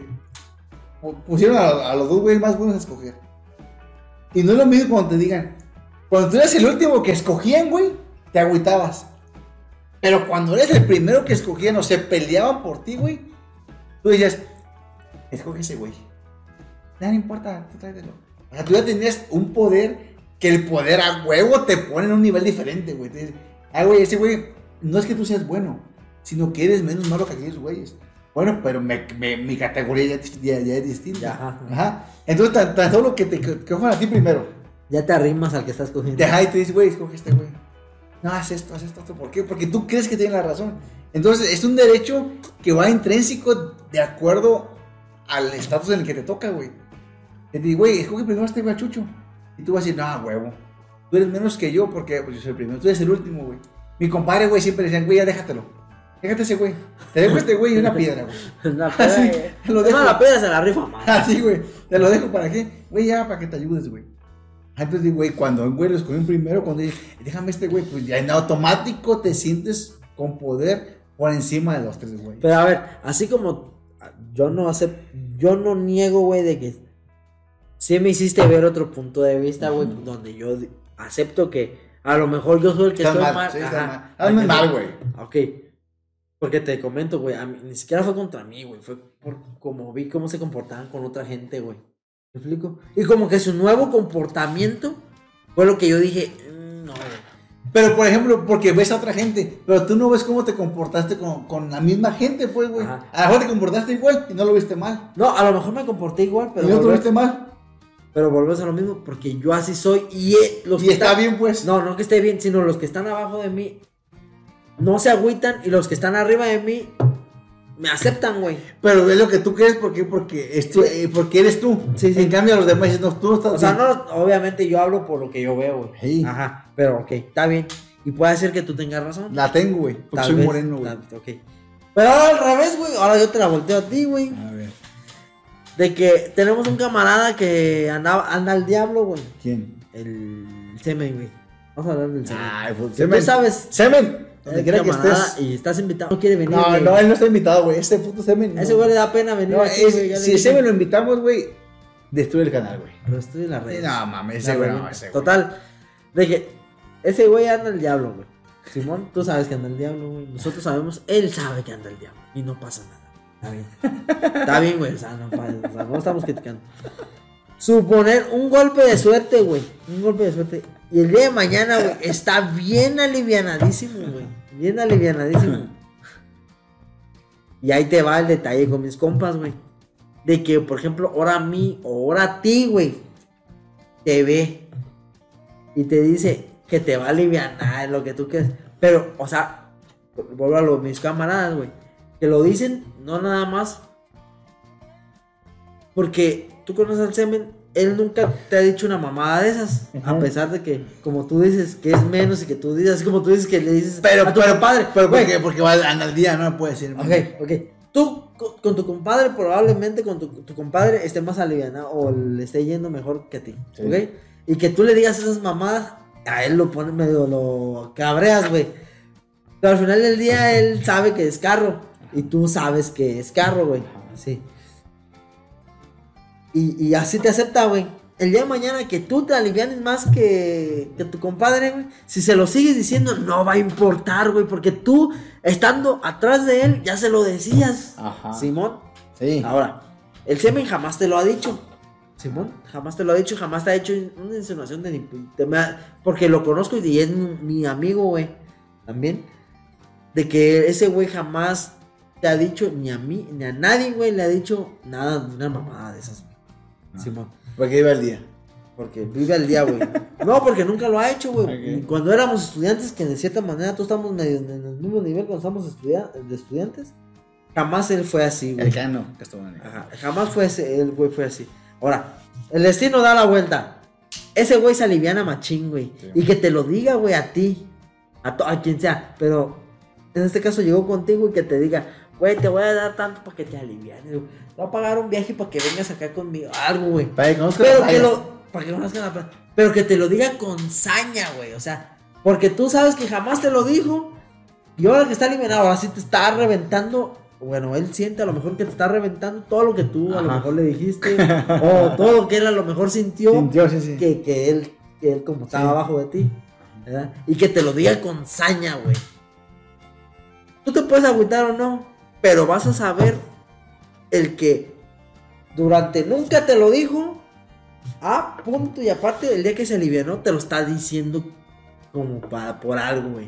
pusieron a, a los dos güeyes más buenos a escoger. Y no es lo mismo cuando te digan, cuando tú eres el último que escogían, güey, te agüitabas. Pero cuando eres el primero que escogían o se peleaban por ti, güey, tú decías, escoge ese güey. No, no importa, tú tráetelo. O sea, tú ya tenías un poder que el poder a huevo te pone en un nivel diferente, güey. Te dices, ah, güey, ese güey, no es que tú seas bueno, sino que eres menos malo que aquellos güeyes. Bueno, pero me, me, mi categoría ya, ya, ya es distinta. Ajá. Ajá. Entonces, tan, tan solo que te que cojan a ti primero. Ya te arrimas al que estás cogiendo. Te ajá, y te dices, güey, escoge este güey. No, haz esto, haz esto, esto. ¿Por qué? Porque tú crees que tienes la razón. Entonces, es un derecho que va intrínseco de acuerdo al estatus en el que te toca, güey. Te digo, güey, escoge primero a este guachucho. Y tú vas a decir, no, huevo. Tú eres menos que yo porque pues, yo soy el primero. Tú eres el último, güey. Mi compadre, güey, siempre decían, güey, ya déjatelo. Déjate ese güey. Te dejo este güey y una piedra, güey. La piedra, Así, te lo dejo. No, la piedra se la rifa, man. Así, güey. Te lo dejo para qué. Güey, ya, para que te ayudes, güey. Entonces, güey, cuando un güey lo escogió primero, cuando dice, déjame este güey, pues ya en automático te sientes con poder por encima de los tres, güey. Pero a ver, así como yo no acepto, yo no niego, güey, de que sí me hiciste ver otro punto de vista, güey, uh-huh. donde yo acepto que a lo mejor yo soy el que estás estoy mal. mal. Sí, Ajá, estás mal. Hazme mal, güey. Ok. Porque te comento, güey, a mí, ni siquiera fue contra mí, güey, fue por como vi cómo se comportaban con otra gente, güey. ¿Me explico? Y como que su nuevo comportamiento fue lo que yo dije, mmm, no, güey. Pero, por ejemplo, porque ves a otra gente, pero tú no ves cómo te comportaste con, con la misma gente, pues, güey. A lo mejor te comportaste igual y no lo viste mal. No, a lo mejor me comporté igual, pero... ¿Y no lo viste mal? Pero volvemos a lo mismo, porque yo así soy y... Eh, los y que está están, bien, pues. No, no que esté bien, sino los que están abajo de mí no se agüitan y los que están arriba de mí me aceptan, güey. Pero es lo que tú crees, ¿por qué? Porque, es tú, eh, porque eres tú. Sí, sí. En cambio, los demás dicen, no, tú no estás O sea, bien. no, obviamente yo hablo por lo que yo veo, güey. Sí. Ajá, pero ok, está bien. Y puede ser que tú tengas razón. La tengo, güey, porque Tal soy vez, moreno, güey. Ok. Pero ahora al revés, güey, ahora yo te la volteo a ti, güey. A ver. De que tenemos un camarada que anda, anda al diablo, güey. ¿Quién? El semen, güey. Vamos a hablar del semen. Ay, pues, Tú semen. sabes. Semen. Donde El quiera que camarada estés. y estás invitado. No quiere venir. No, güey. no, él no está invitado, güey. Ese puto semen. A ese güey le da pena venir No, aquí, es- güey. ya le si dije. ese lo invitamos, güey, destruye el canal, güey. Pero estoy en las redes. No, mames, ese La güey no, revienta. ese güey. Total. De que ese güey anda al diablo, güey. Simón, tú sabes que anda el diablo, güey. Nosotros sabemos, él sabe que anda el diablo. Y no pasa nada. Está bien. Está bien, güey. O sea, no, pasa- o sea, no estamos criticando. Suponer un golpe de suerte, güey. Un golpe de suerte. Y el día de mañana, güey, está bien alivianadísimo, güey. Bien alivianadísimo. Y ahí te va el detalle con mis compas, güey. De que, por ejemplo, ahora a mí o ahora a ti, güey, te ve y te dice que te va a alivianar lo que tú quieras. Pero, o sea, vuelvo a lo mis camaradas, güey, que lo dicen no nada más porque tú conoces al semen, él nunca te ha dicho una mamada de esas. Ujú. A pesar de que, como tú dices, que es menos y que tú dices, así como tú dices que le dices Pero, a tu pero, compadre. pero güey, porque, porque va anda al día, no me puede decir. Ok, ok. Tú con, con tu compadre, probablemente con tu, tu compadre esté más alivianado o le esté yendo mejor que a ti. Sí. ¿Ok? Y que tú le digas esas mamadas, a él lo pone medio, lo cabreas, güey. Pero al final del día él sabe que es carro. Y tú sabes que es carro, güey. Sí. Y, y así te acepta, güey. El día de mañana que tú te alivianes más que, que tu compadre, güey. Si se lo sigues diciendo, no va a importar, güey. Porque tú, estando atrás de él, ya se lo decías. Ajá. Simón. Sí. Ahora, el semen jamás te lo ha dicho. Simón, jamás te lo ha dicho, jamás te ha hecho una insinuación de ni. de me- porque lo conozco y es mi, mi amigo, güey. También. De que ese güey jamás te ha dicho, ni a mí, ni a nadie, güey, le ha dicho nada de una mamada de esas, güey. Ah. Simón. Porque iba el día. Porque vive el día, güey. No, porque nunca lo ha hecho, güey. Ok. Y cuando éramos estudiantes, que de cierta manera todos estamos medio en el mismo nivel cuando estábamos estudia- de estudiantes, jamás él fue así, güey. El cano, Castomani. Ajá, jamás fue ese, el güey fue así. Ahora, el destino da la vuelta. Ese güey se aliviana machín, güey. Sí. Y que te lo diga, güey, a ti. A, to- a quien sea. Pero en este caso llegó contigo y que te diga, güey, te voy a dar tanto para que te alivianes, güey. Te voy a pagar un viaje para que vengas acá conmigo. Algo, güey. Para que conozca la Pero que playa. lo. Para que conozcan la playa. Pero que te lo diga con saña, güey. O sea, porque tú sabes que jamás te lo dijo. Y ahora que está aliviado, ahora sí te está reventando. Bueno, él siente a lo mejor que te está reventando todo lo que tú a lo Ajá. mejor le dijiste. O todo lo que él a lo mejor sintió. Sintió, sí, sí. Que, que él, que él como estaba Sí. abajo de ti. ¿Verdad? Y que te lo diga con saña, güey. Tú te puedes agüitar o no. Pero vas a saber el que durante nunca te lo dijo. Ah, punto. Y aparte, el día que se alivianó, te lo está diciendo como para, por algo, güey.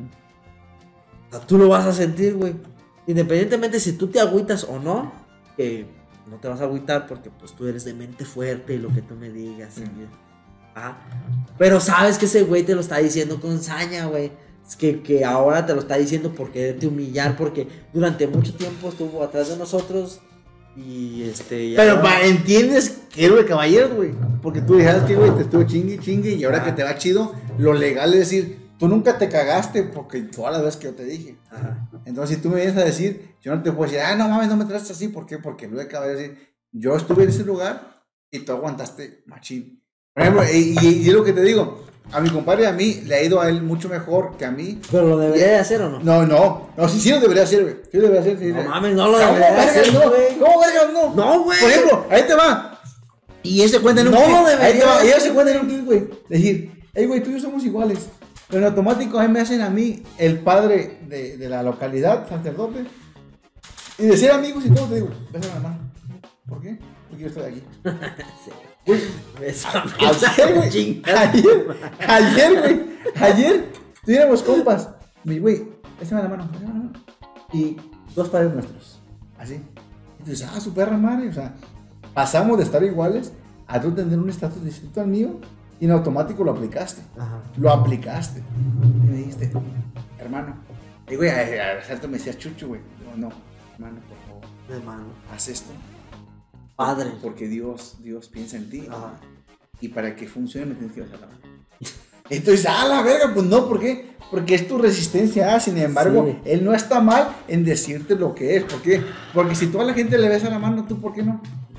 O sea, tú lo vas a sentir, güey. Independientemente si tú te agüitas o no, que no te vas a agüitar porque pues tú eres de mente fuerte y lo que tú me digas. y- Ajá. Pero sabes que ese güey te lo está diciendo con saña, güey. Es que, que ahora te lo está diciendo por quererte humillar, porque durante mucho tiempo estuvo atrás de nosotros y este... y Pero ahora- pa, entiendes que héroe de caballeros, güey. Porque tú dijeras que, güey, te estuvo chingue, chingue. Y ahora Ah. que te va chido, lo legal es decir, tú nunca te cagaste porque todas las veces que yo te dije. Ajá. Entonces, si tú me vienes a decir, yo no te puedo decir, ah, no mames, no me tratas así. ¿Por qué? Porque luego de caballero decir, yo estuve en ese lugar y tú aguantaste machín. Por ejemplo, y, y, y es lo que te digo, a mi compadre y a mí le ha ido a él mucho mejor que a mí. ¿Pero lo debería de hacer o no? No, no, no, sí, sí lo debería hacer, güey. Sí lo debería hacer. Sí, No le- mames, no lo ¿Cómo debería de vergas hacer, no? güey. ¿Cómo vergas no? No, güey. Por ejemplo, ahí te va. Y él se cuenta en un No clip. lo debería Ahí te va. Y hacer, él se cuenta en un clip, güey. Decir, hey, güey, tú y yo somos iguales. Pero en automático a mí me hacen a mí el padre de, de la localidad, sacerdote. Y de ser amigos y todo, te digo, bésame la mano. ¿Por qué? Porque yo estoy aquí. Güey, ayer, güey. Ayer, ayer, güey. Ayer tuviéramos compas. Mi güey, bésame la mano, bésame la mano. Y dos padres nuestros. Así. Y tú dices, ah, su perra madre. O sea, pasamos de estar iguales a tú tener un estatus distinto al mío. Y en automático lo aplicaste. Ajá. Lo aplicaste. Y me dijiste, hermano. Y güey, a, a, a salto me decías chucho, güey. Digo, no, hermano, por favor, Hermano. haz esto. Padre. Porque Dios, Dios piensa en ti. Ajá. Y para que funcione me tienes que besar la mano. Entonces, ah, la verga, pues no, ¿por qué? Porque es tu resistencia. Ah, sin embargo, Sí. él no está mal en decirte lo que es. ¿Por qué? Porque si toda la gente le besa la mano, ¿tú por qué no?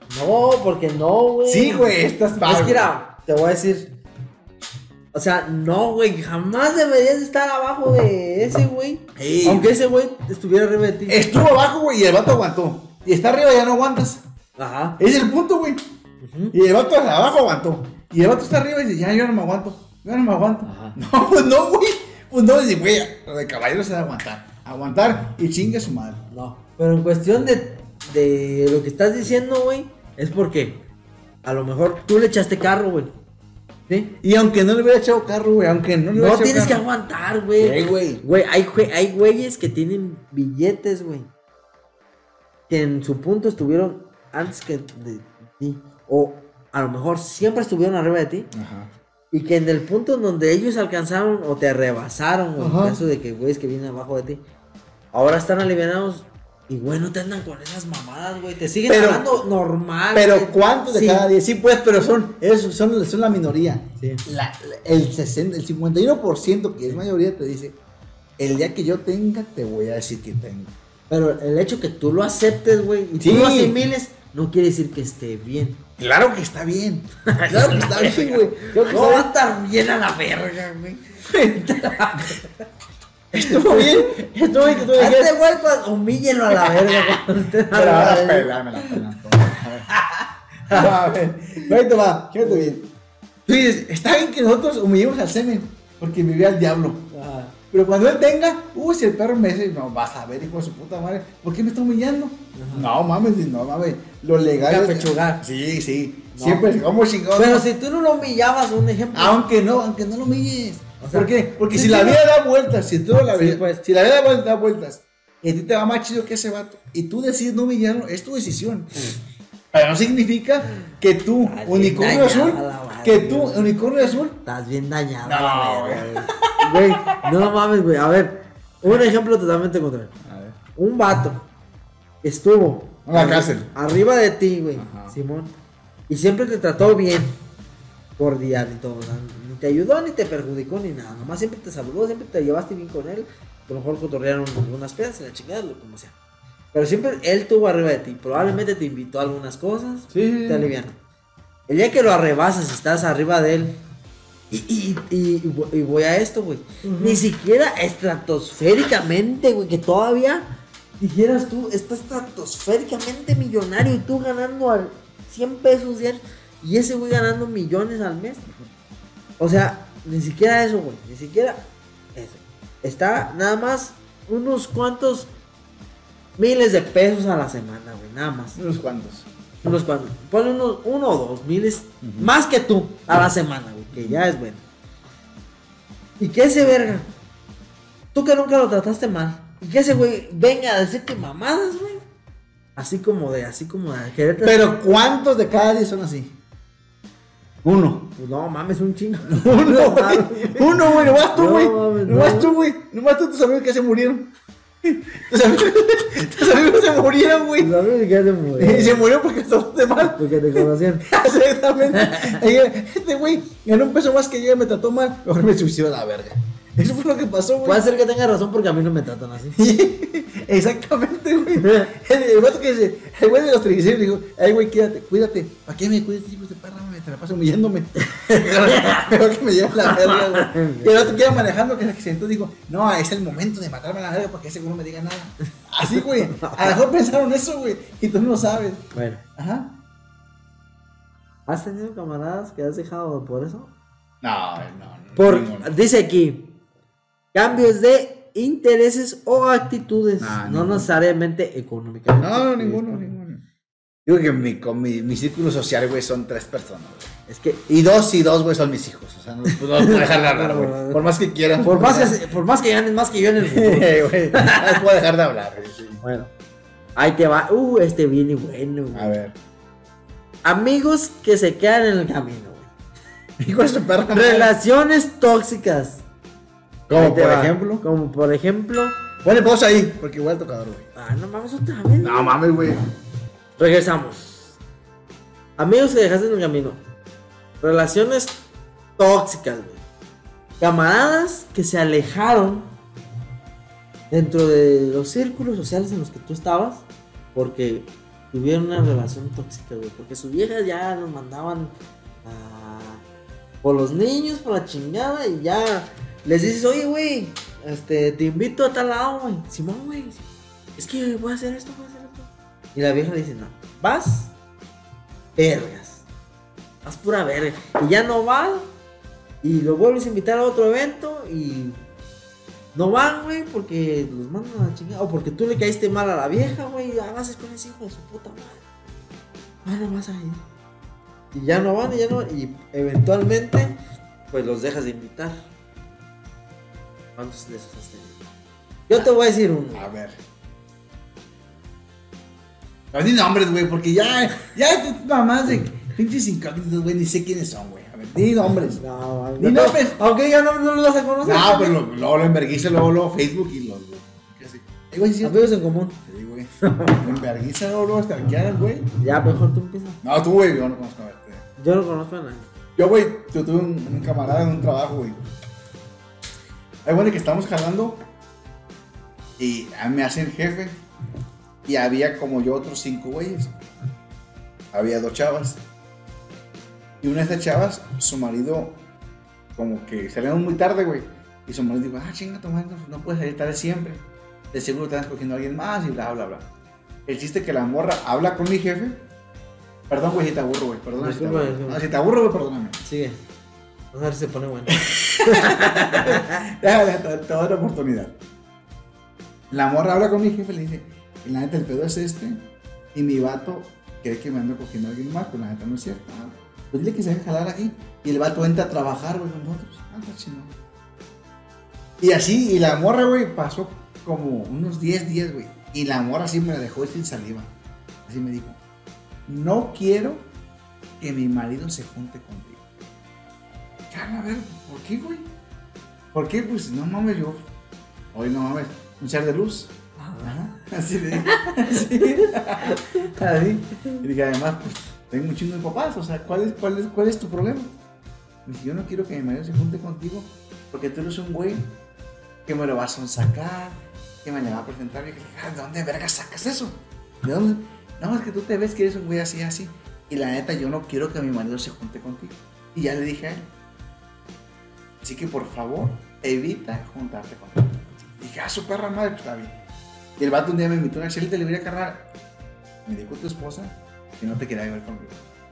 No, porque no, güey. Sí, güey, estás mal. Es que güey. mira, te voy a decir. O sea, no, güey, jamás deberías estar abajo de ese güey. Ey. Aunque ese güey estuviera arriba de ti. Estuvo abajo, güey, y el vato aguantó. Y está arriba ya no aguantas. Ajá. Es el punto, güey. Ujú. Y el vato de abajo aguantó. Y el vato está arriba y dice, ya yo no me aguanto. Yo no me aguanto. Ajá. No, pues no, güey. Pues no, dice, güey, lo de caballero se da aguantar. Aguantar y chingue a su madre. No. Pero en cuestión de, de lo que estás diciendo, güey, es porque a lo mejor tú le echaste carro, güey. ¿Sí? Y aunque no le hubiera echado carro, güey, aunque no le hubiera No echado tienes que carro. aguantar, güey. Sí, güey. Güey, hay, jue- hay güeyes que tienen billetes, güey. Que en su punto estuvieron antes que de ti. O a lo mejor siempre estuvieron arriba de ti. Ajá. Y que en el punto en donde ellos alcanzaron o te rebasaron, güey, en Ajá. caso de que güeyes que vienen abajo de ti, ahora están alivianados. Y güey, no te andan con esas mamadas, güey. Te siguen Pero- hablando normal. Pero güey. ¿cuántos de Sí. cada diez? Sí, pues, pero son, esos son, son la minoría. Sí. La- la- el, sesenta, el cincuenta y uno por ciento que es mayoría te dice, el día que yo tenga, te voy a decir que tengo. Pero el hecho que tú lo aceptes, güey, y Sí. tú lo asimiles, no quiere decir que esté bien. Claro que está bien. Claro que está bien, güey. Creo que No va a está estar bien a la verga, güey. bien. Estuvo bien. Estuvo bien que tú A este dijeras. güey, pues, humíllenlo a la verga. cuando esté Pero ahora arriba de él. pela, me la pelan. A ver, ahí te va, fíjate bien. Tú dices, está bien que nosotros humillemos al semen, porque me vea al diablo. Ajá. Pero cuando él tenga, uy, si el perro me dice, no, vas a ver, hijo de su puta madre, ¿por qué me está humillando? No mames, no mames, lo legal es... Capechugar. Sí, sí, No. siempre, como chingón. Pero si tú no lo humillabas, un ejemplo. Aunque no, aunque no lo humilles. O sea, ¿Por qué? Porque sí, si la sí, vida da vueltas, si tú la Sí, vida, pues. si la vida da vueltas, da vueltas, y a ti te va más chido que ese vato, y tú decides no humillarlo, es tu decisión. Pero no significa que tú, Estás bien unicornio dañada azul, la madre, que tú, güey. unicornio azul, Estás bien dañado. No, la verga, güey. Güey, no mames, güey. A ver, un ejemplo totalmente contrario. a ver, Un vato estuvo En la arri- cárcel. arriba de ti, güey, Ajá. Simón. Y siempre te trató bien, cordial y todo. O sea, ni te ayudó, ni te perjudicó, ni nada. Nomás siempre te saludó, siempre te llevaste bien con él. A lo mejor cotorrearon algunas pedas en la chingada, lo como sea. Pero siempre él estuvo arriba de ti. Probablemente te invitó a algunas cosas. Sí. Te aliviana. El día que lo arrebasas, estás arriba de él. Y, y, y, y vo- y voy a esto, güey. Ni siquiera estratosféricamente, güey. Que todavía dijeras tú, está estratosféricamente millonario y tú ganando al cien pesos diarios. Y ese güey ganando millones al mes. O sea, ni siquiera eso, güey. Ni siquiera eso. Está nada más unos cuantos miles de pesos a la semana, güey. Nada más. unos cuantos. Unos cuantos. Ponle unos uno o dos miles más que tú a la semana, güey. Que ya es bueno. Y que ese verga, tú que nunca lo trataste mal. Y que ese güey venga a decirte mamadas, güey. Así como de, así como de quererte. Pero ¿cuántos de cada diez son así? Uno. Pues no mames, un chingo. Uno, güey. Uno, güey. Nomás tú, No, güey. mames, Nomás no. tú, güey. Nomás tú, tus amigos que se murieron. Tus amigos, tus amigos se murieron, güey. Pues a mí que se murió. Y se murió porque estaste mal. Porque te conocían. Exactamente. Ella- Este güey ganó un peso más que yo y me trató mal. Mejor me suicidó a la verga. Eso fue lo que pasó, güey. Puede ser que tenga razón porque a mí no me tratan así. Exactamente, güey. El, el vato que dice, el güey de los triglicéridos dijo, ay, güey, quédate, cuídate. ¿Para qué me cuidas, hijos de perra, güey? Te la paso humillándome. Mejor que me lleve la verga, güey. Y el vato que iba manejando, que se accidentó, dijo, no, es el momento de matarme a la verga para que ese güey no me diga nada. Así, güey. A lo mejor pensaron eso, güey. Y tú no lo sabes. Bueno, Ajá. ¿has tenido camaradas que has dejado por eso? No, no, no. Por, ninguno. dice aquí, cambios de intereses o actitudes, Ah, no ninguno. necesariamente económicas. No, no, ninguno, ninguno. Digo que mi, con mi, mi círculo social, güey, son tres personas, güey. Es que, Y dos y dos, güey, son mis hijos. O sea, no, no puedo dejar de hablar, güey. Por más que quieran. por más que, por más que ganes más que yo en el futuro. Eh, güey, no les puedo dejar de hablar, güey. Sí. Bueno, ahí te va. Uh, este viene bueno, güey. A ver. Amigos que se quedan en el camino, güey. Hijo de su perra. Relaciones tóxicas. Como Ahí te por va. ejemplo. Como por ejemplo. Ponle pausa ahí, porque igual el tocador, güey. Ah, no mames otra vez. No mames, güey. Regresamos. Amigos que dejaste en el camino. Relaciones tóxicas, güey. Camaradas que se alejaron dentro de los círculos sociales en los que tú estabas. Porque tuvieron una relación tóxica, güey. Porque sus viejas ya los mandaban a... por los niños, por la chingada. Y ya les dices, oye, güey, este, te invito a tal lado, güey. Simón, güey, es que voy a hacer esto, voy a hacer esto. Y la vieja le dice, no, vas, vergas. Vas pura verga. Y ya no va. Y lo vuelves a invitar a otro evento y no van, güey, porque los mandan a la chingada. O porque tú le caíste mal a la vieja, güey. Hagas con ese hijo de su puta madre. Van a más ahí. Y ya no van, y ya no. Y eventualmente, pues los dejas de invitar. ¿Cuántos de esos has tenido? Yo te voy a decir uno. A ver. No di nombres, güey, porque ya, ya, tú mamás de pinches incógnitos, güey, ni sé quiénes son, güey. A ver, di nombres. No, Di nombres. Aunque ya no, no los vas a conocer. No, pero luego lo, lo enverguiza, luego, luego Facebook y los, los ¿qué así? Eh, güey, sí. Amigos en común. Sí, güey. Lo enverguiza, luego, luego hasta que hagan, güey. Ya, mejor tú empiezas. No, tú, güey, yo no conozco a ver. Yo no conozco a nadie. Yo, güey, yo tuve un, un camarada en un trabajo, güey. Hay bueno que estamos jalando y a mí me hacen jefe y había como yo otros cinco güeyes. Había dos chavas y una de estas chavas, su marido, como que salieron muy tarde, güey. Y su marido dijo, ah, chinga, tu madre, no, no puedes salir tarde siempre. De seguro te están escogiendo a alguien más y bla, bla, bla. El chiste es que la morra habla con mi jefe. Perdón, güey, si te aburro, güey. Perdóname. Si te aburro, no, si te aburro, güey, perdóname. Sigue. A ver si se pone bueno. Ya, ya, te, te doy otra oportunidad. La morra habla con mi jefe y le dice, y la neta, el pedo es este. Y mi vato cree que me ando cogiendo a alguien más, pero la neta no es cierto. Ah, pues dile que se deje jalar aquí. Y el vato entra a trabajar, güey, con nosotros. Ah, está chingón. Y así, y la morra, güey, pasó como unos diez días, güey. Y la morra así me la dejó sin saliva. Así me dijo, no quiero que mi marido se junte contigo. Carla, a ver, ¿por qué, güey? ¿Por qué? Pues no mames, yo. Hoy no mames, un ser de luz. Ajá. Así de. Así. Así. Y dije, además, pues tengo un chingo de papás. O sea, ¿cuál es, cuál es, cuál es tu problema? Me dice, yo no quiero que mi marido se junte contigo porque tú eres un güey que me lo vas a sacar, que me le va a presentar. Y dije, ¿de dónde verga sacas eso? ¿De dónde? No, es que tú te ves que eres un güey así, así. Y la neta, yo no quiero que mi marido se junte contigo. Y ya le dije a él. Así que por favor, evita juntarte contigo. Y dije, ah, su perra madre, pues está bien. Y el vato un día me invitó a una chelita y le voy a cargar. Me dijo tu esposa que no te quería ver conmigo.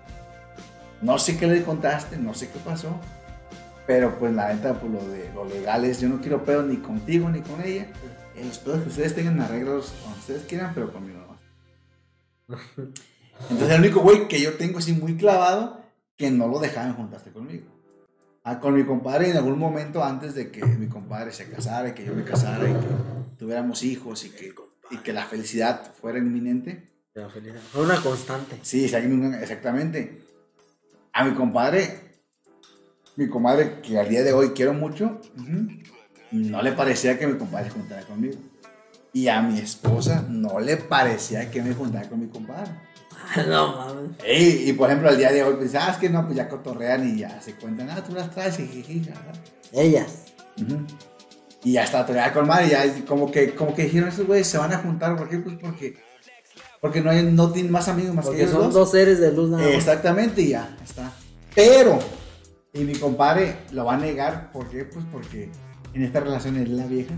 No sé qué le contaste, no sé qué pasó. Pero pues la neta, por lo de lo legal es, yo no quiero pedos ni contigo ni con ella. En los pedos que ustedes tengan arreglos cuando ustedes quieran, pero conmigo no. Entonces el único güey que yo tengo así muy clavado, que no lo dejaban juntarse conmigo. Ah, con mi compadre en algún momento antes de que mi compadre se casara y que yo me casara y que tuviéramos hijos y que, y que la felicidad fuera inminente. La felicidad fue una constante. Sí, exactamente. A mi compadre, mi comadre que al día de hoy quiero mucho, uh-huh, no le parecía que mi compadre se juntara conmigo. Y a mi esposa no le parecía que me juntara con mi compadre. No mames. Y, y por ejemplo, al día de hoy, pues, ah, es que no, pues ya cotorrean y ya se cuentan, ah, tú las traes, y jiji, ellas. Uh-huh. Y ya está, todavía con madre, ya como que, como que dijeron, estos güeyes se van a juntar, ¿por qué? Pues porque, porque no, hay, no tienen más amigos más porque que ellos son dos. dos seres de luz nada más. Exactamente, y ya, está. Pero, y mi compadre lo va a negar, ¿por qué? Pues porque en esta relación él es la vieja.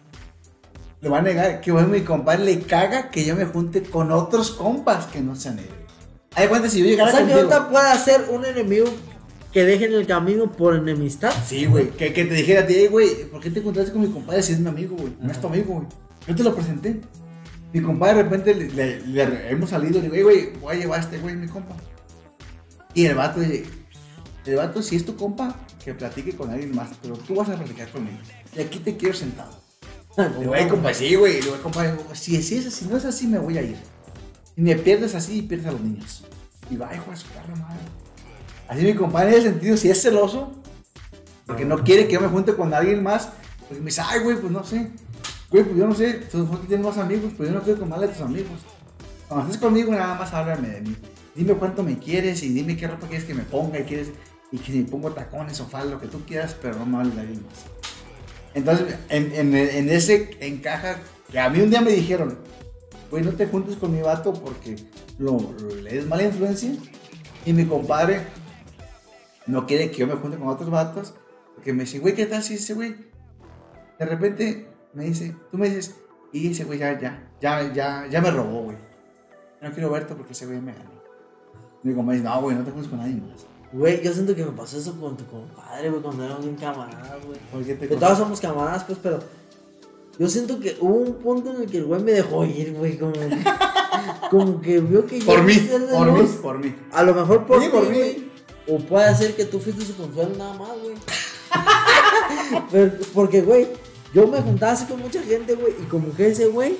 Lo va a negar, que bueno, mi compadre le caga que yo me junte con otros compas que no sean él. Hay cuenta si yo llegara o sea, contigo. que ahorita pueda ser un enemigo que deje en el camino por enemistad. Sí, güey, que, que te dijera a ti, güey, ¿por qué te encontraste con mi compadre si es mi amigo, güey? No es tu amigo, güey. Yo te lo presenté. Mi compadre de repente le, le, le hemos salido y le digo, güey, voy a llevar a este güey, mi compa. Y el vato dice, el vato, si es tu compa, que platique con alguien más, pero tú vas a platicar conmigo. Y aquí te quiero sentado. Le digo, ay, compa, sí, güey. Le digo, compa, si es así, si no es así, me voy a ir. Y me pierdes así y pierdes a los niños. Y va, hijo de su perra madre. Así mi compadre en ese sentido, si es celoso, porque no quiere que yo me junte con alguien más, porque me dice, ay, güey, pues no sé. Güey, pues yo no sé, tú tienes más amigos, pero yo no quiero que mal a tus amigos. Cuando estés conmigo, nada más háblame de mí. Dime cuánto me quieres y dime qué ropa quieres que me ponga y quieres, y que si me pongo tacones o falda, lo que tú quieras, pero no me hables de alguien más. Entonces, en, en, en ese encaja, que a mí un día me dijeron, güey, no te juntes con mi vato porque lo, lo, le es mala influencia. Y mi compadre no quiere que yo me junte con otros vatos. Porque me dice, güey, ¿qué tal si ese güey? De repente me dice, tú me dices, y ese güey ya, ya, ya, ya, ya me robó, güey. No quiero verte porque ese güey me ganó. Y mi compadre dice, no, güey, no te juntes con nadie más. Güey, yo siento que me pasó eso con tu compadre, güey, cuando éramos bien camaradas, güey. ¿Por qué te Que todos somos camaradas, pues, pero yo siento que hubo un punto en el que el güey me dejó ir, güey, como, como que vio que yo por mí, quise ser de por luz. mí, por mí. A lo mejor por Sí, mí, por mí. güey. O puede ser que tú fuiste su consuelo nada más, güey. Pero, porque, güey, yo me juntaba así con mucha gente, güey, y como que ese güey,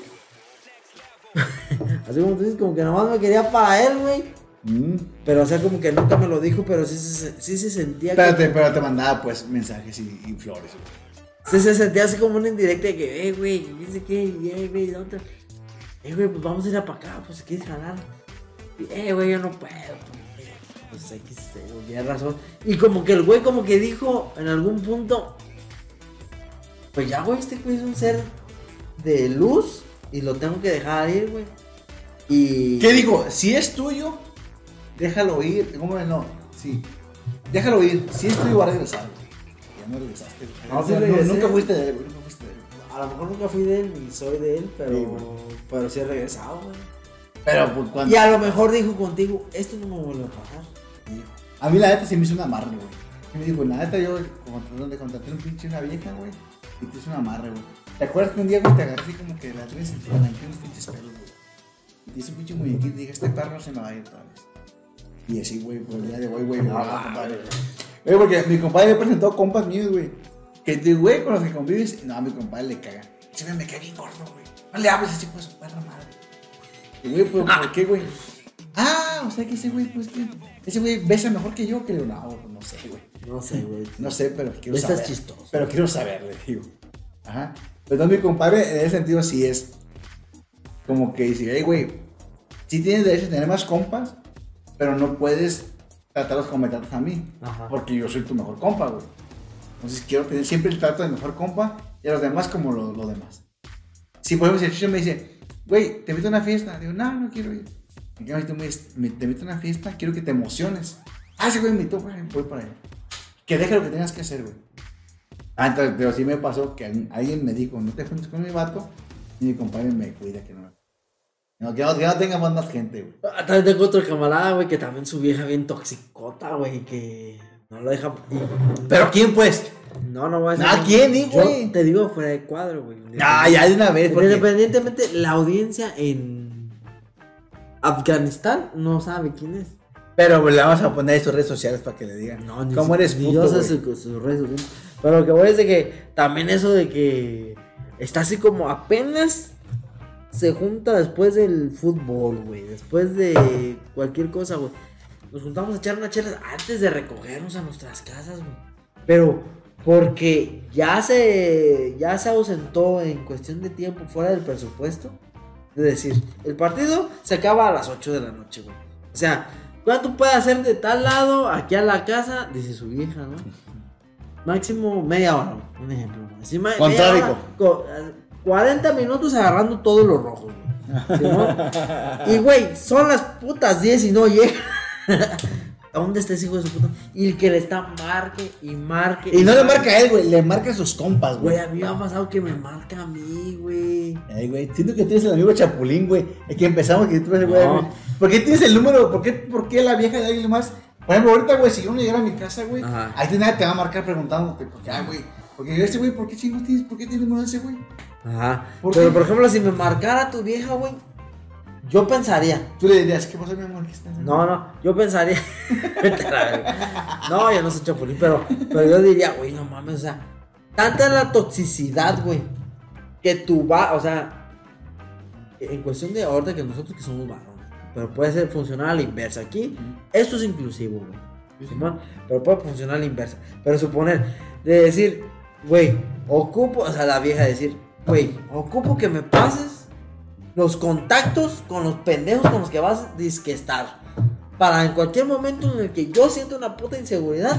así como tú dices, como que nada más me quería para él, güey. Mm. Pero, o sea, como que nunca me lo dijo, pero sí, sí, sí se sentía Pero te, que... pero te mandaba, pues, mensajes y, y flores, güey. Sí se sentía así como una indirecta de que, eh, güey, ¿qué sé qué? Eh, güey, ¿de dónde? Eh, güey, pues vamos a ir a para acá, pues, si quieres jalar. Eh, güey, yo no puedo, pues, pues X, güey, tienes razón. Y como que el güey como que dijo en algún punto, pues ya, güey, este güey es un ser de luz y lo tengo que dejar ir, güey. Y... ¿Qué digo? Si es tuyo, déjalo ir. ¿Cómo no? Sí. Déjalo ir. Si es tuyo, va a regresar, güey. Ya no regresaste, güey. No, sí no, regresé. nunca fuiste de él, güey. Nunca fuiste de él. A lo mejor nunca fui de él ni soy de él, pero Sí, sí, güey. pero sí he regresado, güey. Pero, pues, cuando. Y a lo mejor dijo contigo, esto no me vuelve a pasar. A mí, la neta, sí me hizo un amarre, güey. Y me dijo, la neta, yo, como donde contraté un pinche una vieja, güey. Y te hizo un amarre, güey. ¿Te acuerdas que un día, güey, te agarré así como que las tres y te arranqué unos pinches pelos, güey? Y te hice un pinche muñequito y dije, este perro no se me va a ir otra vez. Y así, güey, por el día de hoy, güey, me va a compadre. Güey, porque mi compadre me presentó compas míos, güey. Que te, güey, con los que convives, no, a mi compadre le caga. Ese güey me cae bien gordo, güey. No le hables así, pues, su perra madre. Y, güey, pues, ¿por qué, güey? Ah, o sea que ese güey, pues, que ese güey besa mejor que yo, que le no, no sé, güey. No sé, güey. No sé, pero quiero Estás saber. chistoso. Pero quiero saber, le digo. Ajá. Pero entonces mi compadre, en ese sentido, sí es como que dice, hey, güey, sí tienes derecho a tener más compas, pero no puedes tratarlos como me tratas a mí. Ajá. Porque yo soy tu mejor compa, güey. Entonces quiero tener siempre el trato de mejor compa y a los demás como los lo demás. Si, por ejemplo, si el chicho me dice, güey, te invito a una fiesta, digo, no, no quiero ir. En cambio, si tú me dices, me- te invito a una fiesta, quiero que te emociones. Ah, ese güey me invitó, güey, voy para allá. Que deje lo que tengas que hacer, güey. Ah, entonces, pero sí me pasó que alguien- alguien me dijo, no te juntes con mi vato, y mi compadre me cuida que no. No, que no, que no tengamos más gente, güey. Ah, también tengo otro camarada, güey, que también su vieja bien toxicota, güey, que no lo deja... ¿Pero quién, pues? No, no voy a decir... Ah, ¿quién, di, Yo güey? te digo fuera de cuadro, güey. Ah, ya de una vez, porque... Independientemente, la audiencia en Afganistán no sabe quién es. Pero le vamos a poner sus redes sociales para que le digan. No, ni ¿Cómo si- eres ni puto, yo sé güey? su, sus redes sociales. Pero lo que voy es de que también eso de que está así como apenas se junta después del fútbol, güey. Después de cualquier cosa, güey. Nos juntamos a echar una chela antes de recogernos a nuestras casas, güey. Pero porque ya se ya se ausentó en cuestión de tiempo fuera del presupuesto. Es decir, el partido se acaba a las ocho de la noche, güey. O sea, ¿cuánto puede hacer de tal lado aquí a la casa? Dice su vieja, ¿no? Máximo media hora, güey, un ejemplo. Güey. Así, ma- Con media tráfico. hora, co- cuarenta minutos agarrando todos los rojos, güey. ¿Sí, no? Y, güey, son las putas diez y no llega. ¿A dónde está ese hijo de su puta? Y el que le está marque y marque. Y no le marca a él, güey, le marca a sus compas, güey. Güey, a mí me ha pasado que me marca a mí, güey. Ay, güey, siento que tienes el amigo Chapulín, güey. Es que empezamos que tú eres, güey. No. güey. ¿Por qué tienes el número? ¿Por qué, ¿Por qué la vieja de alguien más? Por ejemplo, ahorita, güey, si yo no llegara a mi casa, güey, Ajá. ahí nadie te va a marcar preguntándote, ¿por qué, ah, güey? Porque ese güey, ¿por qué chingos tienes? ¿Por qué tienes el número de ese güey? Ajá. ¿Por Pero qué? por ejemplo, si me marcara tu vieja, güey, yo pensaría. Tú le dirías, ¿qué pasó, mi amor? ¿Qué estás haciendo? No, no, yo pensaría. Vete a la verga. No, yo no soy chapulín, pero, pero yo diría, güey, no mames, o sea, tanta es la toxicidad, güey, que tú vas, o sea, en cuestión de ahorita que nosotros que somos varones, pero puede ser funcionar a la inversa. Aquí, esto es inclusivo, güey, Simón, pero puede funcionar a la inversa. Pero suponer, de decir, güey, ocupo, o sea, la vieja decir, güey, ocupo que me pases los contactos con los pendejos con los que vas a disque estar. Para en cualquier momento en el que yo siento una puta inseguridad,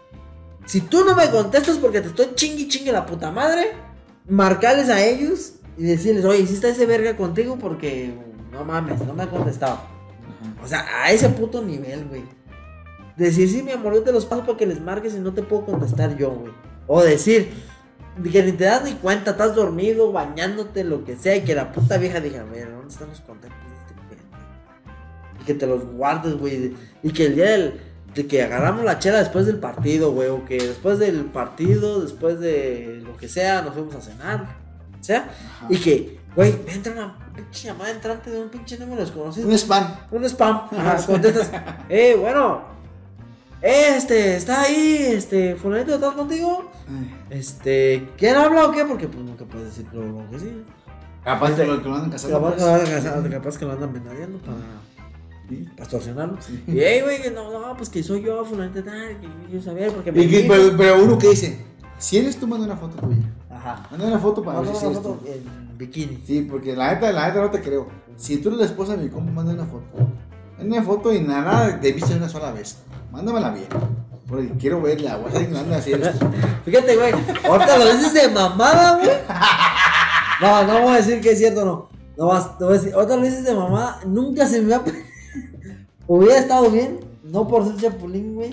si tú no me contestas porque te estoy chingui chingue la puta madre, marcarles a ellos y decirles, oye, ¿hiciste ese verga contigo? Porque no mames, no me ha contestado. Uh-huh. O sea, a ese puto nivel, güey. Decir, sí, mi amor, yo te los paso para que les marques y no te puedo contestar yo, güey. O decir, que ni te das ni cuenta, estás dormido, bañándote, lo que sea, y que la puta vieja diga, a ver, ¿dónde están los contactos de este pedo? Y que te los guardes, güey. Y que el día del, de que agarramos la chela después del partido, güey, o que después del partido, después de lo que sea, nos fuimos a cenar, o sea, ajá. Y que, güey, me entra una pinche llamada entrante de un pinche número desconocido. Un spam. Un spam. Ajá, contestas, eh, bueno... Este, está ahí, este, fulanito, ¿estás contigo? Este, ¿quién habla o qué? Porque pues nunca puedes decir lo que sí. Capaz que lo, que lo andan casando. Capaz, pues. que, capaz que lo andan vendiendo para, ¿sí? Para extorsionarlo. Sí. Y hey, güey, que no, no, pues que soy yo, fulanito tal, que yo sabía porque me. Que, pero, pero uno que dice, si eres tú, manda una foto tuya. Ajá. Manda una foto para manda ver si una eres foto tú. en bikini. Sí, porque la neta, la neta no te creo. Si tú eres la esposa de mi compa, manda una foto. Manda una foto y nada, debiste una sola vez. Mándamela bien, porque quiero verla, voy a estar ignorando así esto. Fíjate, güey, ahorita lo dices de mamada, güey. No, no voy a decir que es cierto, no. No vas, te voy a decir, ahorita lo dices de mamada, nunca se me ha... Hubiera estado bien, no por ser chapulín, güey.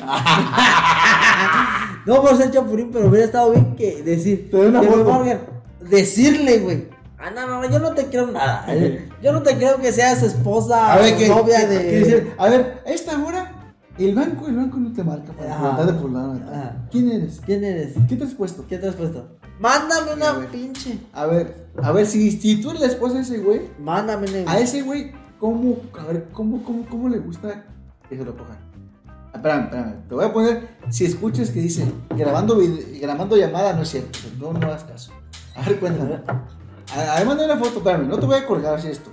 No por ser chapulín, pero hubiera estado bien que decir... Te doy una foto. Morgan, decirle, güey. Ah, no, no, yo no te creo nada. Yo no te creo que seas esposa a ver, o ¿qué, novia qué, de... ¿qué decir? A ver, a esta hora... El banco, el banco no te marca para preguntar de fulano. ¿Quién eres? ¿Quién eres? ¿Qué te has puesto? ¿Qué te has puesto? Mándame una a pinche. A ver, a ver, si, si tú eres la esposa de ese güey. Mándame una. A ese güey, ¿cómo, a ver, cómo, cómo, cómo le gusta que se lo cojan? Espérame, espérame, te voy a poner, si escuchas que dice, grabando, video, grabando llamada, no es cierto, no, no hagas caso. A ver, cuéntame. A, a ver, manda una foto, espérame, no te voy a colgar así esto.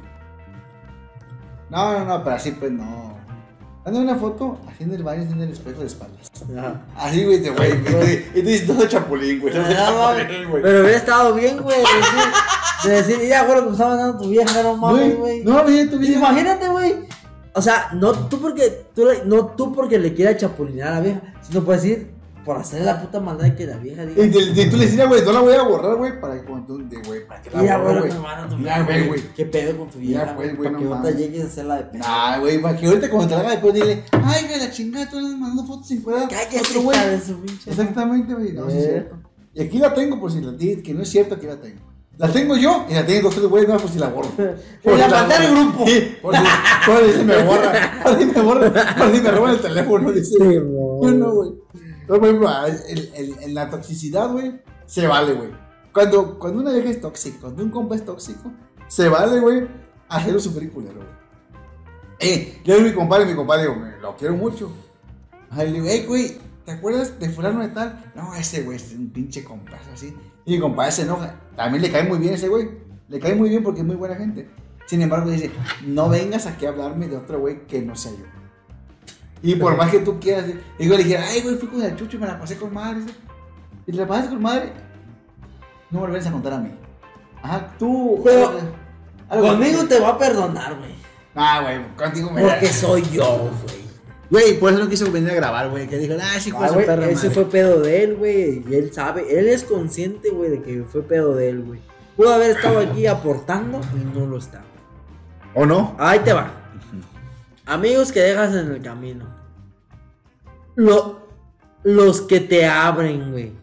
No, no, no, pero así pues no. Manda una foto haciendo el baño, haciendo el espejo de espaldas. Ajá. Así, güey, güey. Y tú dices todo chapulín, güey. Pero hubiera estado bien, güey. De decir, de decir, ya, güey, lo que estaba dando tu vieja, no mames, güey. No, güey, tu vieja. Imagínate, güey. O sea, no tú porque, tú, no tú porque le quieras chapulinear a la vieja, sino puedes decir, por hacer la puta maldad de que la vieja diga. Y, y, y tú le decías, güey, no la voy a borrar, güey, para que cuando tú, güey, para que la borre, güey. Ya, güey, güey. ¿Qué pedo con tu vieja, ya, güey, güey? Para no que ahorita llegues a hacerla de pedo. Nah, güey, para que ahorita cuando te la haga después dile, ay, güey, la chingada, tú andas mandando fotos sin cuidado. Cállate, güey. Exactamente, güey, no, sí es cierto. Y aquí la tengo, por si la dices que no es cierto, aquí la tengo. La tengo yo y la tengo dos, tres güeyes más por si la borro. Por la mandé al grupo. Sí, por si, por si me borra. Por si me borra. Por si me roban el teléfono. Dice. Sí, no, güey. No, güey, el, el, en la toxicidad, güey, se vale, güey. Cuando, cuando una vieja es tóxica, cuando un compa es tóxico, se vale, güey, hacerlo sufrir culero, güey. Eh, yo soy mi compadre, mi compadre, digo, lo quiero mucho. Ay, le digo, hey, güey, ¿te acuerdas de fulano de tal? No, ese güey es un pinche compa, así. Y mi compadre se enoja. También le cae muy bien ese güey. Le cae muy bien porque es muy buena gente. Sin embargo, dice, no vengas aquí a hablarme de otro güey que no sea yo. Y por más que tú quieras, digo, le dije, ay, güey, fui con el chucho y me la pasé con madre. Y te la pasaste con madre, no me volvés a contar a mí. Ajá, tú. Pero, algo conmigo que... te va a perdonar, güey. Ah, güey, contigo me porque da... soy yo, güey. Güey, por eso no quiso venir a grabar, güey. Que dijo, ah, sí, fue ah, su perro. Ese fue pedo de él, güey. Y él sabe, él es consciente, güey, de que fue pedo de él, güey. Pudo haber estado aquí aportando y no lo está. ¿O no? Ahí te va. Amigos que dejas en el camino. Lo, los que te abren, güey.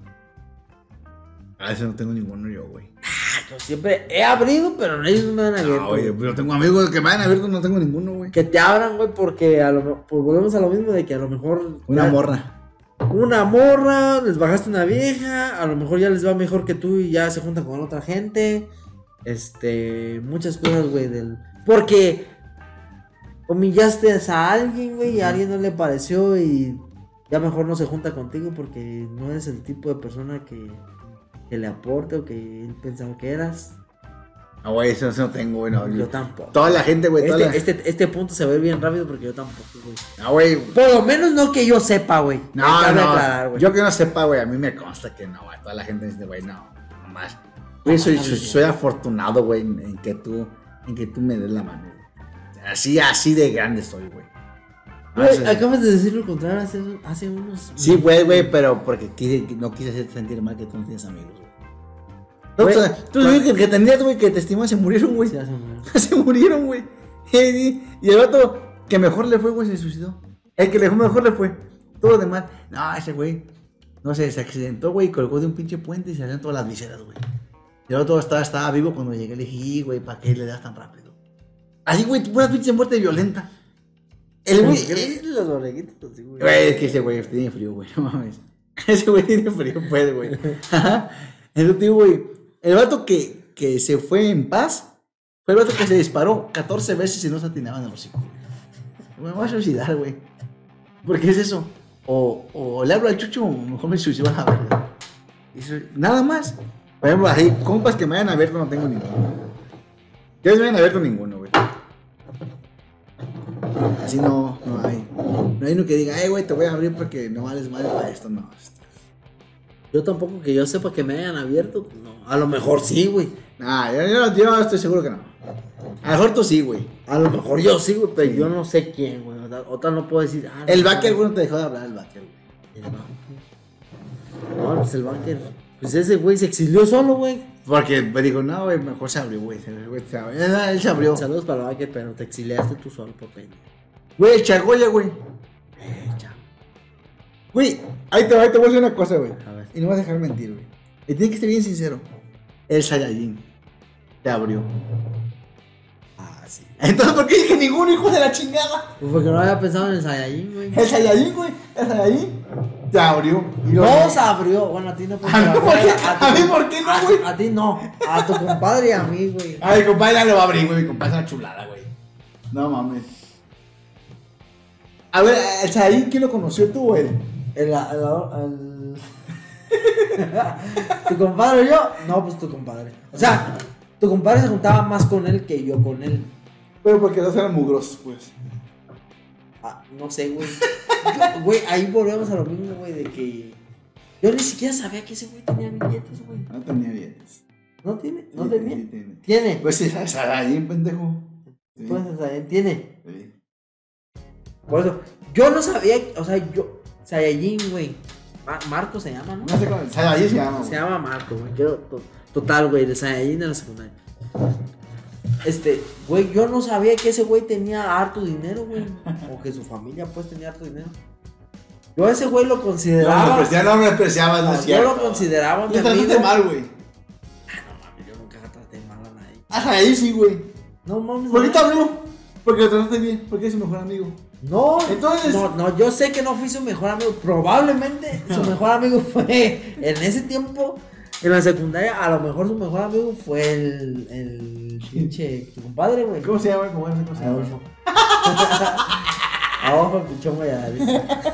A ese no tengo ninguno yo, güey. Ah, yo siempre he abrido, pero ellos no me han abierto. No, güey, pero tengo amigos que me han abierto, no tengo ninguno, güey. Que te abran, güey, porque a lo pues volvemos a lo mismo de que a lo mejor. Una ya, morra. Una morra, les bajaste una vieja, a lo mejor ya les va mejor que tú y ya se juntan con otra gente. Este, muchas cosas, güey, del. Porque humillaste a alguien, güey, y a alguien no le pareció y ya mejor no se junta contigo porque no eres el tipo de persona que, que le aporte o que él pensaba que eras. Ah, güey, eso, eso no tengo, güey. No, yo, yo tampoco. Toda la gente, güey. Este, la... este, este punto se ve bien rápido porque yo tampoco, güey. Ah, güey. Por lo menos no que yo sepa, güey. No, no. Aclarar, yo que no sepa, güey, a mí me consta que no, güey. Toda la gente dice, güey, no, no más. Güey, soy, soy, soy afortunado, güey, en, en que tú, en que tú me des la mano, güey. Así, así de grande soy, güey. Güey, acabas de decir lo contrario hace, hace unos... Sí, güey, güey, pero porque quise, no quise hacer sentir mal que tú no tienes amigos, güey. Güey, tú sabes que, que tenías, güey, que testimonios se murieron, güey. Sí, ya se murió. Se murieron, güey. Y, y el vato que mejor le fue, güey, se suicidó. El que le fue mejor le fue. Todo lo demás. No, ese güey, no sé, se accidentó, güey, y colgó de un pinche puente y se salieron todas las viseras, güey. Y el otro estaba, estaba vivo cuando llegué. Le dije, güey, ¿para qué le das tan rápido? Así, güey, pura pinche muerte violenta. El güey. ¿Qué los borreguitos así, güey? Güey, es que ese güey tiene frío, güey, no mames. Ese güey tiene frío, pues, güey. Ajá. Entonces, digo, güey, el vato que, que se fue en paz fue el vato que se disparó catorce veces y no se atinaban el hocico. Me voy a suicidar, güey. ¿Por qué es eso? O, o le hablo al chucho, o mejor me suicido a la verga. Eso, nada más. Por ejemplo, así, compas que me vayan a ver, no tengo ninguno. Que me vayan a ver con ninguno, güey. Así no, no hay. No hay uno que diga, eh, güey, te voy a abrir porque no vales madre para esto, no. Yo tampoco que yo sepa que me hayan abierto, no. A lo mejor sí, güey. Nah, yo, yo, yo estoy seguro que no. A lo mejor tú sí, güey. A lo mejor yo sí, güey, pero sí. Yo no sé quién, güey. Otra no puedo decir. Ah, el no, Baker, no. güey, no te dejó de hablar el Baker, güey. El Baker. No, pues el Baker. Pues ese güey se exilió solo, güey. Porque me dijo, no, güey, mejor se abrió, güey. Él, él se abrió. Saludos para el Baker, pero te exiliaste tú solo por pena. Güey, el Chagoya, güey. Eh, chao. Güey, ahí te, ahí te voy a decir una cosa, güey. A ver. Y no vas a dejar mentir, güey. Y tienes que ser bien sincero. El Saiyajin te abrió. Ah, sí. Entonces, ¿por qué dije ninguno, hijo de la chingada? Pues porque no había pensado en el Saiyajin, güey. El Saiyajin, güey. El Saiyajin te abrió. Y No lo... se abrió. Bueno, a ti no. ¿A mí por qué? ¿A mí por qué no, a, güey? a ti no. A tu compadre y a mí, güey. A mi compadre ya lo va a abrir, güey. Mi compadre es una chulada, güey. No mames. A ver, el Saiyajin, ¿quién lo conoció tú o él? El, el, el... ¿Tu compadre o yo? No, pues tu compadre. O sea, tu compadre se juntaba más con él que yo con él. Pero porque dos eran mugrosos, pues. Ah, no sé, güey. Yo, güey, ahí volvemos a lo mismo, güey, de que yo ni siquiera sabía que ese güey tenía billetes, güey. No tenía billetes. ¿No tiene? ¿No Sí, tenía? sí, tiene. ¿Tiene? Pues sí, Saiyajin, pendejo. Sí. Pues, o sea, tiene. Sí. Por eso, yo no sabía, o sea, yo, Saiyajin, güey. Mar- Marco se llama, ¿no? No sé cómo. Saiyajin se llama, Se güey. llama Marco, güey. Quiero, to- total, güey, de Saiyajin de la secundaria. Este, güey, yo no sabía que ese güey tenía harto dinero, güey. O que su familia, pues, tenía harto dinero. Yo a ese güey lo No, consideraba. me despreciaba, no me despreciaba, no es yo cierto. lo consideraba mi Le amigo. trataste mal, güey. Ah, no mames, yo nunca traté mal a nadie. Ah, Saiyajin sí, güey. No mames. ¿Por qué no. te abrió? Porque lo trataste bien, porque es su mejor amigo. No, Entonces- no, no, yo sé que no fui su mejor amigo. Probablemente su mejor amigo fue en ese tiempo, en la secundaria, a lo mejor su mejor amigo fue el, el pinche tu compadre, güey. ¿Cómo se llama? ¿Cómo se llama? ¿Cómo se llama? Adolfo. Adolfo Pichón Valladares.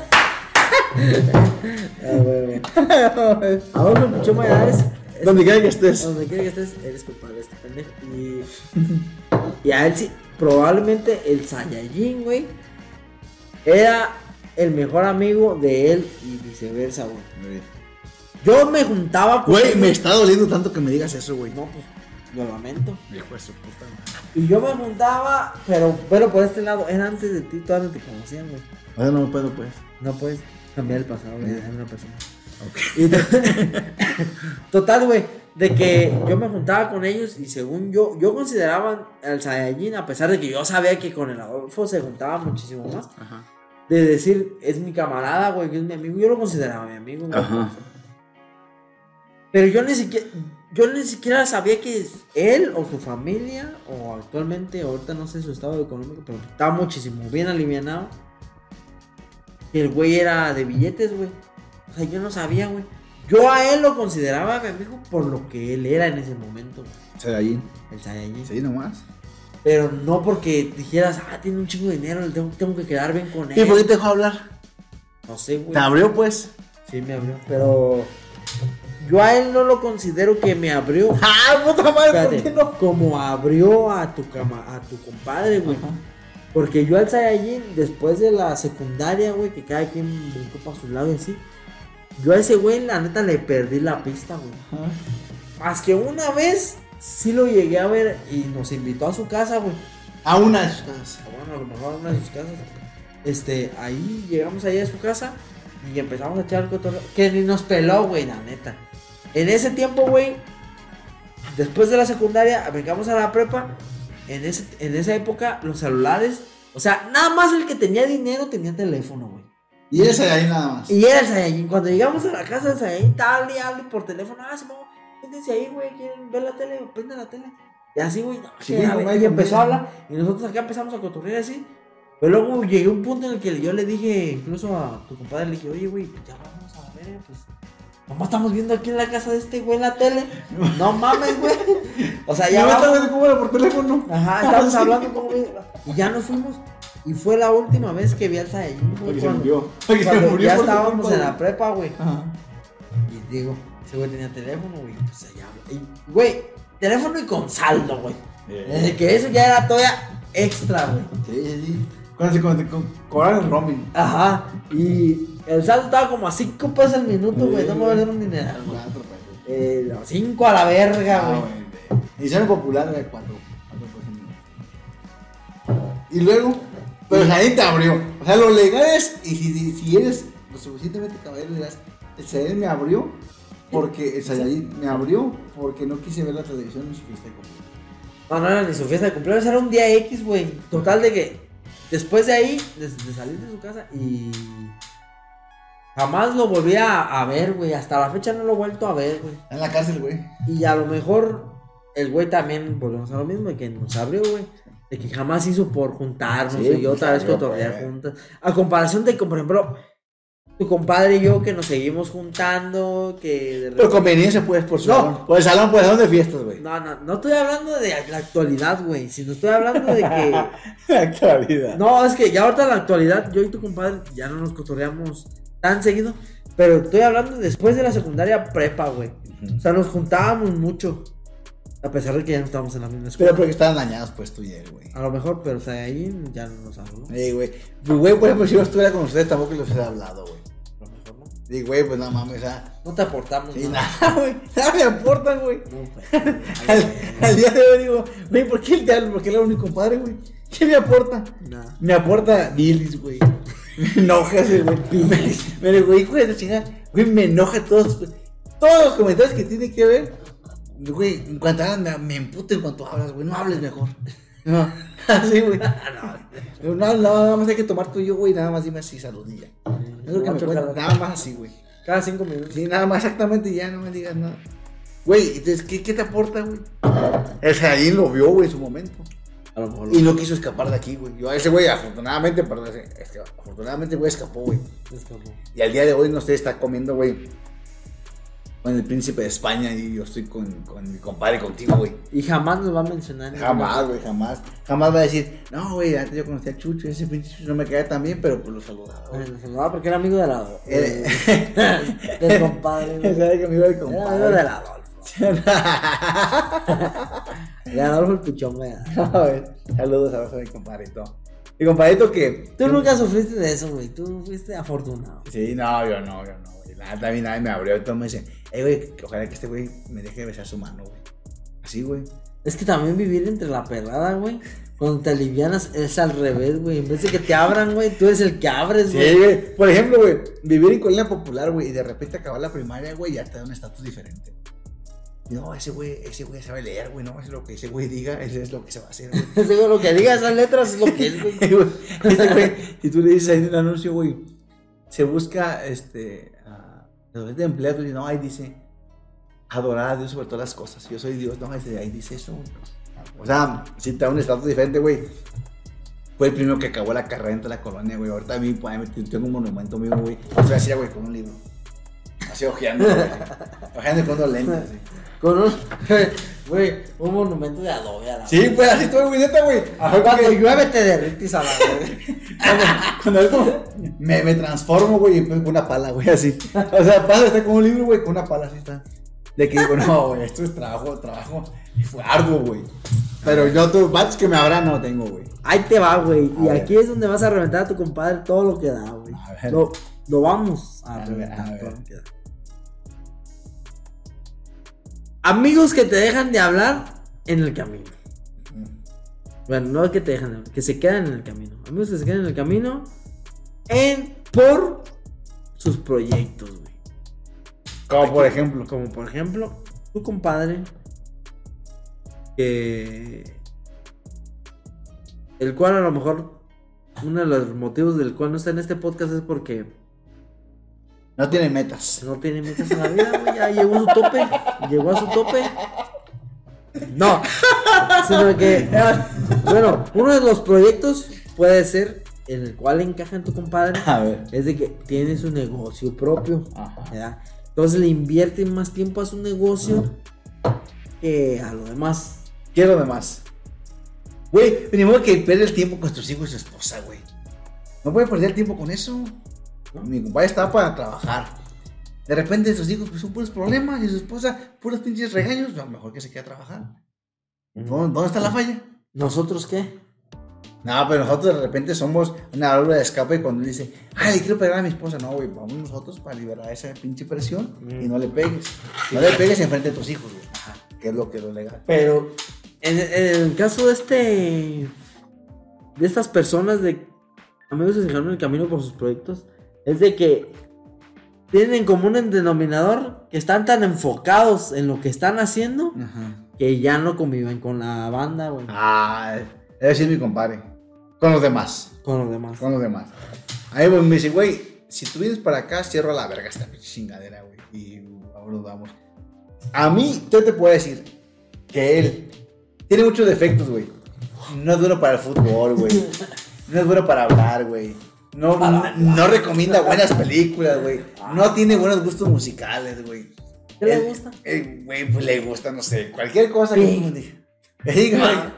Ah, güey, güey. Adolfo Pichón Valladares. es- Donde quiera que estés. Donde quiera que estés, eres compadre de este pendejo. Y, y a él sí, probablemente el Saiyajin, güey, era el mejor amigo de él y viceversa, güey. Yo me juntaba con Güey, él. me está doliendo tanto que me digas eso, güey. No, pues, lo lamento. Hijo de su puta madre. Y yo me juntaba, pero, pero por este lado, era antes de ti, todavía no te conocían, güey. Ahora no me puedo, pues. No puedes cambiar el pasado, güey, era una persona. Ok. Y to- Total, güey, de que yo me juntaba con ellos y según yo, yo consideraba al Saiyajin, a pesar de que yo sabía que con el Adolfo se juntaba muchísimo más, Ajá. de decir, es mi camarada, güey, que es mi amigo, yo lo consideraba mi amigo, güey. Ajá. Pero yo ni siquiera, yo ni siquiera sabía que él o su familia, o actualmente, ahorita no sé su estado económico, pero estaba muchísimo bien alivianado, que el güey era de billetes, güey. O sea, yo no sabía, güey. Yo a él lo consideraba mi amigo por lo que él era en ese momento, güey. Saiyajin. El Saiyajin. Sí, nomás. Pero no porque dijeras, ah, tiene un chingo de dinero, le tengo, tengo que quedar bien con él. ¿Y por qué te dejó hablar? No sé, güey. ¿Te abrió, pues? Sí, me abrió. Pero yo a él no lo considero que me abrió. ¡Ah, puta madre! ¿Por Espérate, qué no? como abrió a tu cama, a tu compadre, güey. Ajá. Porque yo al Saiyajin, después de la secundaria, güey, que cada quien brincó para su lado y así, yo a ese güey, la neta, le perdí la pista, güey. Ajá. Más que una vez, sí lo llegué a ver y nos invitó a su casa, güey. A una de sus casas. O bueno, a lo mejor a una de sus casas. Este, ahí llegamos allá a su casa y empezamos a echar el cotorreo. Que ni nos peló, güey, la neta. En ese tiempo, güey, después de la secundaria, vengamos a la prepa. En, ese, en esa época, los celulares, o sea, nada más el que tenía dinero tenía teléfono, güey. Y era Saiyajin nada más. Y era el Saiyajin. Cuando llegamos a la casa del Saiyajin, estaba hable y hable por teléfono. Ah, se me siéntense ahí, güey, quieren ver la tele, prende la tele. Y así, güey, no, Sí, que, a güey, ver, y güey. empezó a hablar. Y nosotros acá empezamos a cotorrear así. Pero luego llegué a un punto en el que yo le dije, incluso a tu compadre, le dije, oye, güey, pues ya vamos a ver, pues. Nomás estamos viendo aquí en la casa de este güey la tele. No mames, güey. O sea, ya. Ya vamos. estaba cómo era por teléfono. Ajá, estábamos hablando como. Y ya nos fuimos. Y fue la última vez que vi al Saiyajin, güey. Porque se cuando- murió. Porque se Cuando murió ya por tu estábamos culpa, en la güey. prepa, güey. Ajá. Y digo, ese güey tenía teléfono, güey. Pues allá, güey. Y, güey, teléfono y con saldo, güey. Desde que eso ya era todavía extra, güey. Sí, sí, sí. Cuando se cuando te co- cobraron el roaming. Ajá. Y el saldo estaba como a cinco pesos el minuto, güey. Sí, No me güey. valieron un dineral, güey. Cuatro pesos. Eh, los cinco a la verga, Ah, güey. güey. Edición popular de cuatro. Cuatro pesos. Y luego, pero el Saiyajin te abrió. O sea, lo legal es, y si, si eres lo suficientemente caballero, dirás, el Saiyajin me abrió porque el Saiyajin me abrió porque no quise ver la televisión en su fiesta de cumpleaños. No, no era ni su fiesta de cumpleaños, era un día X, güey. Total de que después de ahí, de, de salir de su casa y jamás lo volví a, a ver, güey. Hasta la fecha no lo he vuelto a ver, güey. En la cárcel, güey. Y a lo mejor el güey también volvemos a lo mismo, de que nos abrió, güey. De que jamás hizo por juntarnos Sí, y yo pues, otra vez abrió, cotorrear güey. juntas. A comparación de que, por ejemplo, tu compadre y yo que nos seguimos juntando, que de Por conveniencia, pues, por su No. salón. Por el salón, por el salón de fiestas, güey. No, no, no estoy hablando de la actualidad, güey, sino estoy hablando de que... Actualidad. No, es que ya ahorita en la actualidad, yo y tu compadre ya no nos cotorreamos tan seguido, pero estoy hablando después de la secundaria prepa, güey. O sea, nos juntábamos mucho, a pesar de que ya no estábamos en la misma escuela. Pero porque estaban dañados, pues, tú y él, güey. A lo mejor, pero o sea, ahí ya no nos habló. Ey, güey. Pues, güey, por ejemplo, si yo estuviera con ustedes, tampoco les hubiera hablado, güey. A lo mejor no. Y, güey, pues, no mames, o sea. No te aportamos Sí, nada. nada, güey. Nada me aportan, güey. No, pues, Al, al día de hoy digo, güey, ¿por qué el diablo? ¿Por qué era mi compadre, güey? ¿Qué me aporta? nada. Me aporta Billis, güey. Me enoja ese, güey. Billis. Pero, güey, güey, de chingada. Güey, me enoja todos, todos los comentarios que tiene que ver. Güey, en cuanto hablas, me, me emputa en cuanto hablas, güey. No hables mejor. No, así, güey. No, no, nada más hay que tomar tú y yo, güey. Nada más dime así, saludilla. Es lo que me Mucho cuenta. calor. Nada más así, güey. Cada cinco minutos. Sí, nada más exactamente, ya no me digas nada. Güey, entonces, ¿qué, qué te aporta, güey? El Saiyajin lo vio, güey, en su momento. A lo mejor Y no quiso escapar de aquí, güey. Yo a ese güey, afortunadamente, perdón, ese, este, afortunadamente, güey, escapó, güey. lo escapó. Y al día de hoy, no sé, está comiendo, güey, con el príncipe de España y yo estoy con, con mi compadre, contigo, güey. Y jamás nos va a mencionar. ni Jamás, nada. güey, jamás. Jamás va a decir, no, güey, antes yo conocí a Chucho, ese pinche Chucho no me caía tan bien, pero pues lo saludaba, güey. Bueno, se lo daba porque era amigo de la, Eh. eh, del compadre, güey. Sabe que me iba de Era amigo compadre. del Adolfo. De Adolfo el puchón, güey. No, güey. Saludos a mi compadrito. Mi compadrito que... Tú nunca sufriste de eso, güey. Tú fuiste afortunado. Sí, no, yo no, yo no, güey. Nada, también nadie me abrió. Entonces me dicen, eh, güey, que ojalá que este güey me deje besar su mano, güey. Así, güey. Es que también vivir entre la perrada, güey. Cuando te alivianas es al revés, güey. En vez de que te abran, güey, tú eres el que abres, Sí, güey. güey. Por ejemplo, güey, vivir en colonia popular, güey, y de repente acabar la primaria, güey, ya te da un estatus diferente. No, ese güey, ese güey sabe leer, güey, no, es lo que ese güey diga, ese es lo que se va a hacer, güey. Ese güey, lo que diga esas letras es lo que es, güey. Güey, ese güey, si tú le dices ahí en el anuncio, güey, se busca, este, uh, de empleados, y no, ahí dice, adorar a Dios sobre todas las cosas, yo soy Dios, no, ese, ahí dice eso, güey. O sea, si te da un estatus diferente, güey. Fue el primero que acabó la carrera dentro de la colonia, güey. Ahorita a mí, pues, tengo un monumento mío, güey. Estoy así, güey, con un libro. Así ojeando, güey. Ojeando con dos lentes, así. Con un, güey, un monumento de adobe a la Sí, pues así estoy, güey, neta, güey. Ajá, Cuando porque- llueve te derrites a la verga. Cuando, cuando es como, me, me transformo, güey, y empiezo con una pala, güey, así. O sea, pasa, está como un libro, güey, con una pala, así está. De que digo, no, güey, esto es trabajo, trabajo. Y fue arduo, güey. Pero yo, tú, vatos que me habrá, no tengo, güey. Ahí te va, güey. A Y ver. aquí es donde vas a reventar a tu compadre todo lo que da, güey. A ver. Lo, lo vamos a, A ver, reventar a ver. todo lo que da. Amigos que te dejan de hablar en el camino. Bueno, no que te dejan de hablar, que se quedan en el camino. Amigos que se quedan en el camino en por sus proyectos, güey. Como por ejemplo. Como por ejemplo, tu compadre que el cual a lo mejor uno de los motivos del cual no está en este podcast es porque no tiene metas. No tiene metas en la vida, güey. Ya llegó a su tope. Llegó a su tope. No. Sino que, bueno, uno de los proyectos puede ser en el cual encaja en tu compadre. A ver. Es de que tiene su negocio propio. Ajá. ¿Verdad? Entonces le invierte más tiempo a su negocio que a lo demás. ¿Qué es lo demás? Güey, ni modo que pierda el tiempo con tus hijos y su esposa, güey. No puede perder el tiempo con eso. Mi compadre estaba para trabajar. De repente sus hijos pues, son puros problemas y su esposa puros pinches regaños. No, mejor que se quede a trabajar. ¿Dónde, ¿Dónde está la falla? ¿Nosotros qué? No, pero nosotros de repente somos una válvula de escape cuando él dice, ay, le quiero pegar a mi esposa. No, güey, vamos nosotros para liberar esa pinche presión mm. y no le pegues. No le pegues enfrente de tus hijos, güey. Ajá, que es lo que es lo legal. Pero en, en el caso de este, de estas personas de amigos que se dejaron el camino por sus proyectos, es de que tienen en común un denominador que están tan enfocados en lo que están haciendo Ajá. que ya no conviven con la banda, güey. Ah, ese sí es mi compadre. Con los demás. Con los demás. Con los demás. Ahí pues, me dice, güey, si tú vienes para acá, cierro a la verga esta pinche chingadera, güey. Y ahora nos vamos. A mí, yo te puedo decir que él tiene muchos defectos, güey. No es bueno para el fútbol, güey. No es bueno para hablar, güey. No, no, no recomienda buenas películas, güey. No tiene buenos gustos musicales, güey. ¿Qué le gusta? Güey, pues le gusta, no sé, cualquier cosa que tú me digas.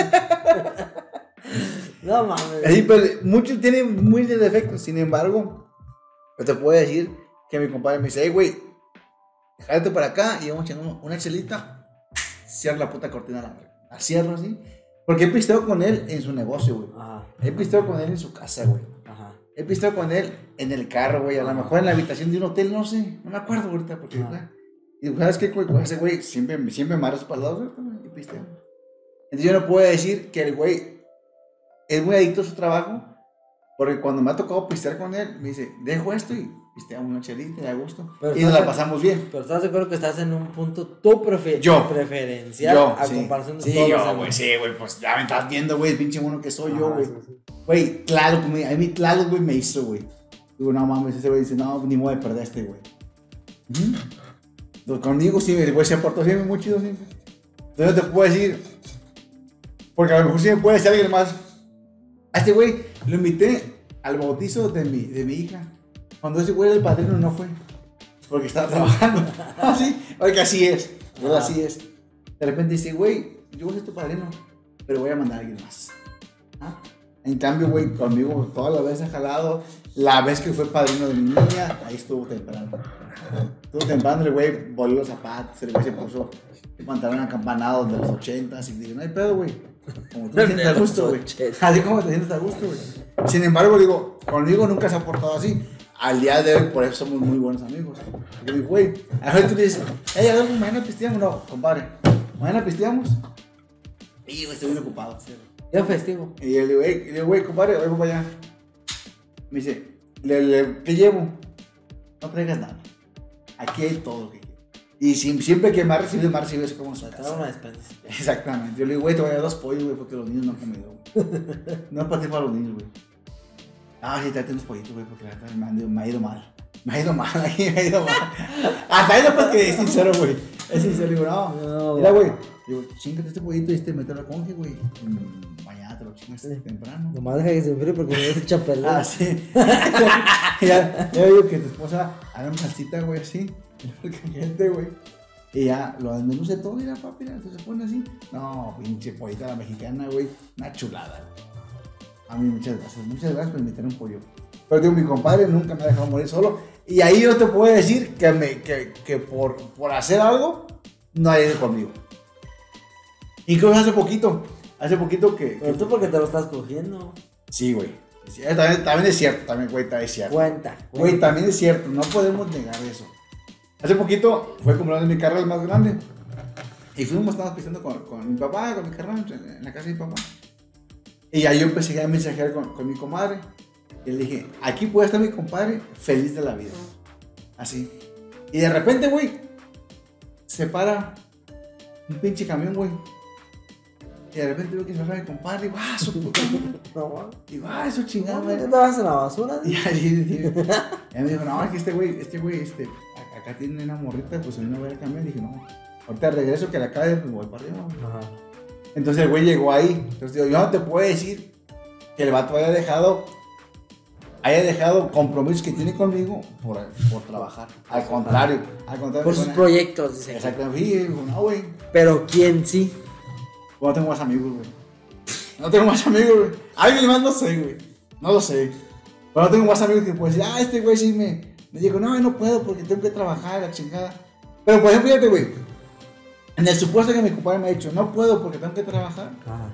No mames. Así, pues, muchos tienen muy de defectos. Sin embargo, yo te puedo decir que mi compadre me dice, hey, güey, jálate para acá y vamos a echar una chelita. Cierra la puta cortina a la verga. La cierro así. Porque he pisteado con él en su negocio, güey. Ajá. He pisteado con él en su casa, güey. Ajá. He pisteado con él en el carro, güey. A lo mejor en la habitación de un hotel, no sé. No me acuerdo ahorita. Porque, güey. Y ¿sabes qué, güey? Ese güey siempre, siempre me agarra para el lado, güey. Y pisteamos. Entonces yo no puedo decir que el güey es muy adicto a su trabajo. Porque cuando me ha tocado pistear con él, me dice, dejo esto y pisteamos una chelita y a gusto. Pero y nos la pasamos bien. Pero estás de acuerdo que estás en un punto tu prefer yo, preferencial yo, a sí. comparación de sí, todos yo, güey, sí, güey, pues ya me estás viendo, güey, el pinche mono que soy ah, yo, güey. Güey, sí, sí. claro, a mí claro, güey, me hizo, güey. Digo, no mames, ese güey dice, no, ni modo de perder este, güey. ¿Mm? Entonces, conmigo sí, el güey se aportó siempre muy chido, siempre. Entonces te puedo decir, porque a lo mejor sí me puede decir alguien más. A este güey lo invité al bautizo de mi, de mi hija. Cuando ese güey era el padrino no fue. Porque estaba trabajando. Así, porque así es. Ah. Así es. De repente dice, güey, yo voy a ser tu padrino, pero voy a mandar a alguien más. ¿Ah? En cambio, güey, conmigo todas las veces ha jalado. La vez que fue padrino de mi niña, ahí estuvo temprano. Estuvo temprano, el güey volvió los zapatos, el güey se puso el pantalón acampanado de los ochentas. Y dije, no hay pedo, güey. Como tú te sientes a gusto, güey. Así como te sientes a gusto, güey. Sin embargo, digo, conmigo nunca se ha portado así. Al día de hoy, por eso somos muy buenos amigos. Yo digo, güey, a ver, tú dices, hey, a ver, mañana pisteamos. No, compadre, mañana pisteamos. Y güey, estoy bien ocupado. Yo festivo. Y yo le digo, hey, güey, compadre, voy para allá. Me dice, le, le, ¿qué llevo? No traigas nada. Aquí hay todo lo que quiero. Y siempre que me ha recibido, me ha recibido así como su casa. Una despensa. Exactamente. Yo le digo, güey, te voy a dar dos pollos, güey, porque los niños no han comido, güey. No es para ti, para los niños, güey. Ah, sí, tráete unos pollitos, güey, porque la verdad me, me ha ido mal. Me ha ido mal, aquí me ha ido mal. Hasta ahí no porque es sincero, güey. Es sincero, digo, no. no mira, güey. Digo, chingate este pollito y este mételo a conge, güey. Mañana te lo chingas sí. temprano. Nomás deja que se enfríe porque me vas a echar perder. Ah, sí. ya, ya digo que tu esposa haga una salsita, güey, así. Caliente, güey. Y ya lo desmenuce todo, mira, papi, mira, se pone así. No, pinche pollita la mexicana, güey. Una chulada, güey. A mí muchas gracias, muchas gracias por invitarme un pollo. Pero digo, mi compadre nunca me ha dejado morir solo. Y ahí yo te puedo decir que, me, que, que por, por hacer algo, no ha ido conmigo. Incluso hace poquito, hace poquito que... Pero que, tú porque te lo estás cogiendo. Sí, güey. Sí, también, también es cierto, también, güey, también es cierto. Cuenta. Güey, también es cierto, no podemos negar eso. Hace poquito fue cumpleaños de mi carnal más grande. Y fuimos, estábamos pisando con, con mi papá, con mi carnal, en la casa de mi papá. Y ahí yo empecé a mensajear con, con mi comadre. Y le dije, aquí puede estar mi compadre feliz de la vida. Así. Y de repente, güey, se para un pinche camión, güey. Y de repente veo que se baja mi compadre, y digo, ah, su puta madre. No, Digo, ah, eso chingada, no, madre. ¿te estabas en la basura? Y ahí ya me dijo, no, es que este güey, este güey, este, acá tiene una morrita, pues a mí no voy a cambiar. Dije, no, ahorita regreso que la acabe, pues voy para arriba. Ajá. Entonces el güey llegó ahí. Entonces digo, yo no te puedo decir que el vato haya dejado, haya dejado compromisos que tiene conmigo por, por trabajar. Al contrario, al contrario. Por sus bueno, proyectos, dice. exactamente. Sí, digo, no, güey. Pero ¿quién sí? No tengo más amigos, güey. No tengo más amigos, güey. Alguien más no sé, güey. No lo sé. Pero no tengo más amigos que pueden decir, ah, este güey sí me, me dijo, no, no puedo porque tengo que trabajar, la chingada. Pero por ejemplo, fíjate, güey. En el supuesto que mi compadre me ha dicho, no puedo porque tengo que trabajar. Ajá.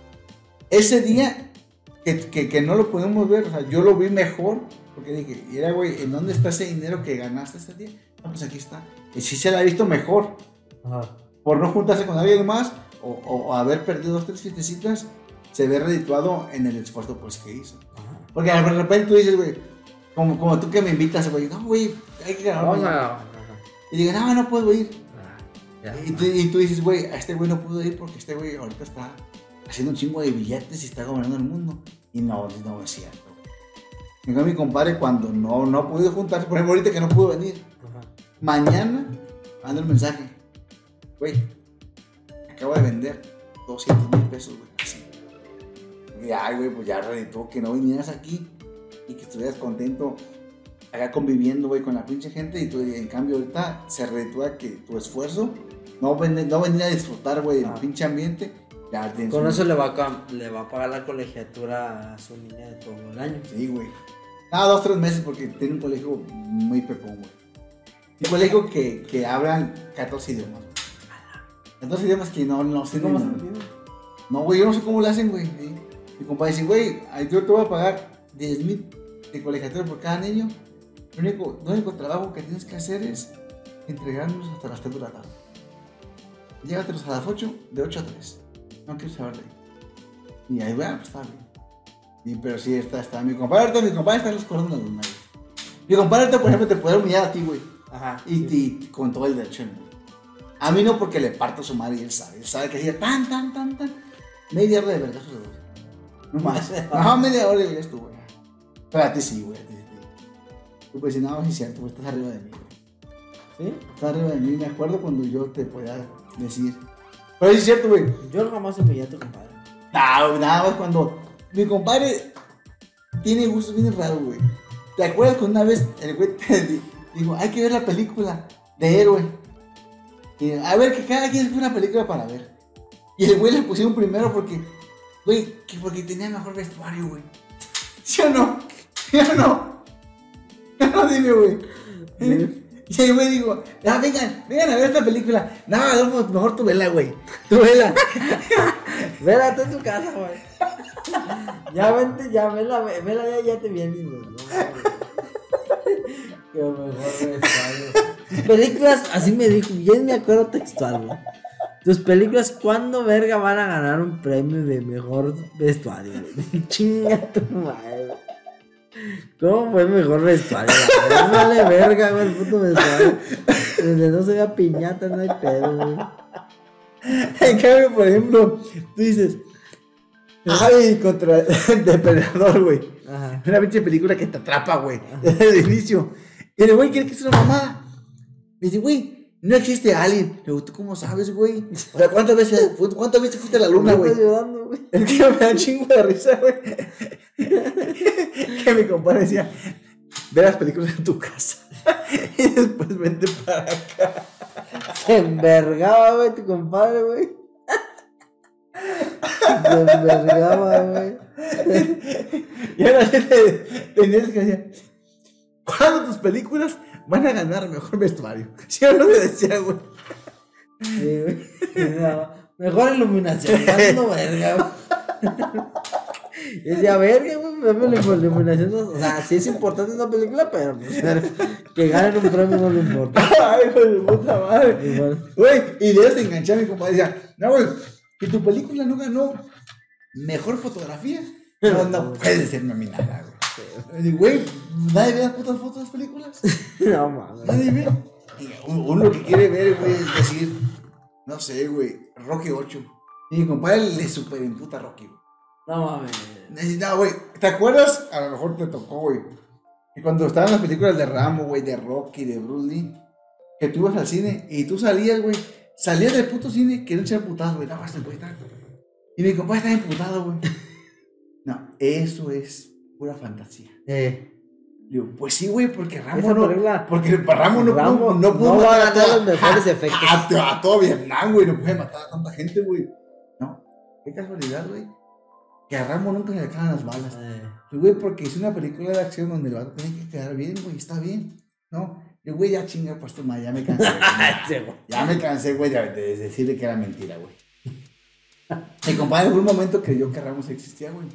Ese día que, que, que no lo podemos ver, o sea, yo lo vi mejor. Porque dije, y era, güey, ¿en dónde está ese dinero que ganaste ese día? No, pues aquí está. Y sí se la ha visto mejor. Ajá. Por no juntarse con alguien más o, o, o haber perdido dos, tres fiestecitas, se ve redituado en el esfuerzo pues que hizo. Ajá. Porque de repente tú dices, güey, como, como tú que me invitas, güey, no, güey, hay que grabar Vamos mañana. a... Y digo, no, no puedo ir. Ya. Y tú, y tú dices, güey, a este güey no puedo ir porque este güey ahorita está haciendo un chingo de billetes y está gobernando el mundo. Y no, no es cierto. Digo, mi compadre, cuando no, no ha podido juntarse, por ejemplo, ahorita que no pudo venir, Ajá. mañana manda el mensaje, güey, acabo de vender doscientos mil pesos, güey, así. Y ay, güey, pues ya reditó que no vinieras aquí y que estuvieras contento acá conviviendo, güey, con la pinche gente. Y tú, en cambio, ahorita se reditúa que tu esfuerzo, no, ven, no venir a disfrutar, güey, del Ah. pinche ambiente. Ya tienes Con un- eso le va, a, cam- le va a pagar la colegiatura a su niña de todo el año. Sí, güey. No, dos, tres meses porque tiene un colegio muy pepón, güey. Un colegio que, que hablan catorce idiomas. catorce idiomas que no, no sé. ¿Cómo ni- se entiende? No, güey, yo no sé cómo lo hacen, güey. ¿Sí? Mi compadre dice, güey, yo te voy a pagar diez mil de colegiatura por cada niño. Lo único, el único trabajo que tienes que hacer es entregarnos hasta las tres de la tarde. Llévatelos a las ocho, de ocho a tres. No quiero saber de ahí. Y ahí, bueno, pues está bien. Y, pero sí, está, está. Mi compadre, ahorita, mi compadre está en los cordones de la luna, güey. Mi compadre, ahorita, por ejemplo, te puede humillar a ti, güey. Ajá. Y, y- y con todo el derecho del mundo. A mí no, porque le parto a su madre y él sabe. Él sabe que hacía tan, tan, tan, tan. Media hora de vergazos de dos. No más. No, media hora y ya estuvo, güey. Pero a ti sí, güey. A ti sí. Tú puedes decir, no, sí es cierto, güey, estás arriba de mí, güey. ¿Sí? Estás arriba de mí. Me acuerdo cuando yo te podía decir. Pero sí es cierto, güey. Yo jamás humillé a tu compadre. No, nada más cuando mi compadre tiene gustos bien raros, güey. ¿Te acuerdas cuando una vez el güey te di- dijo, hay que ver la película de héroe? Y a ver, que cada quien escoge una película para ver. Y el güey le pusieron primero porque, güey, que porque tenía mejor vestuario, güey. ¿Sí o no? ¿Sí o no? No, dime, güey. Sí. Y el güey dijo, ah, vengan, vengan a ver esta película. No, Adolfo, mejor tú vela, güey. Tú vela. Vela tú en tu casa, güey. Ya vente, ya, vela, ve- vela, ya, ya te vienes, güey. No, güey. Qué mejor vestuario. Tus películas, así me dijo, bien me acuerdo textual, güey. Tus películas, ¿cuándo verga van a ganar un premio de mejor vestuario, güey? Chinga tu madre, güey. ¿Cómo fue el mejor vestuario? No vale verga, güey, el puto vestuario. Donde no se vea piñata, no hay pedo, güey. En cambio, por ejemplo, tú dices, ay, contra Depredador, güey. Ajá. Una pinche película que te atrapa, güey, desde el inicio. Y el güey quiere que sea una mamada. Me dice, güey, no existe Alien. Le digo, ¿tú cómo sabes, güey? O sea, ¿cuántas veces, cuántas veces fuiste a la luna, güey? Estoy llorando, güey. Es que me da un chingo de risa, güey. Que mi compadre decía, ve las películas en tu casa. Y después vente para acá. Se envergaba, güey, tu compadre, güey. Se envergaba, güey. Y ahora sí te tenías que decir, ¿cuándo tus películas van a ganar mejor vestuario? Si yo no te decía, güey. Sí, güey. No, mejor iluminación, no verga, güey. Y decía, verga, güey, pero la iluminación no, o sea, sí es importante una película, pero pues, que ganen un premio no le importa. Ay, hijo de puta madre. Igual. Güey, y de eso te enganché a mi compadre. Decía, no, güey, que tu película no ganó mejor fotografía. No, no puede ser nominada, güey. Y, güey, nadie ve las putas fotos de las películas. No mames. Nadie ve. Y uno lo que quiere ver, güey, es decir, no sé, güey, Rocky ocho. Y mi compadre le super imputa a Rocky, güey. No mames. No, güey, ¿te acuerdas? A lo mejor te tocó, güey. Y cuando estaban las películas de Rambo, güey, de Rocky, de Bruce Lee, que tú ibas al cine y tú salías, güey, salías del puto cine, querían echar putadas, güey, no, este güey está. Y mi compadre estaba imputado, güey. No, eso es pura fantasía. Eh. Digo, pues sí, güey, porque Rambo Esa no. película- Porque Rambo no Rambo pudo, no pudo no va a matar ganar toda- los mejores a- efectos. A, a todo Vietnam, güey, no puede matar a tanta gente, güey. No, qué casualidad, güey. Que a Rambo nunca se le acaban las balas. Eh. Y, güey, porque es una película de acción donde el vato tiene que quedar bien, güey, está bien. No, yo, güey, ya chinga, pues tu madre, ya me cansé. Güey, Sí, ya, güey. ya me cansé, güey, de, de decirle que era mentira, güey. Mi compadre en un momento creyó que Rambo existía, güey.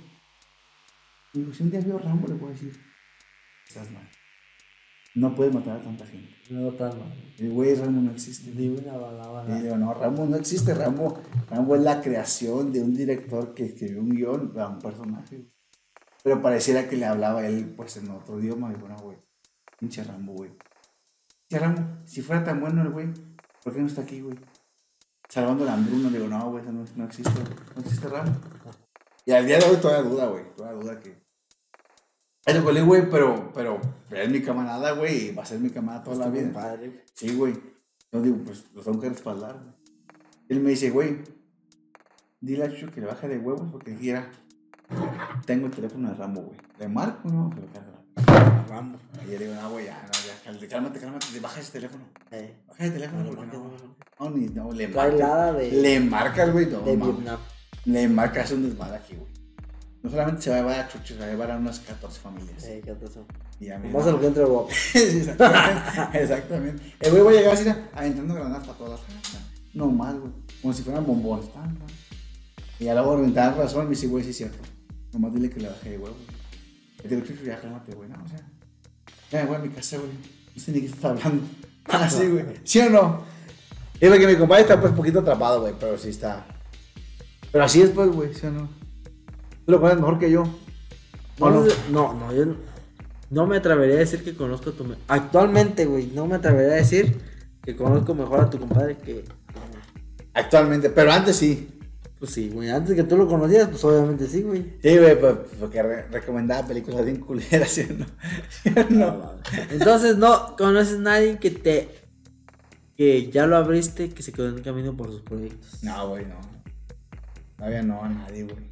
Y digo, si un día veo a Rambo, le puedo decir, estás mal. No puedes matar a tanta gente. No tan mal. Y, güey, Rambo no existe. Di una balada. Y digo, no, Rambo no existe. Rambo, Rambo es la creación de un director que escribió un guión a un personaje, güey. Pero pareciera que le hablaba él, pues, en otro idioma. Y bueno, güey, pinche Rambo, güey. Pinche Rambo, si fuera tan bueno el güey, ¿por qué no está aquí, güey? Salvando la hambruna, digo, no, güey, eso no, no existe, no existe Rambo. Y al día de hoy todavía duda, güey, todavía duda que... Eso fue el güey, pero, pero es mi camarada, güey, y va a ser mi camarada toda la vida. Padre. Sí, güey. Yo digo, pues, lo tengo que respaldar, güey. Él me dice, güey, dile a Chucho que le baje de huevos porque quiera. Tengo el teléfono de Rambo, güey. ¿Le marco no? Pero carga. Rambo. Y yo le digo, no, güey, ya, no, ya, cálmate, cálmate, cálmate, baja ese teléfono. Eh. Baja el teléfono, No, porque no, no, no. no, ni, no, le Trae marcas. lada de- Le marcas, güey, no, De mames. Vietnam. Le marcas un desmadre aquí, güey. No solamente se va a llevar a Chucho, se va a llevar a unas catorce familias. Eh, ¿qué te pasó? Y a mí, Más no. a lo que entre guapo. Sí, exactamente, exactamente. El güey va a llegar así, aventando granadas para todas. No mal, güey. Como si fueran bombones. Tan, tan. Y a la hora de dar razón, me dice, güey, sí es cierto. Nomás dile que le bajé de huevo. Y te digo, Chucho, ya cálmate, güey. No, o sea, ya me voy a mi casa, güey. No sé ni qué estás hablando. Ah, sí, güey. ¿Sí o no? Es porque mi compadre está pues un poquito atrapado, güey, pero sí está. Pero así es, pues, güey, ¿sí o no? Tú lo conoces mejor que yo. ¿O No, no? no, no, yo no, no me atrevería a decir que conozco a tu... me- Actualmente, güey, no me atrevería a decir que conozco mejor a tu compadre que... Actualmente, pero antes sí. Pues sí, güey, antes que tú lo conocías, pues obviamente sí, güey. Sí, güey, pues, porque re- recomendaba películas bien culeras, ¿sí o no? ¿Sí o no? Entonces no conoces a nadie que te... que ya lo abriste, que se quedó en el camino por sus proyectos. No, güey, no. Todavía no a nadie, güey.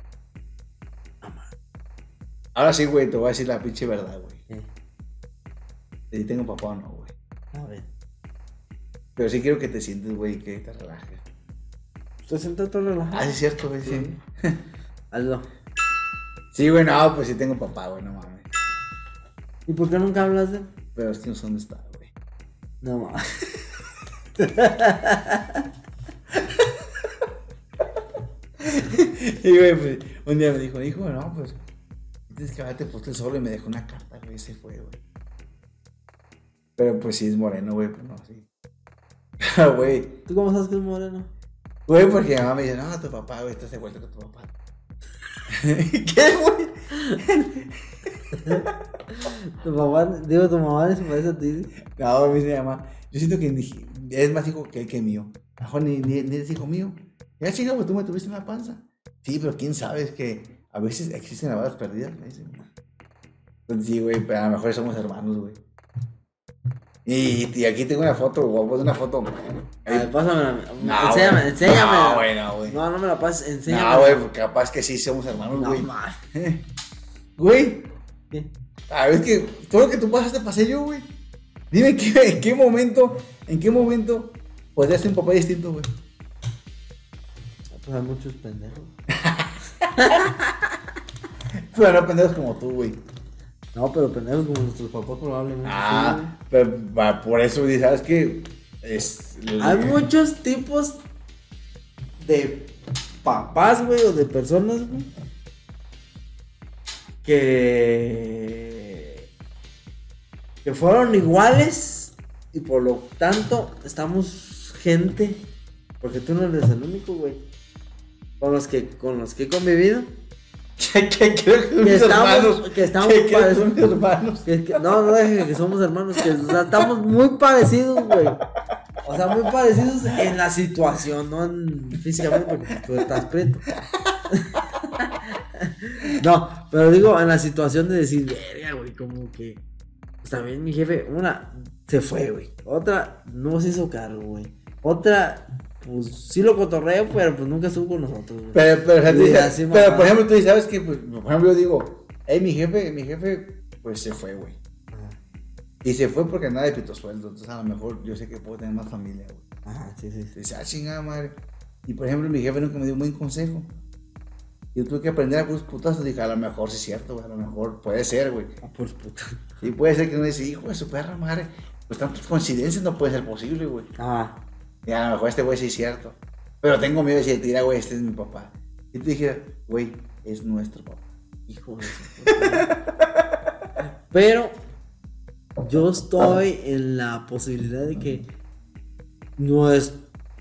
Ahora sí, güey, te voy a decir la pinche verdad, güey. Eh, Si tengo papá o no, güey. a ver. Pero sí quiero que te sientes, güey, que te relajes. ¿Usted siente todo relajado? Ah, sí es cierto, güey, sí. Hazlo. Sí, güey, no, pues sí tengo papá, güey, no mames. ¿Y por qué nunca hablas de él? Pero es que no sé dónde está, güey. No, mames. Y, güey, pues, un día me dijo, hijo, no, pues, tienes que haberte puesto el solo y me dejó una carta, güey, y se fue, güey. Pero pues sí es moreno, güey, pues no, sí. Pero, güey, ¿Tú cómo sabes que es moreno? güey, porque mi mamá me dice, no, tu papá, güey, estás de vuelta con tu papá. ¿Qué, güey? Tu papá, digo, tu mamá se parece a ti. No, me dice mi mamá, yo siento que ni- es más hijo que, que mío. A lo mejor ni, ni, ni es hijo mío. Ya, chica, pues tú me tuviste en la panza. Sí, pero quién sabe, es que a veces existen las balas perdidas, me dicen. Pues sí, güey, pero a lo mejor somos hermanos, güey. Y, y aquí tengo una foto, güey, pues una foto. A ver, pásamela. No, enséñame, güey. enséñame. No, güey, no, güey. No, no me la pases, enséñame. No, güey, porque capaz que sí somos hermanos, No, güey. ma. Güey, ¿Qué? a ver, es que todo lo que tú pasaste pasé yo, güey. Dime ¿qué, en qué momento, en qué momento podrías ser un papá distinto, güey. Pues hay muchos pendejos. Pero no pendejos como tú, güey. No, pero pendejos como nuestros papás probablemente. Ah, pero va, por eso, güey, ¿sabes qué? Es... Sí. Hay muchos tipos de papás, güey, o de personas, güey, que que fueron iguales y por lo tanto estamos gente, porque tú no eres el único, güey, con los que con los que he convivido. que, que creo que son Que mis estamos- hermanos. que estamos que, creo que parecidos. son mis hermanos. Que- que- no, no dejes que somos hermanos, que o sea, estamos muy parecidos, güey. O sea, muy parecidos en la situación, no en físicamente, porque tú estás preto. No, pero digo, en la situación de decir, verga, güey, como que. Pues también mi jefe, una, se fue, güey. Otra, no se hizo cargo, güey. Otra, pues sí lo cotorreo, pero pues nunca estuvo con nosotros, güey. Pero, pero, o sea, tú Y dices, así, pero mamá. por ejemplo, tú dices, ¿sabes qué? Pues, por ejemplo, yo digo, hey, mi jefe, mi jefe, pues se fue, güey. Ajá, Y se fue porque nada de pito sueldo. Entonces, a lo mejor yo sé que puedo tener más familia, güey. ajá, sí, sí, sí. Dice, ah, chingada madre. Y por ejemplo, mi jefe nunca me dio un buen consejo. Yo tuve que aprender a puros putazos. Dije, a lo mejor sí es cierto, güey. A lo mejor puede ser, güey. Ah, por puta. Y puede ser que uno dice, hijo de su perra madre. Pues tantas coincidencias no puede ser posible, güey. Ah, Y a lo mejor este güey sí es cierto. Pero tengo miedo de decir, tira, güey, este es mi papá. Y tú dijera, güey, es nuestro papá. hijo de su puta. Pero yo estoy en la posibilidad de que no es.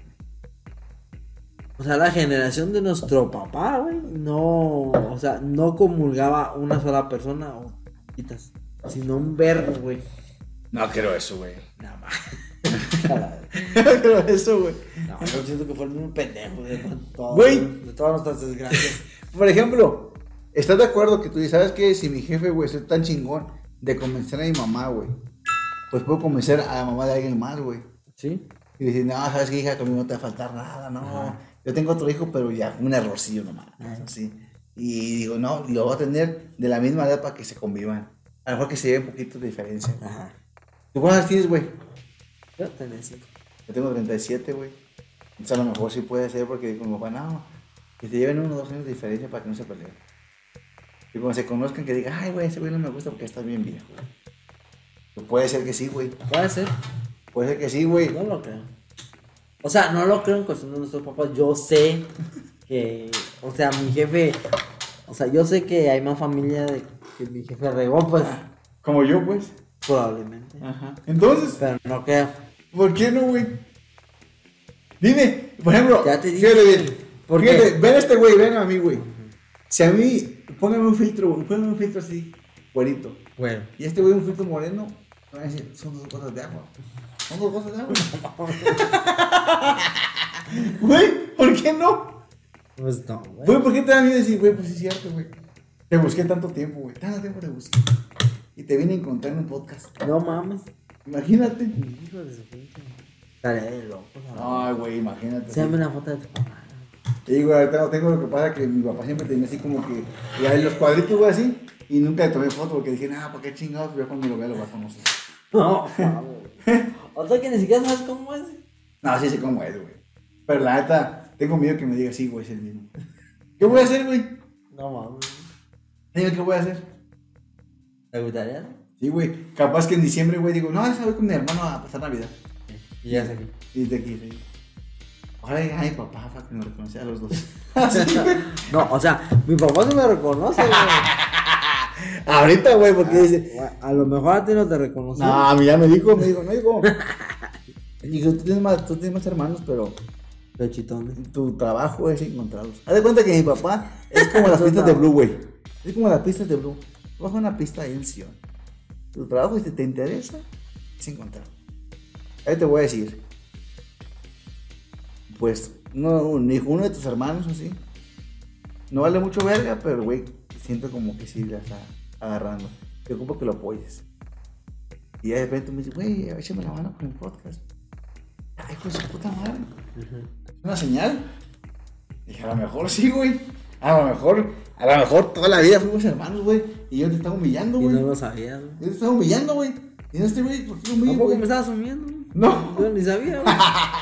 O sea, la generación de nuestro papá, güey, no, o sea, no comulgaba una sola persona o poquitas, sino un verbo, güey. No creo eso, güey. Nada más. No creo eso, güey. No, yo siento que fue el mismo pendejo de, todo, Güey. de todas nuestras desgracias. Por ejemplo, ¿estás de acuerdo que tú dices, ¿sabes qué? Si mi jefe, güey, soy tan chingón de convencer a mi mamá, güey, pues puedo convencer a la mamá de alguien más, güey. ¿Sí? Y decir, no, ¿sabes qué, hija? Conmigo no te va a faltar nada, no. Ajá. Yo tengo otro hijo, pero ya, un errorcillo nomás, así. Y digo, no, lo voy a tener de la misma edad para que se convivan. A lo mejor que se lleve un poquito de diferencia. Ajá. ¿Tú cuántas edad tienes, güey? Yo tenía cinco. Yo tengo treinta y siete, güey. Entonces a lo mejor sí puede ser porque digo, mi papá, no, que se lleven uno o dos años de diferencia para que no se peleen. Y cuando se conozcan, que digan, ay, güey, ese güey no me gusta porque está bien viejo. Pues puede ser que sí, güey. Puede ser. Puede ser que sí, güey. No lo creo. O sea, no lo creo en cuestión de nuestros papás. Yo sé que, o sea, mi jefe, o sea, yo sé que hay más familia de que mi jefe regó, pues, Como yo, pues. probablemente. Ajá. Entonces, Pero no creo. ¿por qué no, güey? Dime, por ejemplo, Ya te dije. fíjate bien. ¿Por Fíjate, qué? ven a este güey, ven a mí, güey. Si a mí, póngame un filtro, güey, póngame un filtro así, güerito. Bueno. Y este güey un filtro moreno, me van a decir, son dos gotas de agua. Son dos gotas de agua. Güey, ¿por qué no? Pues no, güey. Güey, ¿por qué te da miedo decir, güey, pues sí es cierto, güey? Te busqué tanto tiempo, güey. Tanto tiempo te busqué. Y te vine a encontrar en un podcast. No mames. Imagínate. Hijo de su pinche. Tarea de loco. ¿no? Ay, güey, imagínate. Enséñame una foto de tu papá. Y güey, ahorita no tengo lo que pasa que mi papá siempre tenía así como que ya en los cuadritos, güey, así. Y nunca le tomé foto porque dije, nah, ¿para qué chingados? Yo cuando lo vea lo voy a conocer. No, mames. O sea que ni siquiera sabes cómo es. No, sí sé cómo es, güey. Pero la neta, tengo miedo que me diga, sí, güey, es el mismo. ¿Qué voy a hacer, güey? No mames. Dime qué voy a hacer. ¿Te gustaría? Sí, güey. Capaz que en diciembre, güey, digo, no, esa voy con mi hermano a pasar Navidad. Y ya sé aquí. Y de aquí, sí. Ojalá diga, ay, papá, para que nos reconocía a los dos. Así, güey. No, o sea, mi papá no me reconoce, güey. Ahorita, güey, porque dice, A lo mejor a ti no te reconoce. no, a mí ya me dijo, me dijo, no dijo. Dijo, tú tienes más, tú tienes más hermanos, pero Pechitones. tu trabajo es encontrarlos. Haz de cuenta que mi papá es como las pistas de Blue, güey. Es como las pistas de Blue. Tú vas a una pista ahí en Sion. Tu trabajo, si te interesa, es encontrar. Ahí te voy a decir. Pues, no, ni uno de tus hermanos así. No vale mucho verga, pero, güey, siento como que sí la está agarrando. Te ocupo que lo apoyes. Y de repente me dice, güey, échame la mano con el podcast. Ay, pues su puta madre. ¿Es una señal? Dije, a lo mejor sí, güey. A lo mejor, a lo mejor toda la vida fuimos hermanos, güey. Y yo te estaba humillando, Y güey. no lo sabía, güey. Yo te estaba humillando, güey. Y no este güey, ¿por qué lo humillo, ¿Tampoco güey? me estabas sumiendo? No. Yo ni sabía, güey.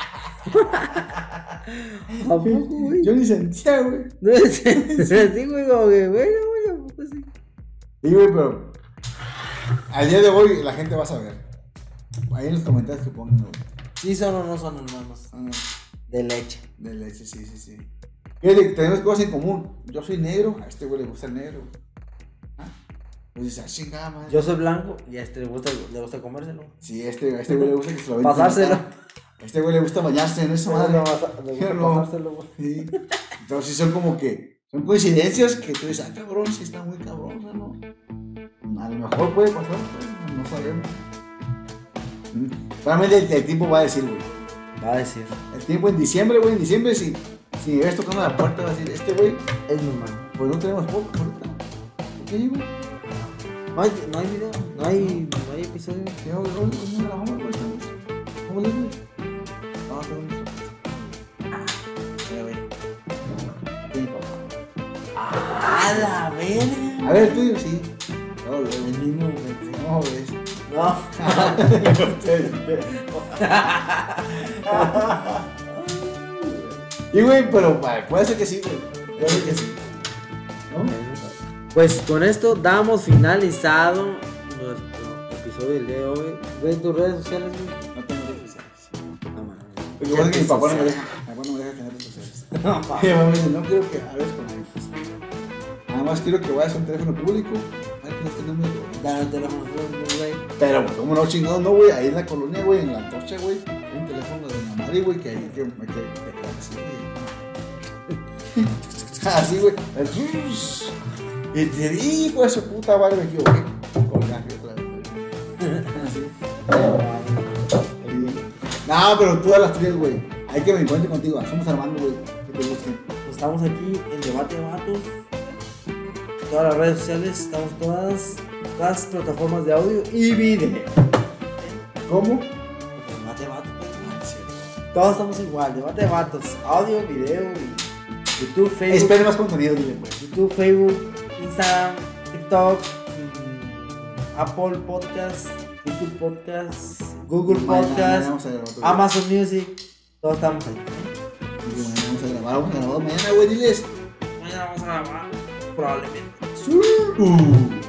¿Tampoco, güey? Yo ni sentía, güey. No sé, sí, güey, como que, bueno, güey, tampoco sí. Sí, güey, pero al día de hoy la gente va a saber. Ahí en los comentarios que pongan, güey. Sí son o no son hermanos. Ah, De leche. de leche, sí, sí, sí. Fíjate que tenemos cosas en común. Yo soy negro, a este güey le gusta el negro. ¿Ah? Pues dice, ah, chingada, madre. Yo soy blanco y a este le gusta, le gusta comérselo. Sí, a este, a este güey le gusta que se lo avienten en la Pasárselo. cara. A este güey le gusta bañarse en esa Le madre. gusta le gusta Yo no. pasárselo, güey. Sí. Entonces sí son como que, son coincidencias que tú dices, ah, cabrón, sí está muy cabrón, ¿no? A lo mejor puede pasar, pues, no sabemos. Mm. Realmente el, el tiempo va a decir, güey. Va a decir. El tiempo en diciembre, güey, en diciembre, si, si me ves tocando la puerta, va a decir, este güey, Es mi mano. pues no tenemos poco ahorita. ¿Por qué, güey? No hay, no hay video, no hay, no hay episodio. ¿Qué hago? ¿Cómo no grabamos, güey? ¿Cómo le digo? No, tengo mis Mira, güey. Sí, papá. ¡A la verga! A ver, el tuyo, sí. No, güey. El mismo, güey. No, güey. No. Y, güey, pero vale, puede ser que sí, güey. Puede ser que sí. ¿No? Pues con esto damos finalizado nuestro episodio del día de hoy. ¿Ves tus redes sociales, güey? No tengo redes sociales. No, mames. Lo que pasa es que mi papá no me deja. Mi papá no me deja tener redes sociales. No, Mi mamá me dice, no quiero que hables con ellos. Nada más quiero que vayas a un teléfono público. A ver, este número. Dame el teléfono, güey. Pero, como no chingado, no, güey. Ahí en la colonia, güey, en la antorcha, güey. Hay un teléfono de mi madre, güey, que ahí que me que, que, así, güey. Así, güey. Y te digo, esa puta madre me equivoqué. Colgaje otra vez, güey. Así. No, pero todas las tuyas, güey. Hay que me encuentre contigo. Somos Armando, güey. Que te gusten. Pues estamos aquí en Debate de Vatos. Todas las redes sociales, estamos todas las plataformas de audio y video. ¿Cómo? Debate de Vatos, pues. Todos estamos igual, Debate de Vatos. Audio, video, y YouTube, Facebook. Esperen más contenido, dile, güey. YouTube, Facebook, Instagram, TikTok, mm, Apple Podcast, YouTube Podcast, Google Mañana Podcast, vamos a grabar otro Amazon Music. Todos estamos ahí. video. Mañana vamos a grabar, vamos a grabar mañana, güey, diles. Mañana vamos a grabar, probablemente. Uh.